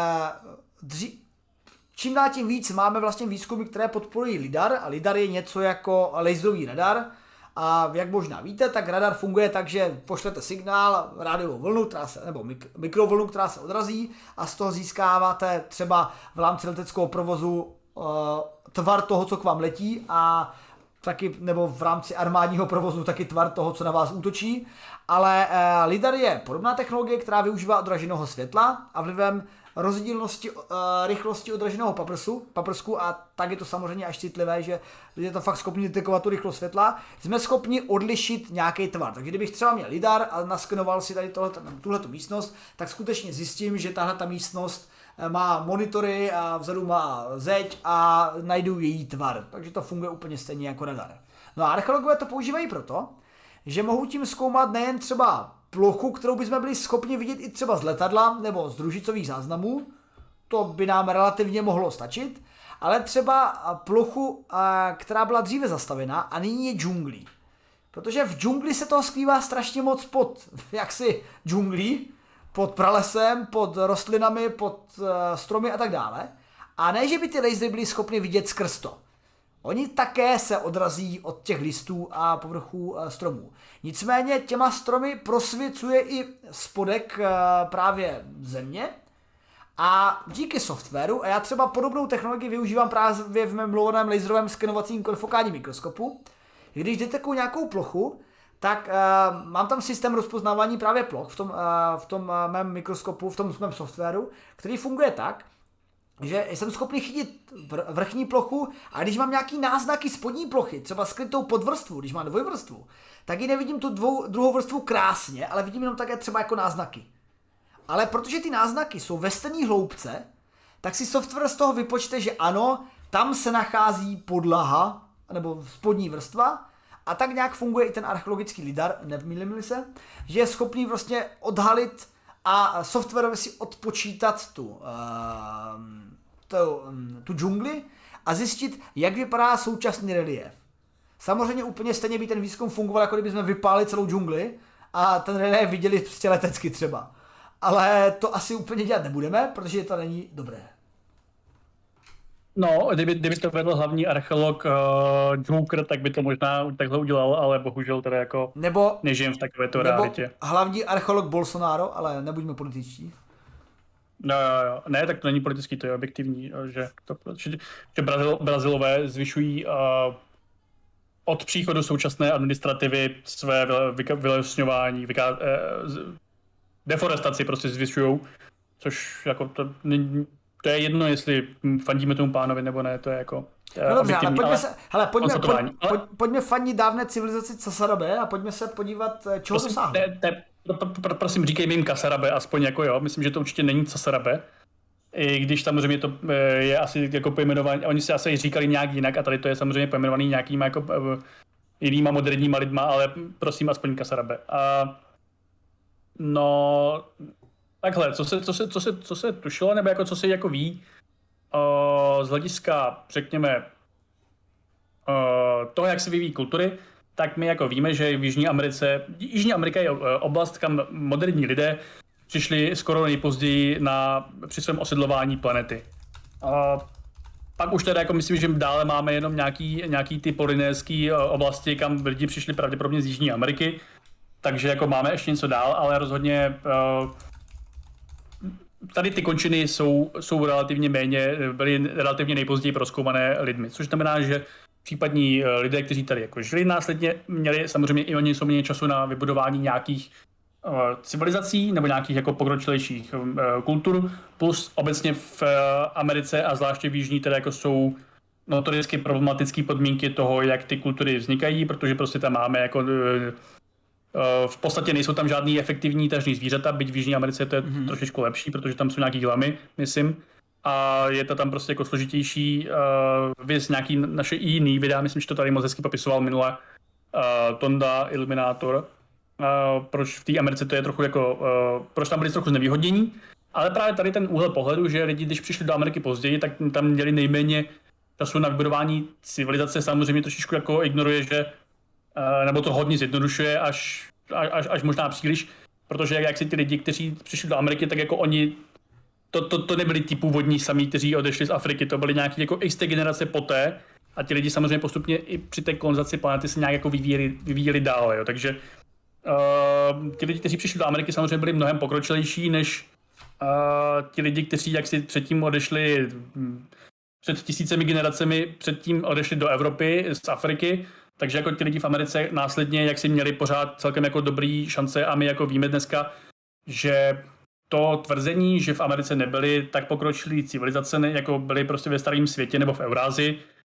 dří, čím dál tím víc máme vlastně výzkumy, které podporují lidar, a lidar je něco jako laserový radar. A jak možná víte, tak radar funguje tak, že pošlete signál, rádiovou vlnu, která se, nebo mik, mikrovlnu, která se odrazí, a z toho získáváte třeba v rámci leteckého provozu uh, tvar toho, co k vám letí, a taky, nebo v rámci armádního provozu taky tvar toho, co na vás útočí. Ale eh, lidar je podobná technologie, která využívá odraženého světla a vlivem rozdílnosti uh, rychlosti odraženého paprsu, paprsku, a tak je to samozřejmě až citlivé, že je to fakt schopni detekovat tu rychlost světla, jsme schopni odlišit nějaký tvar. Takže kdybych třeba měl lidar a naskenoval si tady tuhletu místnost, tak skutečně zjistím, že tahle ta místnost má monitory a vzadu má zeď a najdu její tvar. Takže to funguje úplně stejně jako radar. No a archeologové to používají proto, že mohou tím zkoumat nejen třeba plochu, kterou bychom byli schopni vidět i třeba z letadla nebo z družicových záznamů, to by nám relativně mohlo stačit, ale třeba plochu, která byla dříve zastavená a nyní je džunglí. Protože v džungli se toho skrývá strašně moc pod jaksi džunglí, pod pralesem, pod rostlinami, pod uh, stromy a tak dále. A ne, že by ty lasery byly schopny vidět skrz to. Oni také se odrazí od těch listů a povrchů uh, stromů. Nicméně těma stromy prosvěcuje i spodek uh, právě země. A díky softwaru, a já třeba podobnou technologii využívám právě v mém mluveném laserovém skenovacím konfokálním mikroskopu, když detekuju nějakou plochu, tak uh, mám tam systém rozpoznávání právě ploch v tom, uh, v tom uh, mém mikroskopu, v tom mém softwaru, který funguje tak, že jsem schopný chytit vrchní plochu, a když mám nějaký náznaky spodní plochy, třeba skrytou podvrstvu, když mám dvojvrstvu, tak ji nevidím tu dvou, druhou vrstvu krásně, ale vidím jenom také třeba jako náznaky. Ale protože ty náznaky jsou ve stejné hloubce, tak si software z toho vypočte, že ano, tam se nachází podlaha, nebo spodní vrstva, a tak nějak funguje i ten archeologický lidar, nemýlím-li se, že je schopný vlastně odhalit a softwarově si odpočítat tu, uh, tu, um, tu džungli a zjistit, jak vypadá současný relief. Samozřejmě úplně stejně by ten výzkum fungoval, jako kdybychom vypálili celou džungli a ten relief viděli prostě letecky třeba. Ale to asi úplně dělat nebudeme, protože to není dobré. No, kdyby, kdyby to vedl hlavní archeolog uh, Joker, tak by to možná takhle udělal, ale bohužel teda jako nebo, nežijem v takovéto nebo realitě. Hlavní archeolog Bolsonaro, ale nebuďme političtí. No, jo, jo. Ne, tak to není politický, to je objektivní, že, to, že, že Brazil, Brazilové zvyšují uh, od příchodu současné administrativy své vylesňování, vyká, uh, deforestaci prostě zvyšujou, což jako to, to je jedno, jestli fandíme tomu pánovi nebo ne, to je jako No dobře, ale pojďme, ale se, hele, pojďme, pojď, ale... pojď, pojďme fandit dávné civilizaci Casarabe a pojďme se podívat, čeho dosáhli. Prosím, říkej mi jim Casarabe, aspoň jako jo, myslím, že to určitě není Casarabe. I když samozřejmě to je asi jako pojmenovaný, oni si asi říkali nějak jinak a tady to je samozřejmě pojmenovaný nějakýma jako jinýma moderníma lidma, ale prosím aspoň Casarabe. A no, takhle, co se, co se, co se, co se tušilo, nebo jako co se jako ví, o, z hlediska, řekněme, o, toho, jak se vyvíjí kultury, tak my jako víme, že v Jižní Americe, Jižní Amerika je oblast, kam moderní lidé přišli skoro nejpozději na, při svém osedlování planety. A pak už teda jako myslím, že dále máme jenom nějaký, nějaký ty polynéské oblasti, kam lidi přišli pravděpodobně z Jižní Ameriky, takže jako máme ještě něco dál, ale rozhodně tady ty končiny jsou, jsou relativně méně, byly relativně nejpozději prozkoumané lidmi, což znamená, že případní lidé, kteří tady jako žili následně, měli samozřejmě i oni jsou měli času na vybudování nějakých uh, civilizací nebo nějakých jako pokročilejších uh, kultur, plus obecně v uh, Americe a zvláště v Jižní teda jako jsou notoricky problematické podmínky toho, jak ty kultury vznikají, protože prostě tam máme jako uh, v podstatě nejsou tam žádný efektivní tažní zvířata, byť v Jižní Americe to je mm-hmm. trošičku lepší, protože tam jsou nějaký lamy, myslím. A je to tam prostě jako složitější uh, věc, nějaký naše i jiný videa, myslím, že to tady moc hezky popisoval minule uh, Tonda Illuminator, uh, proč v té Americe to je trochu jako, uh, proč tam byli trochu znevýhodnění, ale právě tady ten úhel pohledu, že lidi, když přišli do Ameriky později, tak tam měli nejméně času na vybudování civilizace, samozřejmě trošičku jako ignoruje, že uh, nebo to hodně zjednodušuje, až, až, až možná příliš, protože jak, jak si ty lidi, kteří přišli do Ameriky, tak jako oni To, to, to nebyli ti původní samí, kteří odešli z Afriky, to byly nějaké jako x generace poté a ti lidi samozřejmě postupně i při té kolonizaci planety se nějak jako vyvíjeli, vyvíjeli dále, jo. Takže uh, ti lidi, kteří přišli do Ameriky, samozřejmě byli mnohem pokročilejší než uh, ti lidi, kteří jaksi předtím odešli před tisícemi generacemi, předtím odešli do Evropy z Afriky, takže jako ti lidi v Americe následně jak si měli pořád celkem jako dobrý šance a my jako víme dneska, že to tvrzení, že v Americe nebyly tak pokročilé civilizace, jako byly prostě ve starém světě nebo v Eurázii,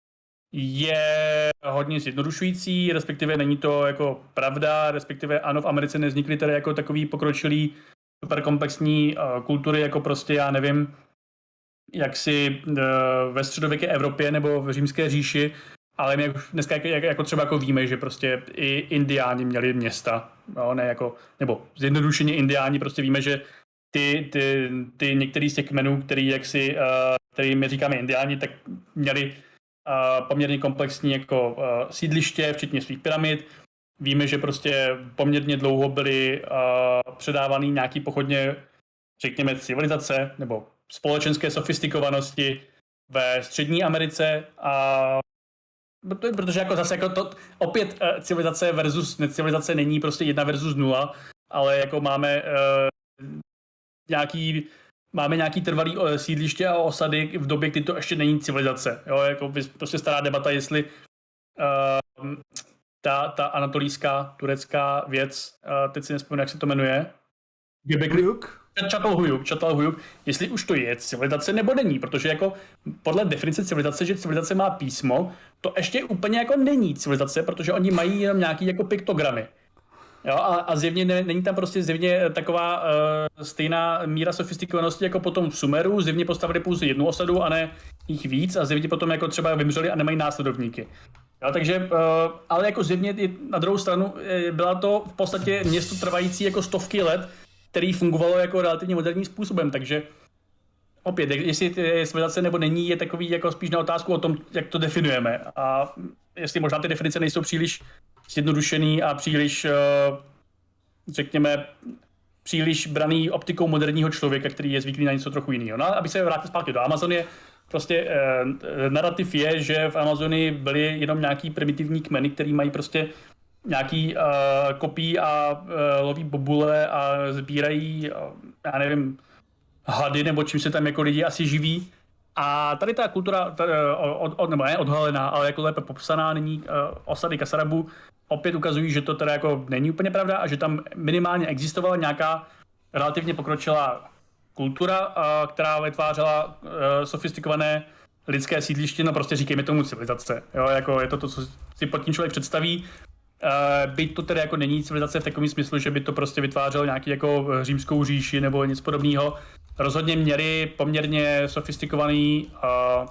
je hodně zjednodušující, respektive není to jako pravda, respektive ano, v Americe nevznikly tady jako takový pokročilý superkomplexní uh, kultury, jako prostě já nevím, jak si uh, ve středověké Evropě nebo v římské říši, ale my dneska jako, jako třeba jako víme, že prostě i indiáni měli města, no, ne jako, nebo zjednodušeně indiáni, prostě víme, že Ty, ty, ty některý z těch kmenů, který, jak si, uh, který my říkáme indiáni, tak měli uh, poměrně komplexní jako uh, sídliště, včetně svých pyramid. Víme, že prostě poměrně dlouho byly uh, předávány nějaký pochodně, řekněme, civilizace nebo společenské sofistikovanosti ve Střední Americe. A protože jako zase jako to, opět uh, civilizace versus necivilizace není prostě jedna versus nula, ale jako máme uh, nějaký, máme nějaký trvalý sídliště a osady v době, kdy to ještě není civilizace. Jo, jako prostě stará debata, jestli uh, ta, ta anatolijská, turecká věc, uh, teď si nespomínám, jak se to jmenuje. Hujuk? Çatalhuyuk, Çatalhuyuk, jestli už to je civilizace nebo není, protože jako podle definice civilizace, že civilizace má písmo, to ještě úplně jako není civilizace, protože oni mají jenom nějaký jako piktogramy. Jo, a, a zjevně ne, není tam prostě zjevně taková uh, stejná míra sofistikovanosti jako potom v Sumeru, zjevně postavili pouze jednu osadu a ne jich víc a zjevně potom jako třeba vymřeli a nemají následovníky. Jo, takže, uh, ale jako zjevně na druhou stranu byla to v podstatě město trvající jako stovky let, který fungovalo jako relativně moderním způsobem, takže opět, jestli je civilizace nebo není, je takový jako spíš na otázku o tom, jak to definujeme a jestli možná ty definice nejsou příliš zjednodušený a příliš, řekněme, příliš braný optikou moderního člověka, který je zvyklý na něco trochu jiného. No, aby se vrátil zpátky do Amazonie, prostě eh, narrativ je, že v Amazonii byly jenom nějaký primitivní kmeny, který mají prostě nějaký eh, kopí a eh, loví bobule a sbírají, eh, já nevím, hady, nebo čím se tam jako lidi asi živí. A tady ta kultura, ta, od, od, nebo ne odhalená, ale jako lépe popsaná, nyní uh, osady Casarabu, opět ukazují, že to teda jako není úplně pravda a že tam minimálně existovala nějaká relativně pokročilá kultura, uh, která vytvářela uh, sofistikované lidské sídliště, no prostě říkejme tomu civilizace. Jo, jako je to to, co si pod tím člověk představí. Uh, byť to tedy jako není civilizace v takovém smyslu, že by to prostě vytvářelo nějaký jako římskou říši nebo něco podobného. Rozhodně měli poměrně sofistikovaný uh,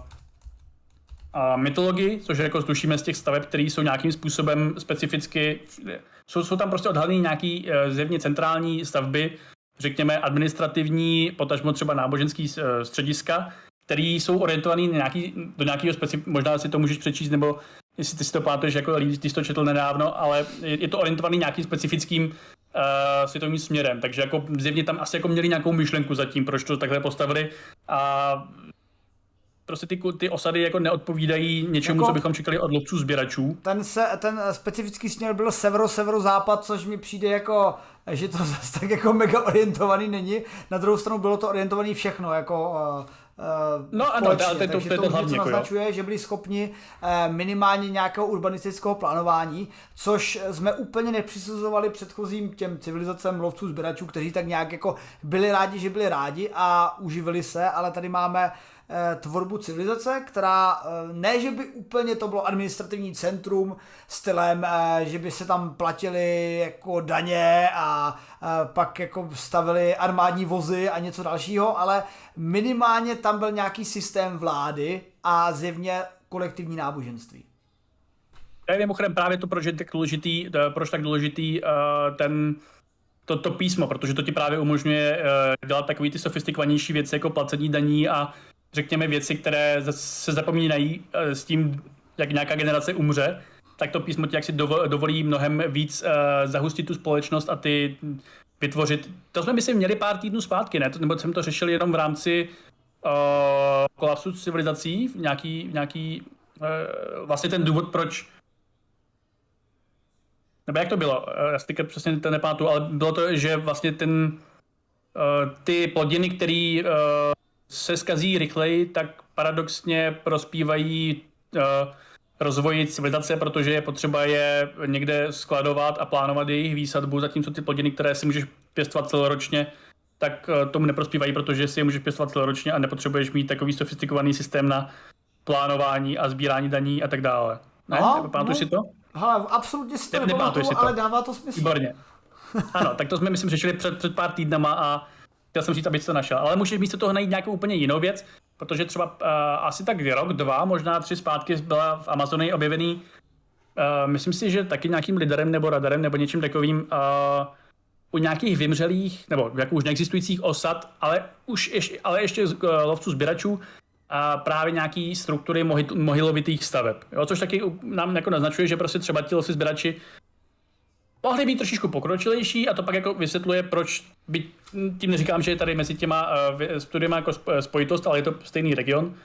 uh, mytologii, což je jako tušíme z těch staveb, které jsou nějakým způsobem specificky, jsou, jsou tam prostě odhalený nějaký uh, zjevně centrální stavby, řekněme administrativní, potažmo třeba náboženský uh, střediska, které jsou orientované na nějaký, do nějakého specifického, možná si to můžeš přečíst, nebo jestli ty si to pamatuješ, jako líbí, ty jsi to četl nedávno, ale je, je to orientovaný nějakým specifickým uh, světovým směrem, takže jako zjevně tam asi jako měli nějakou myšlenku zatím, proč to takhle postavili a prostě ty, ty osady jako neodpovídají něčemu, jako, co bychom čekali od lovců sběračů. Ten, se, ten specifický směr byl severo-severozápad, což mi přijde jako, že to zase tak jako mega orientovaný není. Na druhou stranu bylo to orientovaný všechno, jako uh, Uh, no ano, to, to, takže to, to, to hlavně naznačuje, jo. Že byli schopni uh, minimálně nějakého urbanistického plánování, což jsme úplně nepřisuzovali předchozím těm civilizacím lovců sběračů, kteří tak nějak jako byli rádi, že byli rádi a uživili se, ale tady máme uh, tvorbu civilizace, která uh, ne, že by úplně to bylo administrativní centrum stylem, uh, že by se tam platili jako daně a uh, pak jako stavili armádní vozy a něco dalšího, ale minimálně tam byl nějaký systém vlády a zjevně kolektivní náboženství. To je mimochodem právě to, proč je tak důležitý, proč tak důležitý ten, to, to písmo, protože to ti právě umožňuje dělat takový ty sofistikovanější věci, jako placení daní a řekněme věci, které se zapomínají s tím, jak nějaká generace umře, tak to písmo ti jak si dovolí mnohem víc zahustit tu společnost a ty vytvořit. To jsme myslím měli pár týdnů zpátky, ne? Nebo jsem to řešil jenom v rámci uh, kolapsu civilizací, v nějaký, v nějaký uh, vlastně ten důvod, proč. Nebo jak to bylo? Já si teď přesně to nepamatuju, ale bylo to, že vlastně ten uh, ty plodiny, které uh, se zkazí rychleji, tak paradoxně prospívají uh, rozvoji civilizace, protože je potřeba je někde skladovat a plánovat jejich výsadbu, zatímco ty plodiny, které si můžeš pěstovat celoročně, tak tomu neprospívají, protože si je můžeš pěstovat celoročně a nepotřebuješ mít takový sofistikovaný systém na plánování a sbírání daní a tak dále. Ne? Pamatuješ si to? Hele, absolutně si to nepamatuju, ale dává to smysl. Výborně. Ano, tak to jsme, myslím, řešili před, před pár týdnama a chtěl jsem říct, abych to našel. Ale můžeš místo toho najít nějakou úplně jinou věc, protože třeba uh, asi tak rok, dva, možná tři zpátky byla v Amazonii objevený, uh, myslím si, že taky nějakým lidarem nebo radarem nebo něčím takovým uh, u nějakých vymřelých, nebo jako už neexistujících osad, ale už ještě, ale ještě z uh, lovců sběračů a právě nějaký struktury mohy, mohylovitých staveb. Jo, což taky nám jako naznačuje, že prostě třeba ti lovci sběrači mohli být trošičku pokročilejší a to pak jako vysvětluje, proč, by, tím neříkám, že je tady mezi těma uh, studiema jako spojitost, ale je to stejný region. Uh,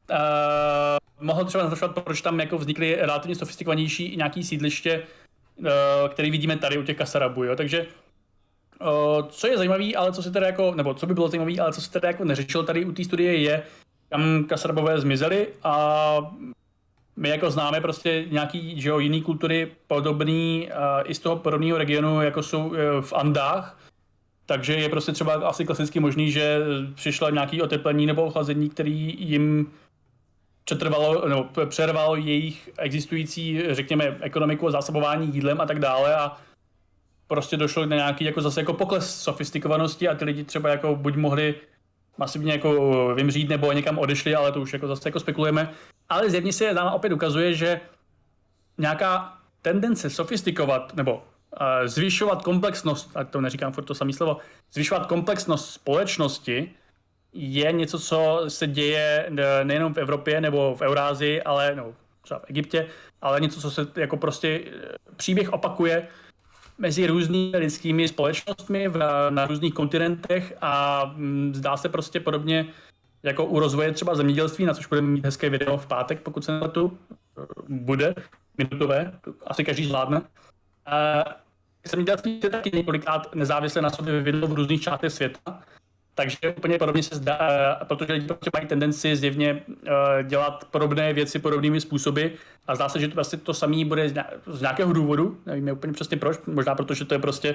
mohl třeba naznačovat, proč tam jako vznikly relativně sofistikovanější nějaký sídliště, uh, který vidíme tady u těch Kasarabů, jo, takže uh, co je zajímavý, ale co se teda jako, nebo co by bylo zajímavý, ale co se teda jako neřešilo tady u té studie je, kam Kasarabové zmizeli a my jako známe prostě nějaký, že jo, jiný kultury podobný uh, i z toho podobného regionu, jako jsou uh, v Andách. Takže je prostě třeba asi klasicky možný, že přišlo nějaké oteplení nebo ochlazení, který jim přetrvalo, nebo přervalo jejich existující, řekněme, ekonomiku a zásobování jídlem a tak dále a prostě došlo na nějaký jako zase jako pokles sofistikovanosti a ty lidi třeba jako buď mohli masivně jako vymřít nebo někam odešli, ale to už jako zase jako spekulujeme. Ale zjevně se nám opět ukazuje, že nějaká tendence sofistikovat nebo uh, zvyšovat komplexnost, a to neříkám furt to samé slovo, zvyšovat komplexnost společnosti je něco, co se děje nejenom v Evropě nebo v Eurázii, ale no, třeba v Egyptě, ale něco, co se jako prostě příběh opakuje mezi různými lidskými společnostmi v, na různých kontinentech a m, zdá se prostě podobně jako u rozvoje třeba zemědělství, na což budeme mít hezké video v pátek, pokud se na to bude, minutové, asi každý zvládne. Uh, zemědělství se taky několikrát nezávisle na sobě vyvinulo v různých částech světa, takže úplně podobně se zdá, uh, protože lidi prostě mají tendenci zjevně uh, dělat podobné věci podobnými způsoby a zdá se, že to vlastně to samé bude z nějakého důvodu, nevím úplně přesně proč, možná protože to je prostě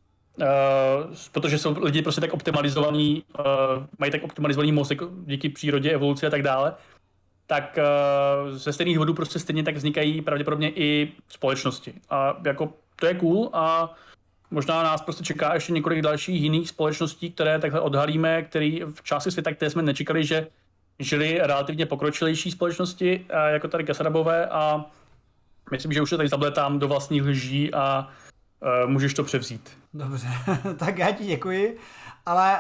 Uh, protože jsou lidi prostě tak optimalizovaní, uh, mají tak optimalizovaný mozek díky přírodě, evoluci a tak dále, tak uh, ze stejných důvodů prostě stejně tak vznikají pravděpodobně i společnosti. A jako to je cool a možná nás prostě čeká ještě několik dalších jiných společností, které takhle odhalíme, které v části světa, které jsme nečekali, že žili relativně pokročilejší společnosti, jako tady Kasarabové, a myslím, že už se tady zabletám do vlastních lží a uh, můžeš to převzít. Dobře, tak já ti děkuji, ale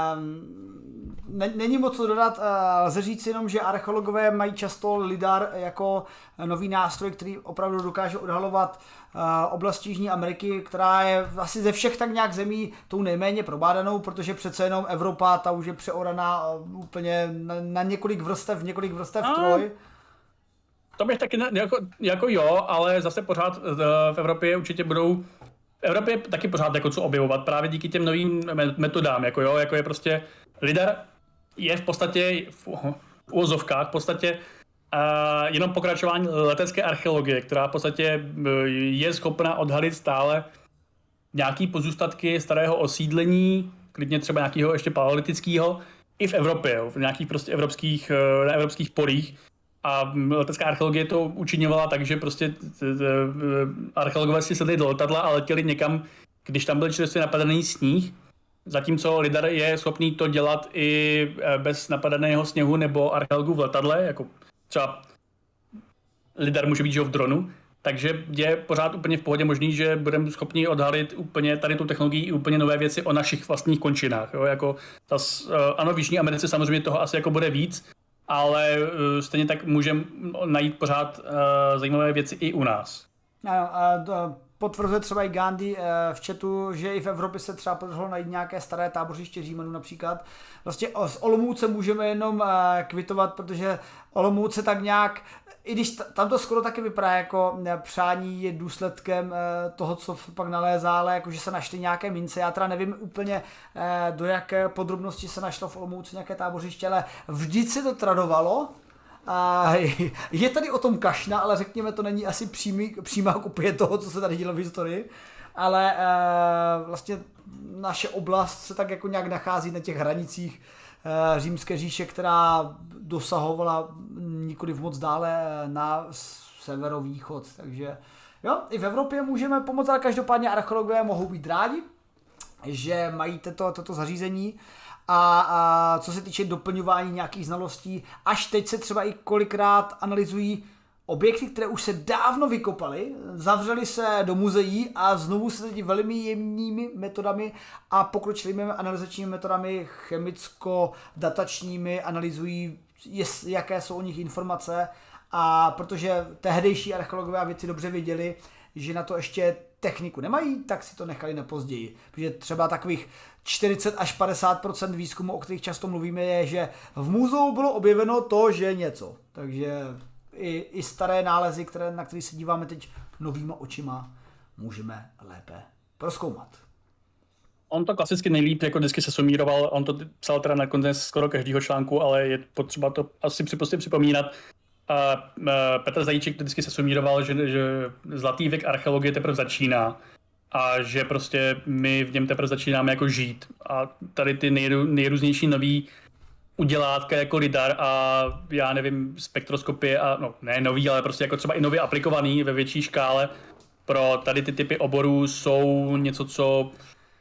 um, ne, není moc co dodat, uh, lze říct jenom, že archeologové mají často lidar jako nový nástroj, který opravdu dokáže odhalovat uh, oblast Jižní Ameriky, která je asi ze všech tak nějak zemí tou nejméně probádanou, protože přece jenom Evropa, ta už je přeoraná uh, úplně na, na několik vrstev, několik vrstev A... troj. To bych taky, ne, jako, jako jo, ale zase pořád uh, v Evropě určitě budou v Evropě taky pořád jako co objevovat právě díky těm novým metodám, jako jo, jako je prostě lidar je v podstatě v uvozovkách v podstatě uh, jenom pokračování letecké archeologie, která v podstatě je schopna odhalit stále nějaký pozůstatky starého osídlení, klidně třeba nějakého ještě paleolitického, i v Evropě, jo, v nějakých prostě evropských, na evropských polích. A letecká archeologie to učinovala tak, že prostě archeologové si sedli do letadla a letěli někam, když tam byl čerstvě napadený sníh, zatímco lidar je schopný to dělat i bez napadeného sněhu nebo archeologů v letadle, jako třeba lidar může být, že v dronu, takže je pořád úplně v pohodě možný, že budeme schopni odhalit úplně tady tu technologii i úplně nové věci o našich vlastních končinách. Jo? Jako ta, ano, v Jižní Americe samozřejmě toho asi jako bude víc, ale uh, stejně tak můžeme najít pořád uh, zajímavé věci i u nás. Ano, a to potvrzuje třeba i Gandhi uh, v chatu, že i v Evropě se třeba podařilo najít nějaké staré tábořiště Římanů například. Vlastně s Olomouce můžeme jenom uh, kvitovat, protože Olomouce tak nějak, i když t- tam to skoro taky vypadá jako přání je důsledkem uh, toho, co pak nalézá, ale jakože se našly nějaké mince. Já teda nevím úplně, uh, do jaké podrobnosti se našlo v Olomouci nějaké tábořiště, ale vždyť se to tradovalo. A je tady o tom kašna, ale řekněme, to není asi přímý, přímá kopie toho, co se tady dělo v historii, ale uh, vlastně naše oblast se tak jako nějak nachází na těch hranicích uh, Římské říše, která dosahovala nikoliv moc dále na severovýchod, takže jo, i v Evropě můžeme pomoct, ale každopádně archeologové mohou být rádi, že mají toto, toto zařízení. A, a co se týče doplňování nějakých znalostí, až teď se třeba i kolikrát analyzují objekty, které už se dávno vykopaly, zavřely se do muzeí a znovu se teď velmi jemnými metodami a pokročilými analyzačními metodami chemicko-datačními analyzují, jest, jaké jsou o nich informace, a protože tehdejší archeologové a vědci dobře věděli, že na to ještě techniku nemají, tak si to nechali na později. Protože třeba takových čtyřicet až padesát procent výzkumu, o kterých často mluvíme, je, že v muzeu bylo objeveno to, že něco. Takže i, i staré nálezy, které, na které se díváme teď novýma očima, můžeme lépe prozkoumat. On to klasicky nejlíp jako vždycky se sumíroval, on to psal teda na konec skoro každého článku, ale je potřeba to asi připustit připomínat. A Petr Zajíček vždycky se sumíroval, že, že zlatý věk archeologie teprve začíná a že prostě my v něm teprve začínáme jako žít. A tady ty nejrů, nejrůznější nový udělátka jako lidar a já nevím, spektroskopie a no ne nový, ale prostě jako třeba i nově aplikovaný ve větší škále pro tady ty typy oborů jsou něco, co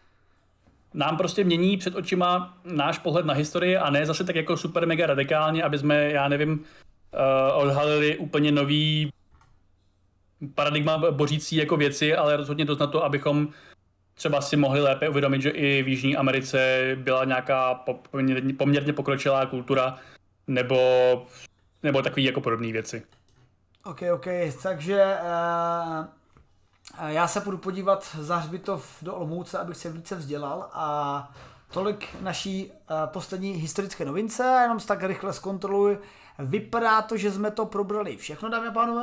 nám prostě mění před očima náš pohled na historii a ne zase tak jako super mega radikálně, aby jsme, já nevím, Uh, odhalili úplně nový paradigma bořící jako věci, ale rozhodně to na to, abychom třeba si mohli lépe uvědomit, že i v Jižní Americe byla nějaká poměrně, poměrně pokročilá kultura nebo, nebo takové jako podobné věci. Ok, ok, takže uh, já se půjdu podívat za hřbitov do Olomouce, abych se více vzdělal a tolik naší uh, poslední historické novince, jenom se tak rychle zkontroluji. Vypadá to, že jsme to probrali všechno, dámy a pánové.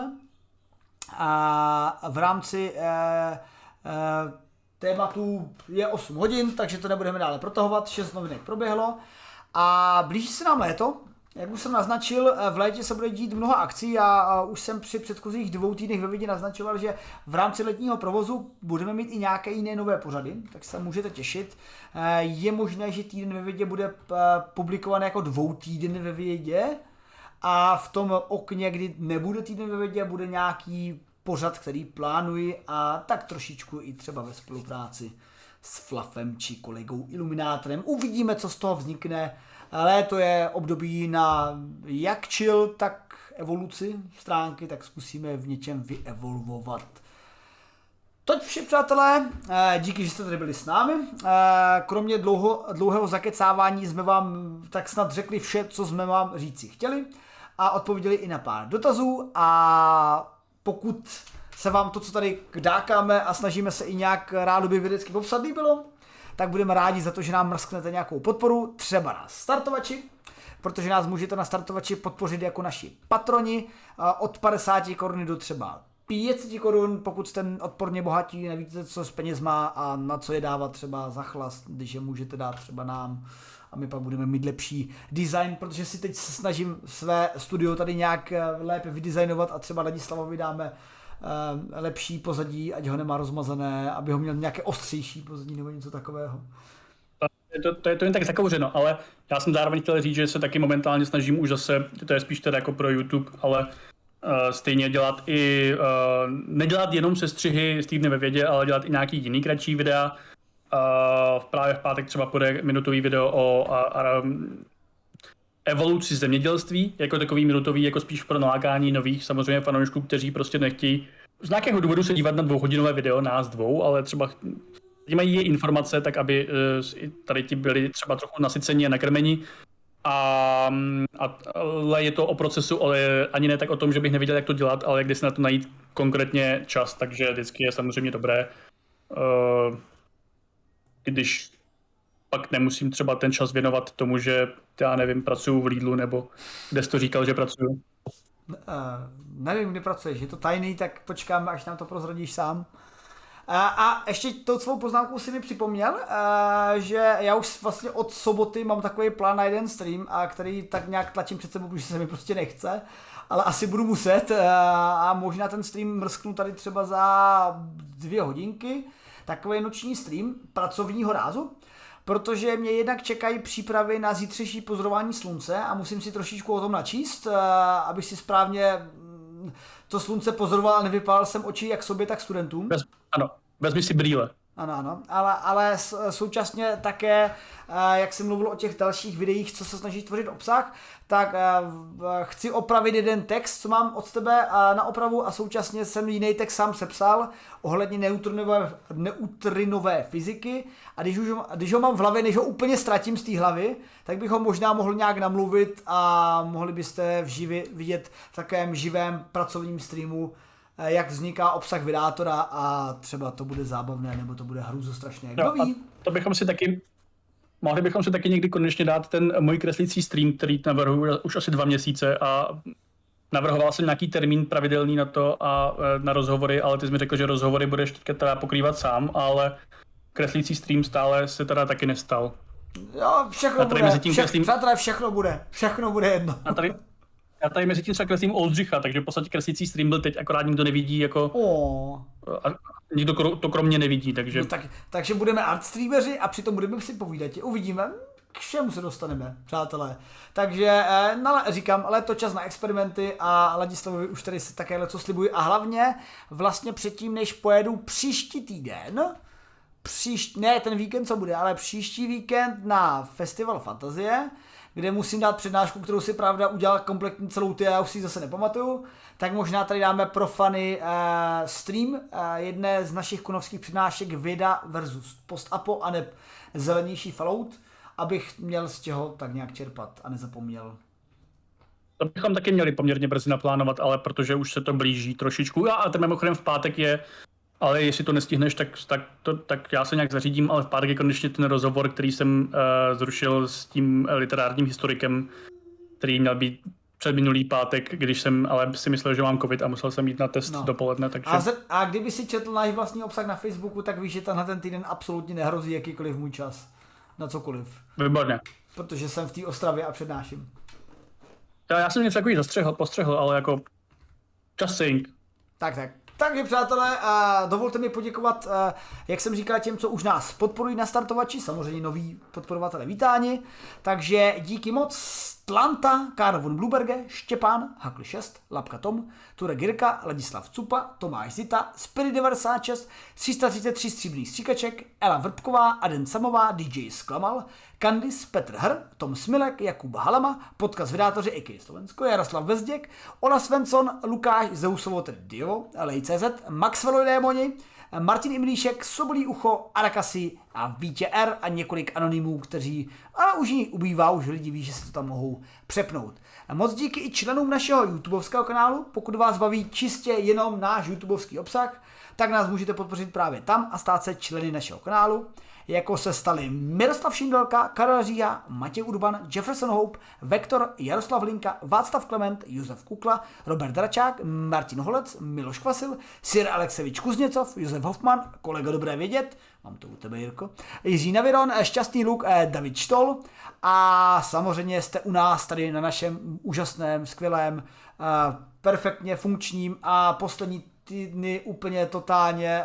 A v rámci eh, eh, tématu je osm hodin, takže to nebudeme dále protahovat. šest novinek proběhlo. A blíží se nám léto. Jak už jsem naznačil, v létě se bude dít mnoho akcí a, a už jsem při předchozích dvou týdnech ve Vědě naznačoval, že v rámci letního provozu budeme mít i nějaké jiné nové pořady, tak se můžete těšit. Je možné, že týden ve Vědě bude publikovaný jako dvoutýden ve Vědě, a v tom okně, kdy nebude týden ve vědě, bude nějaký pořad, který plánuji a tak trošičku i třeba ve spolupráci s Fluffem či kolegou Iluminátorem. Uvidíme, co z toho vznikne. Léto je období na jak chill, tak evoluci stránky, tak zkusíme v něčem vyevolvovat. Toť vše, přátelé, díky, že jste tady byli s námi. Kromě dlouho, dlouhého zakecávání jsme vám tak snad řekli vše, co jsme vám říci chtěli a odpověděli i na pár dotazů a pokud se vám to, co tady dákáme a snažíme se i nějak rádoby vědecky popsat, líbilo, tak budeme rádi za to, že nám mrsknete nějakou podporu, třeba na startovači, protože nás můžete na startovači podpořit jako naši patroni od padesáti korun do třeba pět set korun, pokud jste odporně bohatí, nevíte, co s penězma a na co je dávat třeba za chlast, když je můžete dát třeba nám a my pak budeme mít lepší design, protože si teď se snažím své studio tady nějak lépe vydesignovat a třeba Ladislavovi dáme uh, lepší pozadí, ať ho nemá rozmazané, aby ho měl nějaké ostřejší pozadí nebo něco takového. To, to, je, to je tak zakouřeno, ale já jsem zároveň chtěl říct, že se taky momentálně snažím už zase, to je spíš teda jako pro YouTube, ale uh, stejně dělat i, uh, nedělat jenom sestřihy z týdne ve vědě, ale dělat i nějaký jiný kratší videa. Uh, právě v pátek třeba půjde minutový video o uh, um, evoluci zemědělství, jako takový minutový, jako spíš pro nalákání nových samozřejmě fanoušků, kteří prostě nechtějí z nějakého důvodu se dívat na dvouhodinové video nás dvou, ale třeba mají je informace, tak aby uh, tady ti byli třeba trochu nasycení a nakrmení. A, a, ale je to o procesu, ale ani ne tak o tom, že bych nevěděl, jak to dělat, ale kde si na to najít konkrétně čas, takže vždycky je samozřejmě dobré, uh, když pak nemusím třeba ten čas věnovat tomu, že já nevím, pracuju v Lidlu, nebo kde jsi to říkal, že pracuju? Uh, nevím, kde pracuješ, je to tajný, tak počkáme, až nám to prozradíš sám. A, a ještě tou svou poznámkou si mi připomněl, a, že já už vlastně od soboty mám takový plán na jeden stream, a který tak nějak tlačím před sebou, protože se mi prostě nechce, ale asi budu muset a, a možná ten stream mrsknu tady třeba za dvě hodinky, takový noční stream pracovního rázu, protože mě jednak čekají přípravy na zítřejší pozorování slunce a musím si trošičku o tom načíst, a, abych si správně to slunce pozoroval a nevypálil jsem oči jak sobě, tak studentům. Bez, ano, vezmi si brýle. Ano, ano, ale, ale současně také, jak jsem mluvil o těch dalších videích, co se snaží tvořit obsah, tak chci opravit jeden text, co mám od tebe na opravu a současně jsem jiný text sám sepsal ohledně neutrinové, neutrinové fyziky a když, už, když ho mám v hlavě, než ho úplně ztratím z té hlavy, tak bych ho možná mohl nějak namluvit a mohli byste v živě vidět v takovém živém pracovním streamu, jak vzniká obsah vydátora a třeba to bude zábavné, nebo to bude hrůzostrašné. Kdo ví? To bychom si taky, mohli bychom si taky někdy konečně dát ten můj kreslící stream, který navrhuji už asi dva měsíce a navrhoval jsem nějaký termín pravidelný na to a na rozhovory, ale ty jsi mi řekl, že rozhovory budeš teďka teda pokrývat sám, ale kreslící stream stále se teda taky nestal. Jo, všechno bude, všechno, přátelé, všechno bude, všechno bude jedno. A tady, já tady mezi tím třeba kreslím Oldřicha, takže v podstatě kreslící stream byl teď, akorát nikdo nevidí, jako... Oh. A nikdo to kromě nevidí, takže... No tak, takže budeme art streameři a přitom budeme si povídat. Uvidíme, k čemu se dostaneme, přátelé. Takže, no, říkám, ale je to čas na experimenty a Ladislavovi už tady se také něco slibuji. A hlavně, vlastně předtím, než pojedu příští týden, příští, ne ten víkend, co bude, ale příští víkend na Festival Fantazie, kde musím dát přednášku, kterou si pravda udělal kompletní celou ty, já už si zase nepamatuju, tak možná tady dáme pro fany uh, stream uh, jedné z našich kunovských přednášek Věda versus Post-Apo a ne zelenější Fallout, abych měl z čeho tak nějak čerpat a nezapomněl. To bychom taky měli poměrně brzy naplánovat, ale protože už se to blíží trošičku. A ten mimochodem v pátek je, ale jestli to nestihneš, tak, tak, to, tak já se nějak zařídím, ale v pátek je konečně ten rozhovor, který jsem uh, zrušil s tím literárním historikem, který měl být před minulý pátek, když jsem ale si myslel, že mám covid a musel jsem jít na test no. dopoledne. Takže... A, z, a kdyby si četl náš vlastní obsah na Facebooku, tak víš, že tenhle ten týden absolutně nehrozí jakýkoliv můj čas. Na cokoliv. Výborně. Protože jsem v té Ostravě a přednáším. Já, já jsem něco takový zastřehl, postřehl, ale jako just saying. Tak, tak. Takže přátelé, uh, dovolte mi poděkovat, uh, jak jsem říkal, těm, co už nás podporují na startovači, samozřejmě noví podporovatelé vítáni, takže díky moc, Stlanta, Karl von Bluberge, Štěpán, Hakl šest, Lapka Tom, Turek Jirka, Ladislav Cupa, Tomáš Zita, Spirit devadesát šest, tři sta třicet tři stříbrných stříkaček, Ela Vrbková, Aden Samová, D J Sklamal, Kandis, Petr Hr, Tom Smilek, Jakub Halama, podcast vydátoři I K Slovensko, Jaroslav Vezděk, Ola Svensson, Lukáš Zeusovo, tedy Dio, Lej tečka cé zet, Maxwellovi démoni, Martin Imlíšek, Sobolí ucho, Arakasi a Vítě R a několik anonymů, kteří, ale už jí ubývá, už lidi ví, že si to tam mohou přepnout. Moc díky i členům našeho YouTubeovského kanálu, pokud vás baví čistě jenom náš YouTubeovský obsah, tak nás můžete podpořit právě tam a stát se členy našeho kanálu, jako se stali Miroslav Šindelka, Karel Říha, Matěj Urban, Jefferson Hope, Vektor, Jaroslav Linka, Václav Klement, Josef Kukla, Robert Dračák, Martin Holec, Miloš Kvasil, Sir Alexevič Kuzněcov, Josef Hoffman, kolega dobré vědět, mám to u tebe, Jirko, Jiří Naviron, Šťastný Luk, David Štol a samozřejmě jste u nás tady na našem úžasném, skvělém, perfektně funkčním a poslední týdny úplně totálně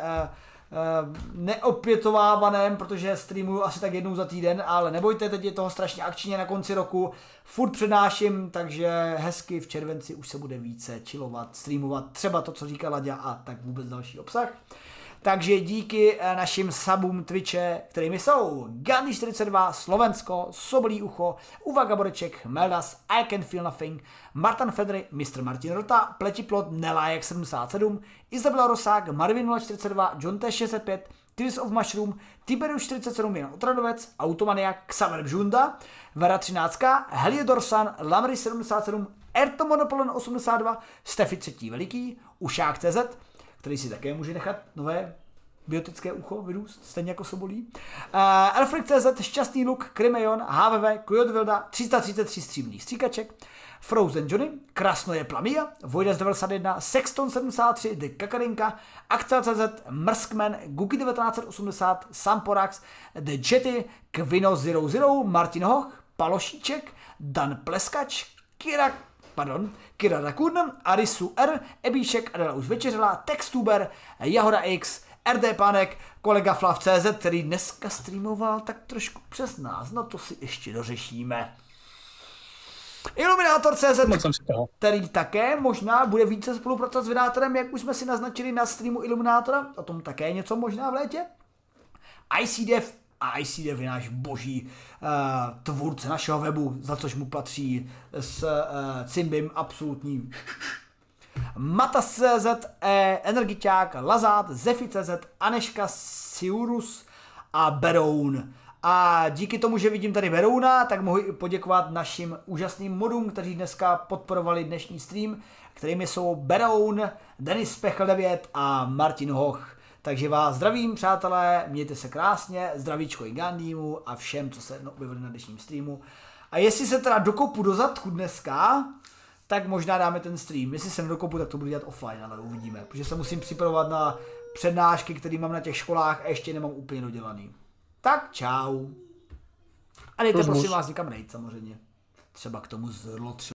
neopětovávaném, protože streamuju asi tak jednou za týden, ale nebojte, teď je toho strašně akčně na konci roku, furt přednáším, takže hezky v červenci už se bude více chillovat, streamovat, třeba to, co říká Laďa a tak vůbec další obsah. Takže díky našim subům Twitche, kterými jsou Gandhi čtyřicet dva, Slovensko, Sobolí ucho, Uva Gaboreček, Meldas, I Can Feel Nothing, Martin Fedry, mister Martin Rota, Pletiplot, Nelajek sedmdesát sedm, Izabela Rosák, Marvin nula čtyřicet dva, John T šedesát pět, Tears of Mushroom, Tiberius čtyřicet sedm, Jan Otradovec, Automaniak, Xaver Bžunda, Vera třináct, Heliodor San, Lamry sedmdesát sedm, Erto Monopolon osmdesát dva, Stefy třetí veliký, Ušák tečka cé zet, který si také může nechat nové biotické ucho vyrůst, stejně jako Sobolí. Uh, Elfrik tečka cé zet, Šťastný Luk, Krymeon, H V V, Kujotvilda, tři sta třicet tři stříbrných stříkaček, Frozen Johnny, Krasnoje Plamia, Vojdes devadesát jedna, Sexton sedmdesát tři, The Kakarinka, Akcel tečka cé zet, Mrskman, Gugi devatenáct osmdesát, Samporax, The Jetty, Kvino nula nula, Martin Hoch, Palošíček, Dan Pleskač, Kira Pardon, Kira Rakun, Arisu R, Ebíšek, Adela už večeřela, Textuber, Jahoda X, R D Pánek, kolega Flav tečka cé zet, který dneska streamoval tak trošku přes nás, no to si ještě dořešíme. Iluminátor tečka cé zet, který také možná bude více spolupracovat s vydátorem, jak už jsme si naznačili na streamu Iluminátora, o tom také něco možná v létě. I C Dev a I C Dev je náš boží uh, tvůrce našeho webu, za což mu patří s uh, Cimbim absolutní. Matas tečka cé zet, e, Energiťák, Lazát, Zefi tečka cé zet, Aneška, Siurus a Beroun. A díky tomu, že vidím tady Berouna, tak mohu i poděkovat našim úžasným modům, kteří dneska podporovali dnešní stream, kterými jsou Beroun, Denis Pechl devět a Martin Hoch. Takže vás zdravím, přátelé, mějte se krásně, zdravíčko i Gandhimu a všem, co se objevili na dnešním streamu. A jestli se teda dokopu do zadku dneska, tak možná dáme ten stream. Jestli se nedokopu, tak to budu dělat offline, ale uvidíme. Protože se musím připravovat na přednášky, které mám na těch školách a ještě nemám úplně dodělaný. Tak čau. A dejte prosím vás někam nejít samozřejmě. Třeba k tomu zlotři.